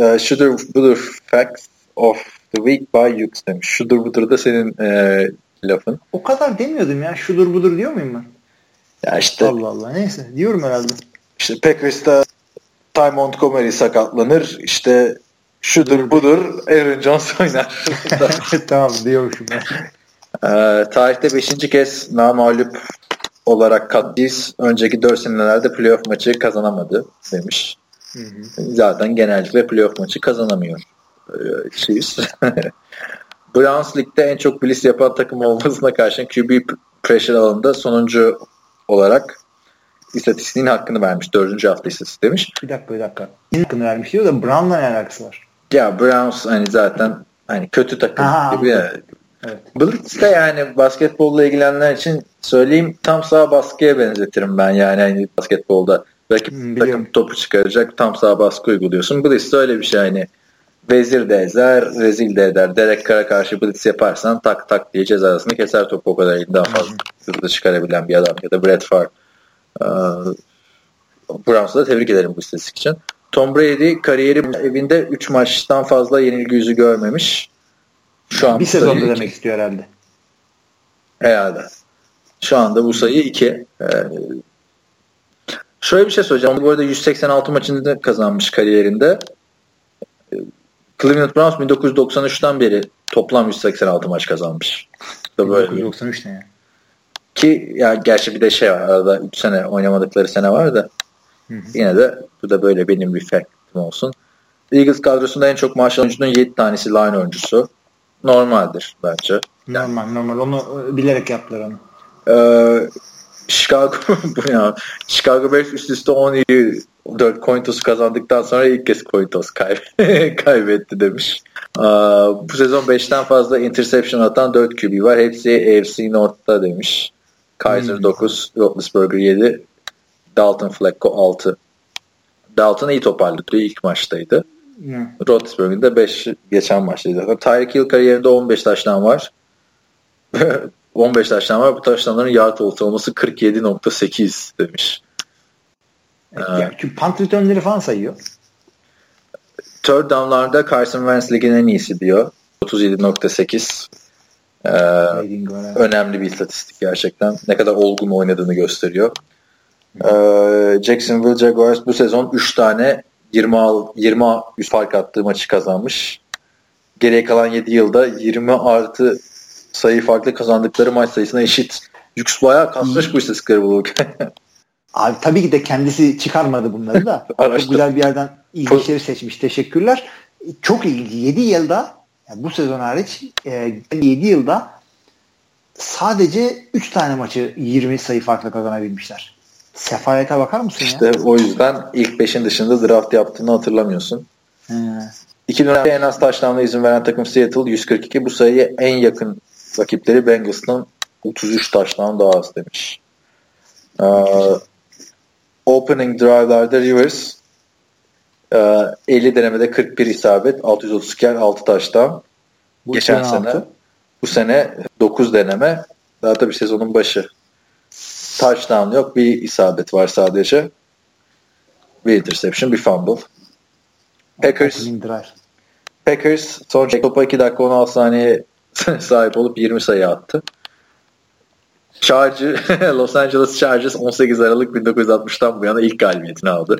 of the Week by Yux demiş. Shooter Budur da senin lafın. O kadar demiyordum ya. Shooter Budur diyor muyum ben? Ya işte. Allah neyse diyorum herhalde. İşte Packers'ta Ty Montgomery sakatlanır. İşte şudur budur Aaron Jones oynar. Tamam diyormuşum ben. Tarihte 5. kez namağlup olarak Cowboys önceki 4 senelerde playoff maçı kazanamadı demiş. Hı. Zaten genellikle playoff maçı kazanamıyor. Browns ligde en çok blitz yapan takım olmasına karşın QB pressure alanında sonuncu olarak istatistiğin hakkını vermiş. 4. hafta istatistiği demiş. Bir dakika. Hakkını vermiş diyor da Brown'la ne alakası var? Ya Browns zaten kötü takım gibi ya. Evet. Blitz de yani basketbolla ilgilenenler için söyleyeyim tam sağ baskıya benzetirim ben yani basketbolda rakip takım topu çıkaracak tam sağ baskı uyguluyorsun. Blitz de öyle bir şey vezir de ezer, rezil de eder. Derek Carr'a karşı blitz yaparsan tak tak diye cezasını keser topu o kadar elinden fazla hızlı çıkarabilen bir adam ya da Brett Favre. Browns'u da tebrik ederim bu istatistik için. Tom Brady kariyeri evinde 3 maçtan fazla yenilgi yüzü görmemiş. Şu an bir sezonda demek istiyor herhalde. Herhalde. Şu anda bu sayı 2. Şöyle bir şey söyleyeceğim. Bu arada 186 maçını kazanmış kariyerinde. Cleveland Browns 1993'ten beri toplam 186 maç kazanmış. 1993 ne ya? Ki ya gerçi bir de var arada 3 sene oynamadıkları sene var da yine de bu da böyle benim bir fact'im olsun. Eagles kadrosunda en çok maaşlı oyuncunun 7 tanesi line oyuncusu. Normaldir bence. Normal. Onu bilerek yaptılar onu. Chicago Bears üst üste 14 coin toss'u kazandıktan sonra ilk kez coin toss kaybetti demiş. Bu sezon 5'ten fazla interception atan 4 QB var. Hepsi AFC North'ta demiş. Kaiser 9, Roethlisberger 7, Dalton Flacco 6. Dalton iyi toparladı. İlk maçtaydı. Roethlisberger'in de 5 geçen maçtaydı. Tyreek Hill kariyerinde 15 taştan var. 15 taştan var. Bu taştanların yard ortalaması 47.8 demiş. Çünkü punt return'leri falan sayıyor. Third down'larda Carson Wentz ligin en iyisi diyor. 37.8. Önemli bir istatistik gerçekten. Ne kadar olgun oynadığını gösteriyor. Jacksonville Jaguars bu sezon 3 tane 20 üst fark attığı maçı kazanmış. Geriye kalan 7 yılda 20 artı sayı farklı kazandıkları maç sayısına eşit. Lüks bayağı kasmış bu istatistikleri bu. Abi tabii ki de kendisi çıkarmadı bunları da. Çok güzel bir yerden ilginçleri seçmiş. Teşekkürler. Çok ilginç. 7 yılda yani bu sezon hariç 7 yılda sadece 3 tane maçı 20 sayı farklı kazanabilmişler. Sefayete bakar mısın işte ya? O yüzden ilk 5'in dışında draft yaptığını hatırlamıyorsun. 2 dönemde en az touchdown'a izin veren takım Seattle 142. Bu sayıya en yakın rakipleri Bengals'ın 33 touchdown daha az demiş. Opening drive'larda Rivers 50 denemede 41 isabet, 632 yer, 6 touchdown. Geçen sene. Bu sene 9 deneme. Daha tabii sezonun başı. Touchdown yok. Bir isabet var sadece. Bir interception, bir fumble. Packers son topa 2 dakika 16 saniye sahip olup 20 sayı attı. Los Angeles Chargers 18 Aralık 1960'tan bu yana ilk galibiyetini aldı.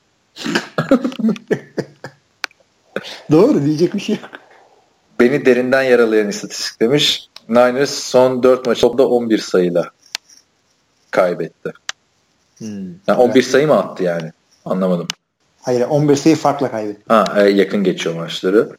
Doğru, diyecek bir şey yok. Beni derinden yaralayan istatistik demiş. Niners son 4 maçta 11 sayıyla kaybetti. Yani 11 sayı mı attı yani? Anlamadım. Hayır, 11 sayı farkla kaybetti. Yakın geçiyor maçları.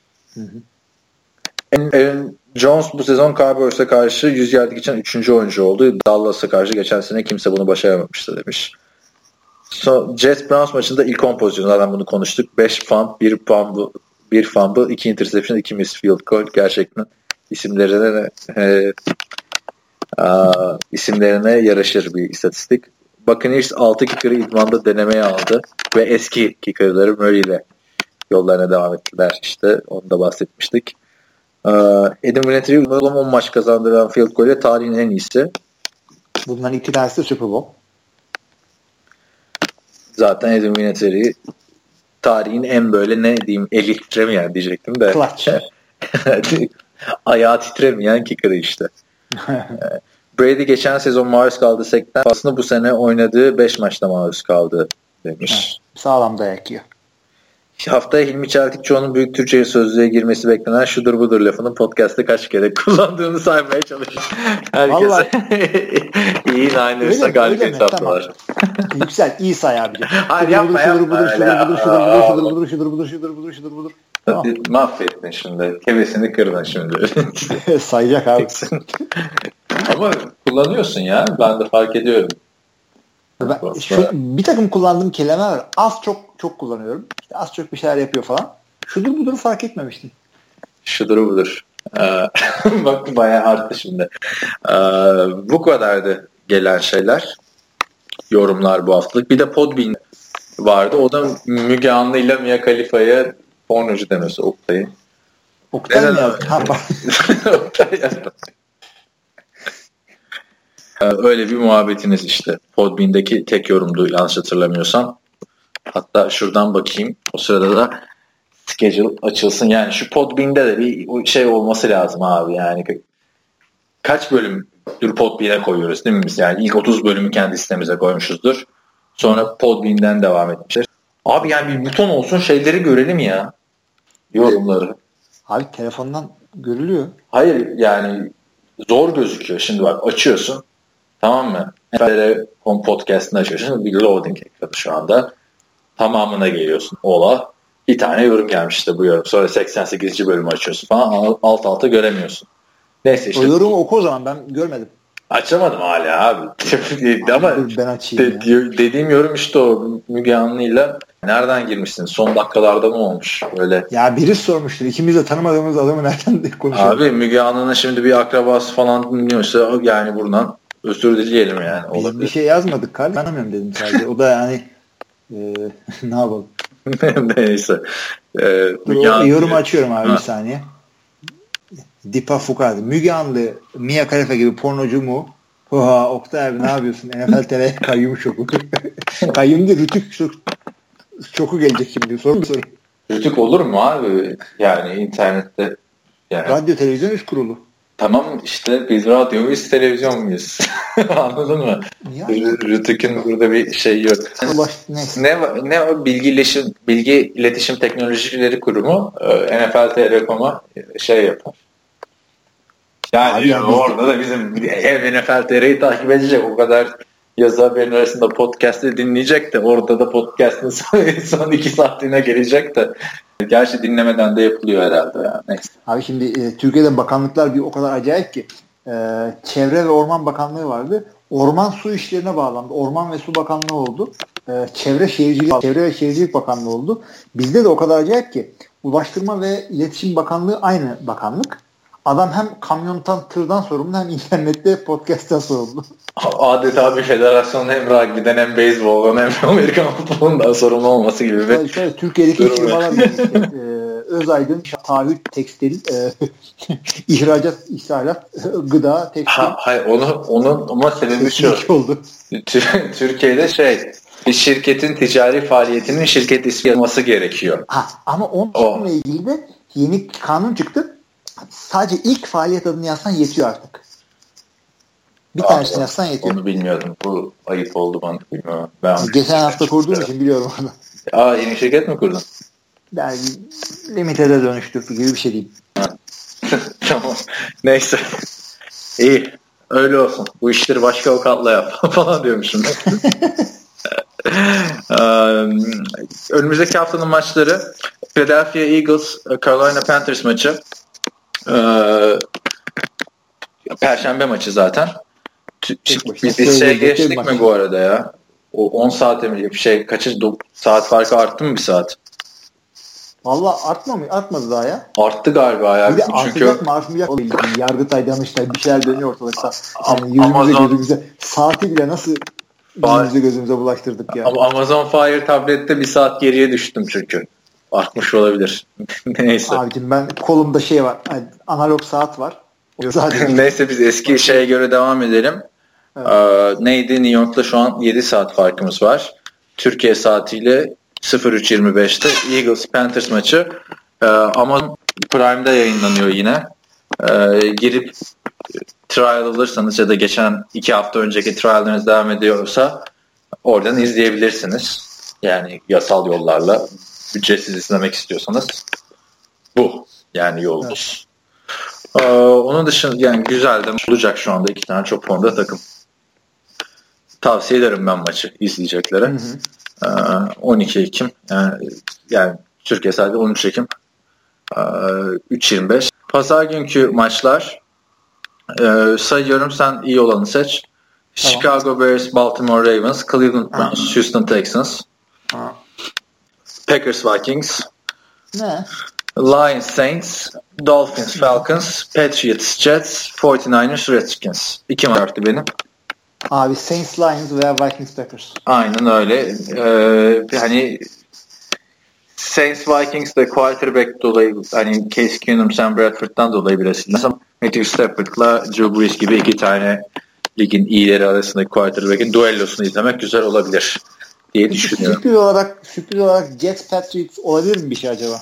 Aaron Jones bu sezon Cowboys'a karşı 100 yard geçen 3. oyuncu oldu. Dallas'a karşı geçen sene kimse bunu başaramamıştı demiş. Jets Browns maçında ilk 10 pozisyonu, zaten bunu konuştuk. 5 fumble, 1 fumble, 2 interception, 2 miss field goal. Gerçekten isimlerine yaraşır bir istatistik. Buccaneers 6 kicker'ı idmanda denemeye aldı ve eski kicker'ları Murray ile yollarına devam ettiler. İşte onu da bahsetmiştik. Adam Vinatieri 10 maç kazandıran field goal ile tarihin en iyisi. Bundan 2 tanesi de Super Bowl. Zaten Adam Vinatieri tarihin en böyle ne diyeyim eli titremeyen diyecektim de. Clutch. Ayağı titremeyen kicker'ı işte. Brady geçen sezon maruz kaldığı sekten aslında bu sene oynadığı 5 maçta maruz kaldı demiş. Sağlam dayak yiyor. Haftaya Hilmi Çeltikçioğlu'nun büyük Türkçe sözlüğe girmesi beklenen şudur budur lafının podcast'te kaç kere kullandığını saymaya çalışıyor. Herkese iyi Niners'a galibiyet yaptılar. Yüksel iyi say abi. Hayır yapma. Şudur budur. Mahvettin şimdi. Kevesini kırdın şimdi. Sayacak abi. Ama kullanıyorsun ya. Ben de fark ediyorum. Bir takım kullandığım kelime var. Az çok kullanıyorum. İşte az çok bir şeyler yapıyor falan. Şudur budur fark etmemiştim. Şudur budur. Bak bayağı arttı şimdi. Bu kadardı gelen şeyler. Yorumlar bu haftalık. Bir de Podbean vardı. O da Müge Anlı ile Mia Khalifa'ya pornocu demesi Oktay'ın. Oktay mı yazdın? Oktay yazdı. Öyle bir muhabbetiniz işte. Podbean'deki tek yorumdu yanlış hatırlamıyorsam. Hatta şuradan bakayım. O sırada da schedule açılsın. Yani şu Podbean'de de bir şey olması lazım abi. Yani kaç bölümdür Podbean'e koyuyoruz değil mi biz? Yani ilk 30 bölümü kendi sitemize koymuşuzdur. Sonra Podbean'den devam etmişler. Abi yani bir buton olsun, şeyleri görelim ya. Yorumları. Abi telefondan görülüyor. Hayır yani zor gözüküyor. Şimdi bak açıyorsun. Tamam mı? NFL.com podcast'ını açıyorsun. Bir loading ekranı şu anda. Tamamına geliyorsun. Ola. Bir tane yorum gelmiş işte bu yorum. Sonra 88. bölümü açıyorsun falan. Alt alta göremiyorsun. Neyse işte. O yorumu oku o zaman. Ben görmedim. Açamadım hala abi. Ama ben açayım dediğim yorum işte o Müge Anlı'yla nereden girmişsin? Son dakikalarda mı olmuş? Böyle. Ya biri sormuştur. İkimiz de tanımadığımız adamı nereden konuşuyor? Abi Müge Anlı'nın şimdi bir akrabası falan dinliyorsa yani buradan özür dileyelim yani. Biz olabilir. Bir şey yazmadık kardeşim. Tanımıyorum dedim sadece. O da yani ne yapalım? Neyse. Yorumu açıyorum abi bir saniye. Dipa Fukadi. Müge Anlı, Mia Khalifa gibi pornocu mu? Oha, Oktay abi ne yapıyorsun? NFL TV'ye kayyum şoku. Kayyum değil, Rütük şoku gelecek şimdi. Sorun mu sorun? Rütük olur mu abi? Yani internette. Yani. Radyo televizyon üst kurulu. Tamam işte biz radyo muyuz, televizyon muyuz? Anladın mı? Rütük'ün burada bir şey yok. Ne o bilgi iletişim teknolojileri kurumu NFL Telekom'a şey yapar. Yani orada da bizim NFL TR'yi takip edecek o kadar yazı haberin arasında podcast'ı dinleyecek de orada da podcast'ın son 2 saatine gelecek de gerçi dinlemeden de yapılıyor herhalde yani. Neyse. Abi şimdi Türkiye'de bakanlıklar bir o kadar acayip ki Çevre ve Orman Bakanlığı vardı. Orman su işlerine bağlandı. Orman ve Su Bakanlığı oldu. Çevre ve Şehircilik Bakanlığı oldu. Bizde de o kadar acayip ki Ulaştırma ve İletişim Bakanlığı aynı bakanlık. Adam hem kamyondan, tırdan sorumlu hem internette podcast'ten sorumlu. Adeta bir federasyonun hem rugby'den hem beyzboldan hem Amerikan futbolundan sorumlu olması gibi bir şöyle, Türkiye'deki firmalar Özaydın, taahhüt, tekstil, ihracat, ithalat, gıda, tekstil. Hayır onun ama sebebi şu. Oldu. Türkiye'de bir şirketin ticari faaliyetinin şirket ismi olması gerekiyor. Ama onunla ilgili de yeni kanun çıktı. Sadece ilk faaliyet adını yazsan yetiyor artık. Bir tanesini yazsan yetiyor. Onu bilmiyordum. Bu ayıp oldu bana. Bilmiyorum. Geçen hafta kurduğum için biliyorum onu. Yeni şirket mi kurdun? Yani limitede dönüştük gibi bir şey değil. Tamam. Neyse. İyi. Öyle olsun. Bu işleri başka avukatla yap falan diyormuşum. Önümüzdeki haftanın maçları Philadelphia Eagles Carolina Panthers maçı. Perşembe maçı zaten. Biz geçtik mi bu arada ya? O 10 saate mi kaçı saat farkı arttı mı bir saat? Valla artmadı daha ya. Arttı galiba ya. Bir de artacak mı artmayacak mı? Yargıtay, Danıştay bir şeyler dönüyor ortalıkta. Yani gözümüze saati bile nasıl gözümüze bulaştırdık ya. Ama Amazon Fire tablette bir saat geriye düştüm çünkü. Artmış olabilir. Neyse. Abicim ben kolumda var. Yani analog saat var. Neyse biz eski şeye göre devam edelim. Evet. Neydi? New York'ta şu an 7 saat farkımız var. Türkiye saatiyle 03.25'te Eagles Panthers maçı Amazon Prime'da yayınlanıyor yine. Girip trial alırsanız ya da geçen 2 hafta önceki trialleriniz devam ediyorsa oradan izleyebilirsiniz. Yani yasal yollarla ücretsiz izlemek istiyorsanız bu yani yolunuz. Evet. Onun dışında yani güzel de olacak şu anda 2 tane çok formda takım. Tavsiye ederim ben maçı izleyeceklere. 12 Ekim yani Türkiye saati 13 Ekim 3.25. Pazar günkü maçlar sayıyorum sen iyi olanı seç. Tamam. Chicago Bears, Baltimore Ravens, Cleveland Browns, Houston Texans, Packers Vikings, Lions Saints, Dolphins Falcons, Patriots Jets, 49ers Redskins. 2 maç arttı benim. Abi Saints Lions veya Vikings Packers. Aynen öyle. Hani Saints Vikings de quarterback dolayı hani Case Keenum, Sam Bradford'dan dolayı biraz Matthew Stafford'la Drew Brees gibi 2 tane ligin iyileri arasındaki quarterback'in duellosunu izlemek güzel olabilir diye düşünüyorum. Sürpriz olarak Jets Patriots olabilir mi bir şey acaba?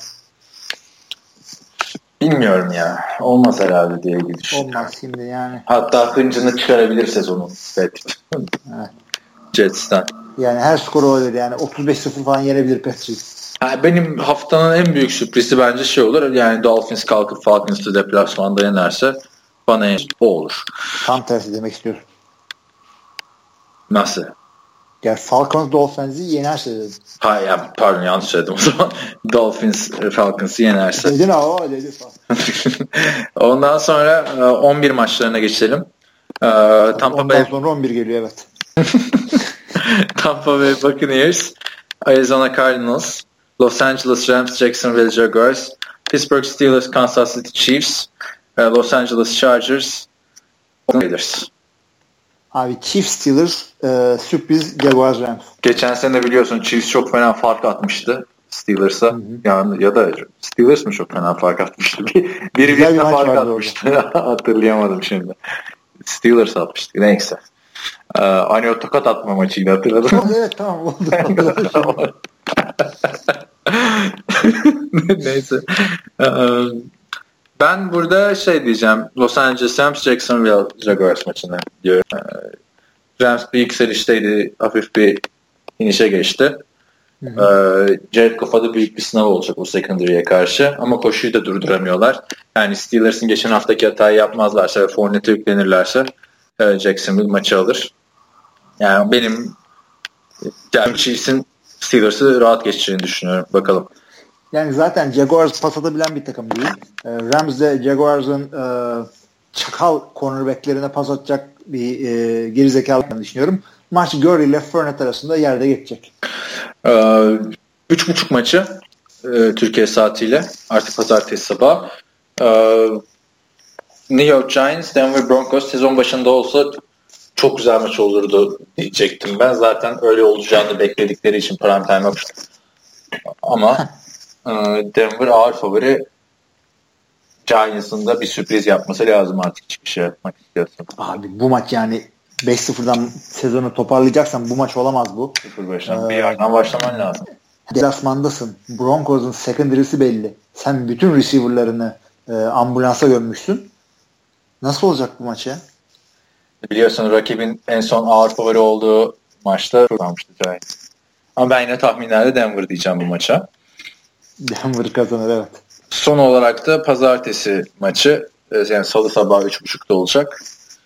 Bilmiyorum ya. Olmaz herhalde diye düşünüyorum. Olmaz şimdi yani. Hatta hıncını çıkarabilir sezonun. Evet. Jets'ten. Yani her skor olabilir yani. 35-0 falan yenebilir Patriots. Yani benim haftanın en büyük sürprizi bence olur. Yani Dolphins kalkıp Falcons'ı deplasmanda yenerse bana en o olur. Tam tersi demek istiyorum. Nasıl? Yani Falcons Dolphins'i yenerse dedim. Hayır yani, pardon yanlış söyledim o zaman. Dolphins Falcons'ı yenerse. Dedin ama dedi falan. Ondan sonra 11 maçlarına geçelim. Tampa Bay sonra 11 geliyor evet. Tampa Bay Buccaneers, Arizona Cardinals, Los Angeles Rams, Jacksonville Jaguars, Pittsburgh Steelers, Kansas City Chiefs, Los Angeles Chargers, Raiders. Abi Chiefs Steelers, sürpriz Jaguars Rams. Geçen sene biliyorsun Chiefs çok fena fark atmıştı. Steelers'a. Yani ya da Steelers mı çok fena fark atmıştı? Biri fark atmıştı. Hatırlayamadım şimdi. Steelers atmıştı. Neyse. Hani o tokat atma maçıydı, hatırladın mı? Evet, tamam oldu. Neyse. Ben burada diyeceğim. Los Angeles Rams Jacksonville Jaguars maçını diyorum. Rams bir yükselişteydi. Hafif bir inişe geçti. Jared Goff'a büyük bir sınav olacak o secondary'e karşı. Ama koşuyu da durduramıyorlar. Yani Steelers'ın geçen haftaki hatayı yapmazlarsa ve Fournette'e yüklenirlerse Jacksonville maçı alır. Yani benim Chiefs'in Steelers'ı rahat geçeceğini düşünüyorum. Bakalım. Yani zaten Jaguars pas atabilen bir takım değil. Rams de Jaguars'ın çakal cornerback'lerine pas atacak bir gerizekalı düşünüyorum. Maç Gurley ile Fournette arasında yerde geçecek. 3.30 maçı Türkiye saatiyle artık pazartesi sabahı. New York Giants, Denver Broncos sezon başında olsa çok güzel maç olurdu diyecektim ben. Zaten öyle olacağını bekledikleri için prime time yapmıştı. Ama Denver ağır favori. Giants'ın da bir sürpriz yapması lazım artık çıkışı yapmak istiyorsun. Abi bu maç yani 5-0'dan sezonu toparlayacaksan bu maç olamaz bu. 0-5'ten bir yerden başlaman lazım. Deplasmandasın. Broncos'un secondary'si belli. Sen bütün receiver'larını ambulansa gömmüşsün. Nasıl olacak bu maç ya? Biliyorsun rakibin en son ağır favori olduğu maçta kalmıştı Giants. Ama ben yine tahminlerde Denver diyeceğim bu maça. Denver kazanır, evet. Son olarak da pazartesi maçı, yani salı sabahı 3.30'da olacak.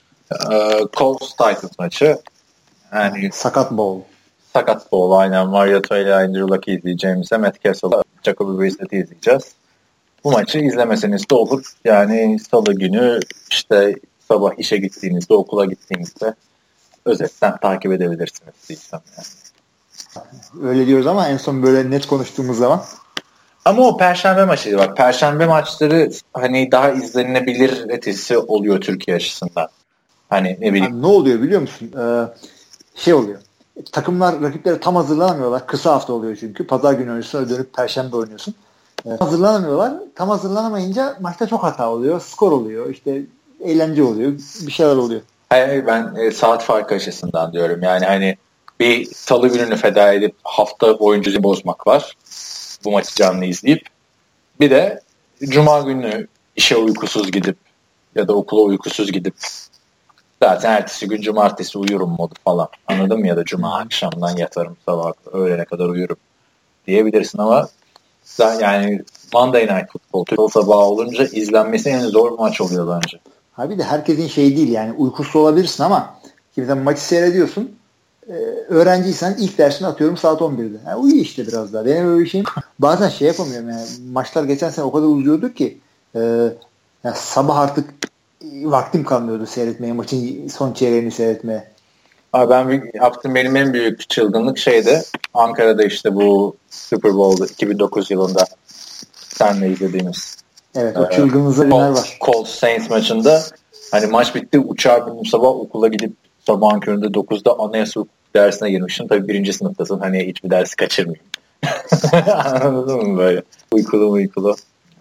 Colts Titans maçı. Yani sakat bowl. Sakat bowl, aynen. Mariota ile Andrew Luck'ı izleyeceğimize Matt Castle'ı, Jacoby Brissett'i izleyeceğiz. Bu maçı izlemeseniz de olur. Yani salı günü sabah işe gittiğinizde, okula gittiğinizde özetten takip edebilirsiniz diyeceğim yani. Öyle diyoruz ama en son böyle net konuştuğumuz zaman. Ama o Perşembe maçıydı bak. Perşembe maçları hani daha izlenebilir ötesi oluyor Türkiye açısından. Hani ne bileyim. Yani ne oluyor biliyor musun? Oluyor. Takımlar, rakiplere tam hazırlanamıyorlar. Kısa hafta oluyor çünkü. Pazar günü oynuyorsun, dönüp Perşembe oynuyorsun. Hazırlanamıyorlar. Tam hazırlanamayınca maçta çok hata oluyor. Skor oluyor. Eğlence oluyor. Bir şeyler oluyor. Hayır, ben saat farkı açısından diyorum. Yani hani bir salı gününü feda edip hafta boyunca bozmak var. Bu maçı canlı izleyip. Bir de cuma günü işe uykusuz gidip ya da okula uykusuz gidip zaten ertesi gün cumartesi uyurum modu falan. Anladın mı? Ya da cuma akşamdan yatarım, sabah öğlene kadar uyurum diyebilirsin ama yani Monday Night Football sabah olunca izlenmesi en zor maç oluyor bence. Ha bir de herkesin değil yani uykusuz olabilirsin ama kimden maçı seyrediyorsun, öğrenciysen ilk dersini atıyorum saat 11'de. Yani uyu biraz daha. Benim öyle bir şeyim. Bazen yapamıyorum yani. Maçlar geçen sene o kadar uzuyordu ki yani sabah artık vaktim kalmıyordu seyretmeye. Maçın son çeyreğini seyretmeye. Abi benim en büyük çılgınlık Ankara'da bu Super Bowl 2009 yılında senle izlediğimiz. Evet, o çılgınlıza günler var. Colts Saints maçında hani maç bitti, uçağa bindim, sabah okula gidip sabahın köründe 9'da anayasa dersine girmişim. Tabii 1. sınıftasın, hani hiçbir dersi kaçırmayayım. Anladın mı böyle? Uykulu.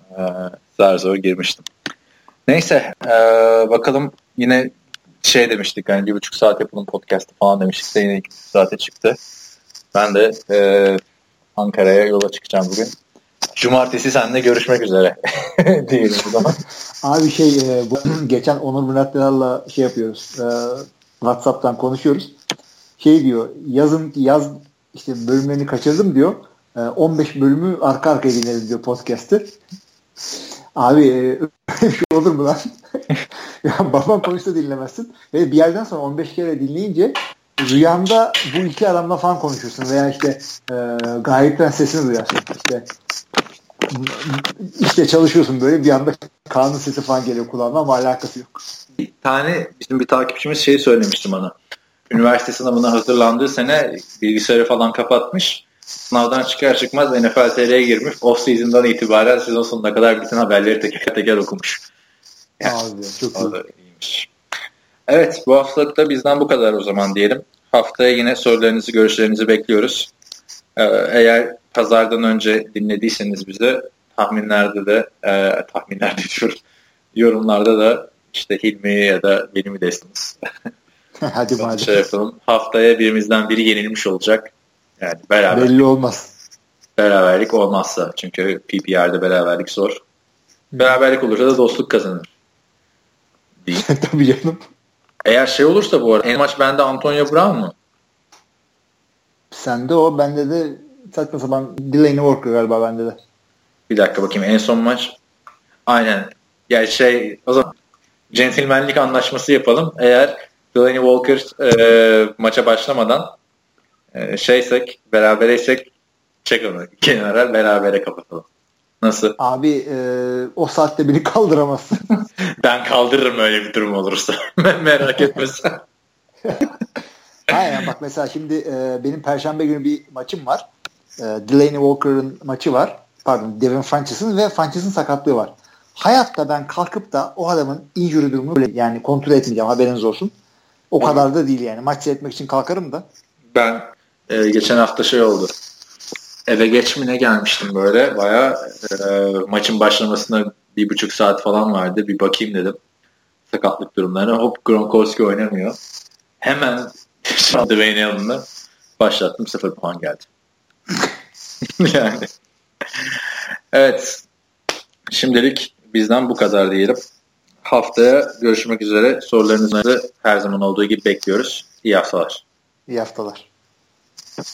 Zor girmiştim. Neyse, bakalım yine demiştik yani 1,5 saat yapalım podcast'ı falan demiştik de yine 2 saate çıktı. Ben de Ankara'ya yola çıkacağım bugün. Cumartesi seninle görüşmek üzere diyelim o zaman. Abi geçen Onur Muratlılar'la yapıyoruz. WhatsApp'tan konuşuyoruz. diyor, yaz bölümlerini kaçırdım diyor. 15 bölümü arka arkaya dinledim diyor podcast'ı. Abi öyle şey olur mu lan? Ya babam konuşsa dinlemezsin. Ve bir yerden sonra 15 kere dinleyince rüyanda bu iki adamla falan konuşursun veya gayipten sesini duyarsın. Çalışıyorsun böyle bir anda Kaan'ın sesi falan geliyor kulağına ama alakası yok. Bir tane bizim bir takipçimiz söylemişti bana. Üniversite sınavına hazırlandığı sene bilgisayarı falan kapatmış. Sınavdan çıkar çıkmaz NFL TR'ye girmiş. Off-season'dan itibaren sezon sonuna kadar bütün haberleri teker teker okumuş. Yani, çok iyiymiş. Evet, bu haftalık da bizden bu kadar o zaman diyelim. Haftaya yine sorularınızı, görüşlerinizi bekliyoruz. Eğer pazardan önce dinlediyseniz bize tahminlerde de diyorum, yorumlarda da işte Hilmi'yi ya da beni mi desiniz? Hadi madem. Şey yapalım. Haftaya birimizden biri yenilmiş olacak. Yani beraber. Belli olmaz. Beraberlik olmazsa. Çünkü PPR'de beraberlik zor. Beraberlik olursa da dostluk kazanır. Tabii canım. Eğer şey olursa bu arada en maç bende Antonio Brown mu? Sende o, bende de saçma sapan Delaney Walker galiba bende de. Bir dakika bakayım, en son maç. Aynen. Yani o zaman centilmenlik anlaşması yapalım. Eğer Delaney Walker maça başlamadan berabereysek çek onu kenara, berabere kapatalım. Nasıl? Abi o saatte beni kaldıramazsın. Ben kaldırırım öyle bir durum olursa. Merak etme sen. Aynen, bak mesela şimdi benim Perşembe günü bir maçım var. Delaney Walker'ın maçı var. Pardon, Devin Funches'ın ve Funches'ın sakatlığı var. Hayatta ben kalkıp da o adamın injury durumunu böyle yani kontrol etmeyeceğim, haberiniz olsun. O kadar da değil yani. Maç seyretmek için kalkarım da. Ben geçen hafta oldu. Eve geç mi ne gelmiştim böyle. Bayağı maçın başlamasına 1,5 saat falan vardı. Bir bakayım dedim sakatlık durumlarına. Hop, Gronkowski oynamıyor. Hemen Dwayne Allen'la başlattım. 0 puan geldi. Yani. Evet. Şimdilik bizden bu kadar diyelim. Haftaya görüşmek üzere. Sorularınızı her zaman olduğu gibi bekliyoruz. İyi haftalar. İyi haftalar.